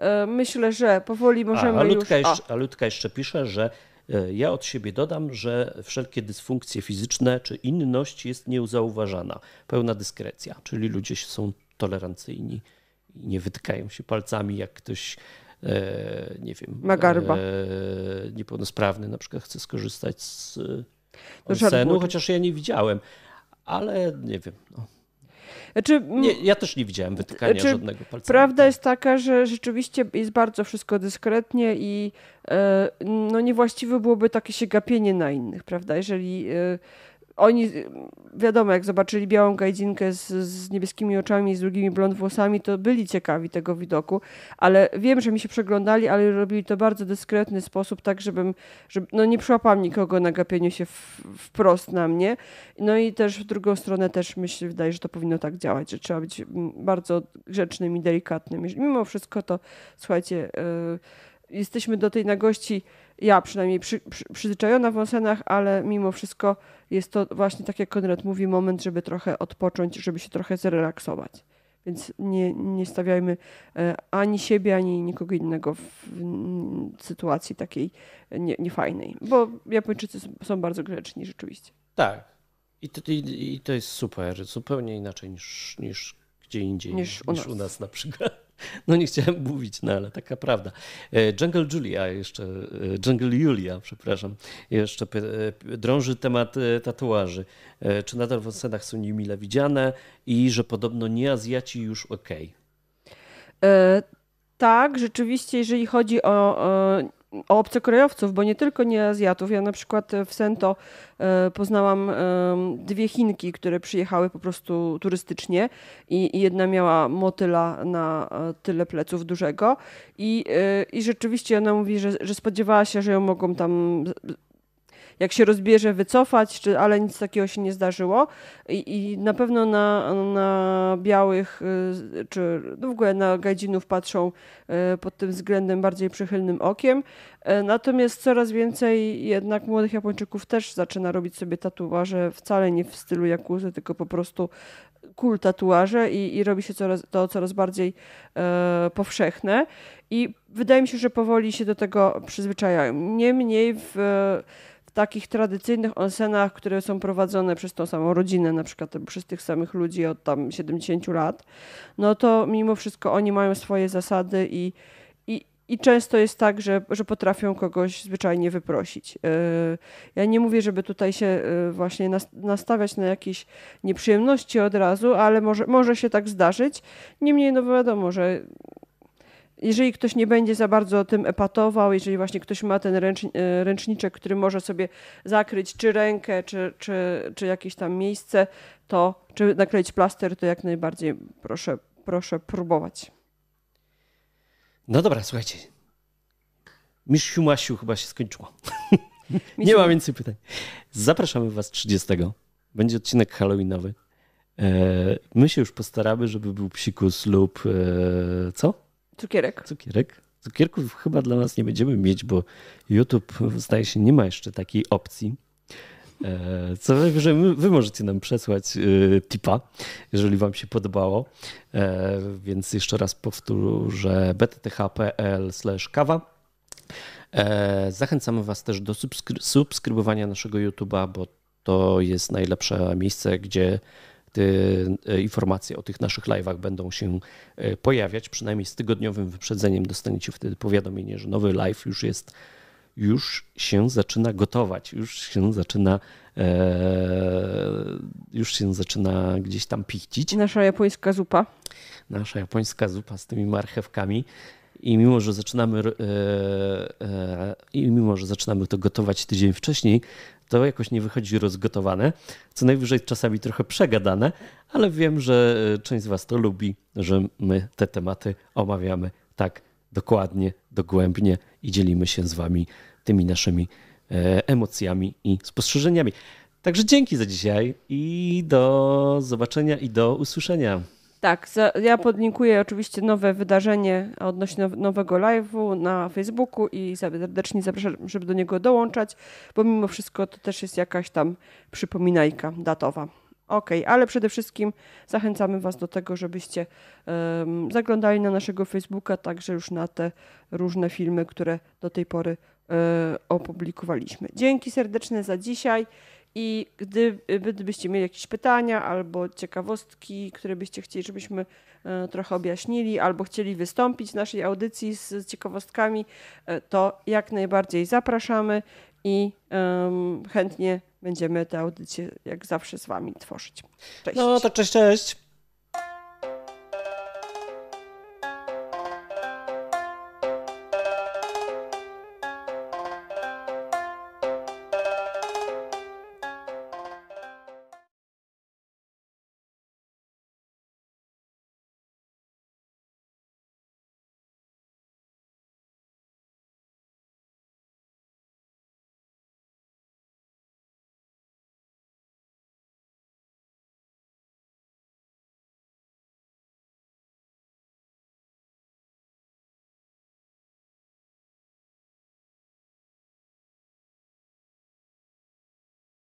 myślę, że powoli możemy A Ludka jeszcze pisze, że ja od siebie dodam, że wszelkie dysfunkcje fizyczne czy inność jest niezauważana. Pełna dyskrecja, czyli ludzie są tolerancyjni i nie wytykają się palcami, jak ktoś, nie wiem, ma garba. Niepełnosprawny na przykład chce skorzystać z onsenu, chociaż ja nie widziałem, ale nie wiem. No. Ja też nie widziałem wytykania żadnego palca. Prawda jest taka, że rzeczywiście jest bardzo wszystko dyskretnie i niewłaściwe byłoby takie się gapienie na innych, prawda? Jeżeli oni, wiadomo, jak zobaczyli białą gajdzinkę z niebieskimi oczami i z długimi blond włosami, to byli ciekawi tego widoku, ale wiem, że mi się przeglądali, ale robili to w bardzo dyskretny sposób, tak żeby nie przyłapałam nikogo na gapieniu się wprost na mnie. No i też w drugą stronę też wydaje, że to powinno tak działać, że trzeba być bardzo grzecznym i delikatnym. Mimo wszystko to, słuchajcie, jesteśmy do tej nagości, ja przynajmniej przyzwyczajona w onsenach, ale mimo wszystko jest to właśnie, tak jak Konrad mówi, moment, żeby trochę odpocząć, żeby się trochę zrelaksować. Więc nie stawiajmy ani siebie, ani nikogo innego w sytuacji takiej niefajnej, bo Japończycy są bardzo grzeczni rzeczywiście. Tak. I to jest super. Zupełnie inaczej niż gdzie indziej. Niż u nas na przykład. No nie chciałem mówić, ale taka prawda. Jungle Julia, jeszcze drąży temat tatuaży. Czy nadal w onsenach są niemile widziane i że podobno nie Azjaci już okej? Tak, rzeczywiście, jeżeli chodzi o obcokrajowców, bo nie tylko nie Azjatów. Ja na przykład w Sento poznałam 2 Chinki, które przyjechały po prostu turystycznie i jedna miała motyla na tyle pleców dużego i rzeczywiście ona mówi, że spodziewała się, że ją mogą tam, jak się rozbierze, wycofać, ale nic takiego się nie zdarzyło. I na pewno na białych, czy w ogóle na gajdzinów patrzą pod tym względem bardziej przychylnym okiem. Natomiast coraz więcej jednak młodych Japończyków też zaczyna robić sobie tatuaże wcale nie w stylu jakuzy, tylko po prostu cool tatuaże i robi się coraz bardziej powszechne. I wydaje mi się, że powoli się do tego przyzwyczajają. Niemniej w takich tradycyjnych onsenach, które są prowadzone przez tą samą rodzinę, na przykład przez tych samych ludzi od tam 70 lat, no to mimo wszystko oni mają swoje zasady i często jest tak, że potrafią kogoś zwyczajnie wyprosić. Ja nie mówię, żeby tutaj się właśnie nastawiać na jakieś nieprzyjemności od razu, ale może się tak zdarzyć. Niemniej no wiadomo, że jeżeli ktoś nie będzie za bardzo tym epatował, jeżeli właśnie ktoś ma ten ręczniczek, który może sobie zakryć czy rękę, czy jakieś tam miejsce, czy nakleić plaster, to jak najbardziej proszę próbować. No dobra, słuchajcie. Misiu Masiu chyba się skończyło. Nie ma więcej pytań. Zapraszamy was 30. Będzie odcinek halloweenowy. My się już postaramy, żeby był psikus lub co? Cukierek. Cukierków chyba dla nas nie będziemy mieć, bo YouTube, zdaje się, nie ma jeszcze takiej opcji. Co najwyżej wy możecie nam przesłać tipa, jeżeli wam się podobało. Więc jeszcze raz powtórzę btth.pl/kawa. Zachęcamy was też do subskrybowania naszego YouTube'a, bo to jest najlepsze miejsce, gdzie informacje o tych naszych live'ach będą się pojawiać. Przynajmniej z tygodniowym wyprzedzeniem dostaniecie wtedy powiadomienie, że nowy live już się zaczyna gotować, już się zaczyna gdzieś tam pichcić. Nasza japońska zupa z tymi marchewkami. I mimo, że zaczynamy to gotować tydzień wcześniej, to jakoś nie wychodzi rozgotowane. Co najwyżej czasami trochę przegadane, ale wiem, że część z was to lubi, że my te tematy omawiamy tak dokładnie, dogłębnie i dzielimy się z wami tymi naszymi emocjami i spostrzeżeniami. Także dzięki za dzisiaj i do zobaczenia i do usłyszenia. Tak, ja podlinkuję oczywiście nowe wydarzenie odnośnie nowego live'u na Facebooku i serdecznie zapraszam, żeby do niego dołączać, bo mimo wszystko to też jest jakaś tam przypominajka datowa. Okej, ale przede wszystkim zachęcamy Was do tego, żebyście zaglądali na naszego Facebooka, także już na te różne filmy, które do tej pory opublikowaliśmy. Dzięki serdeczne za dzisiaj i gdybyście mieli jakieś pytania albo ciekawostki, które byście chcieli, żebyśmy trochę objaśnili, albo chcieli wystąpić w naszej audycji z ciekawostkami, to jak najbardziej zapraszamy i chętnie będziemy te audycje jak zawsze z Wami tworzyć. Cześć. No to cześć.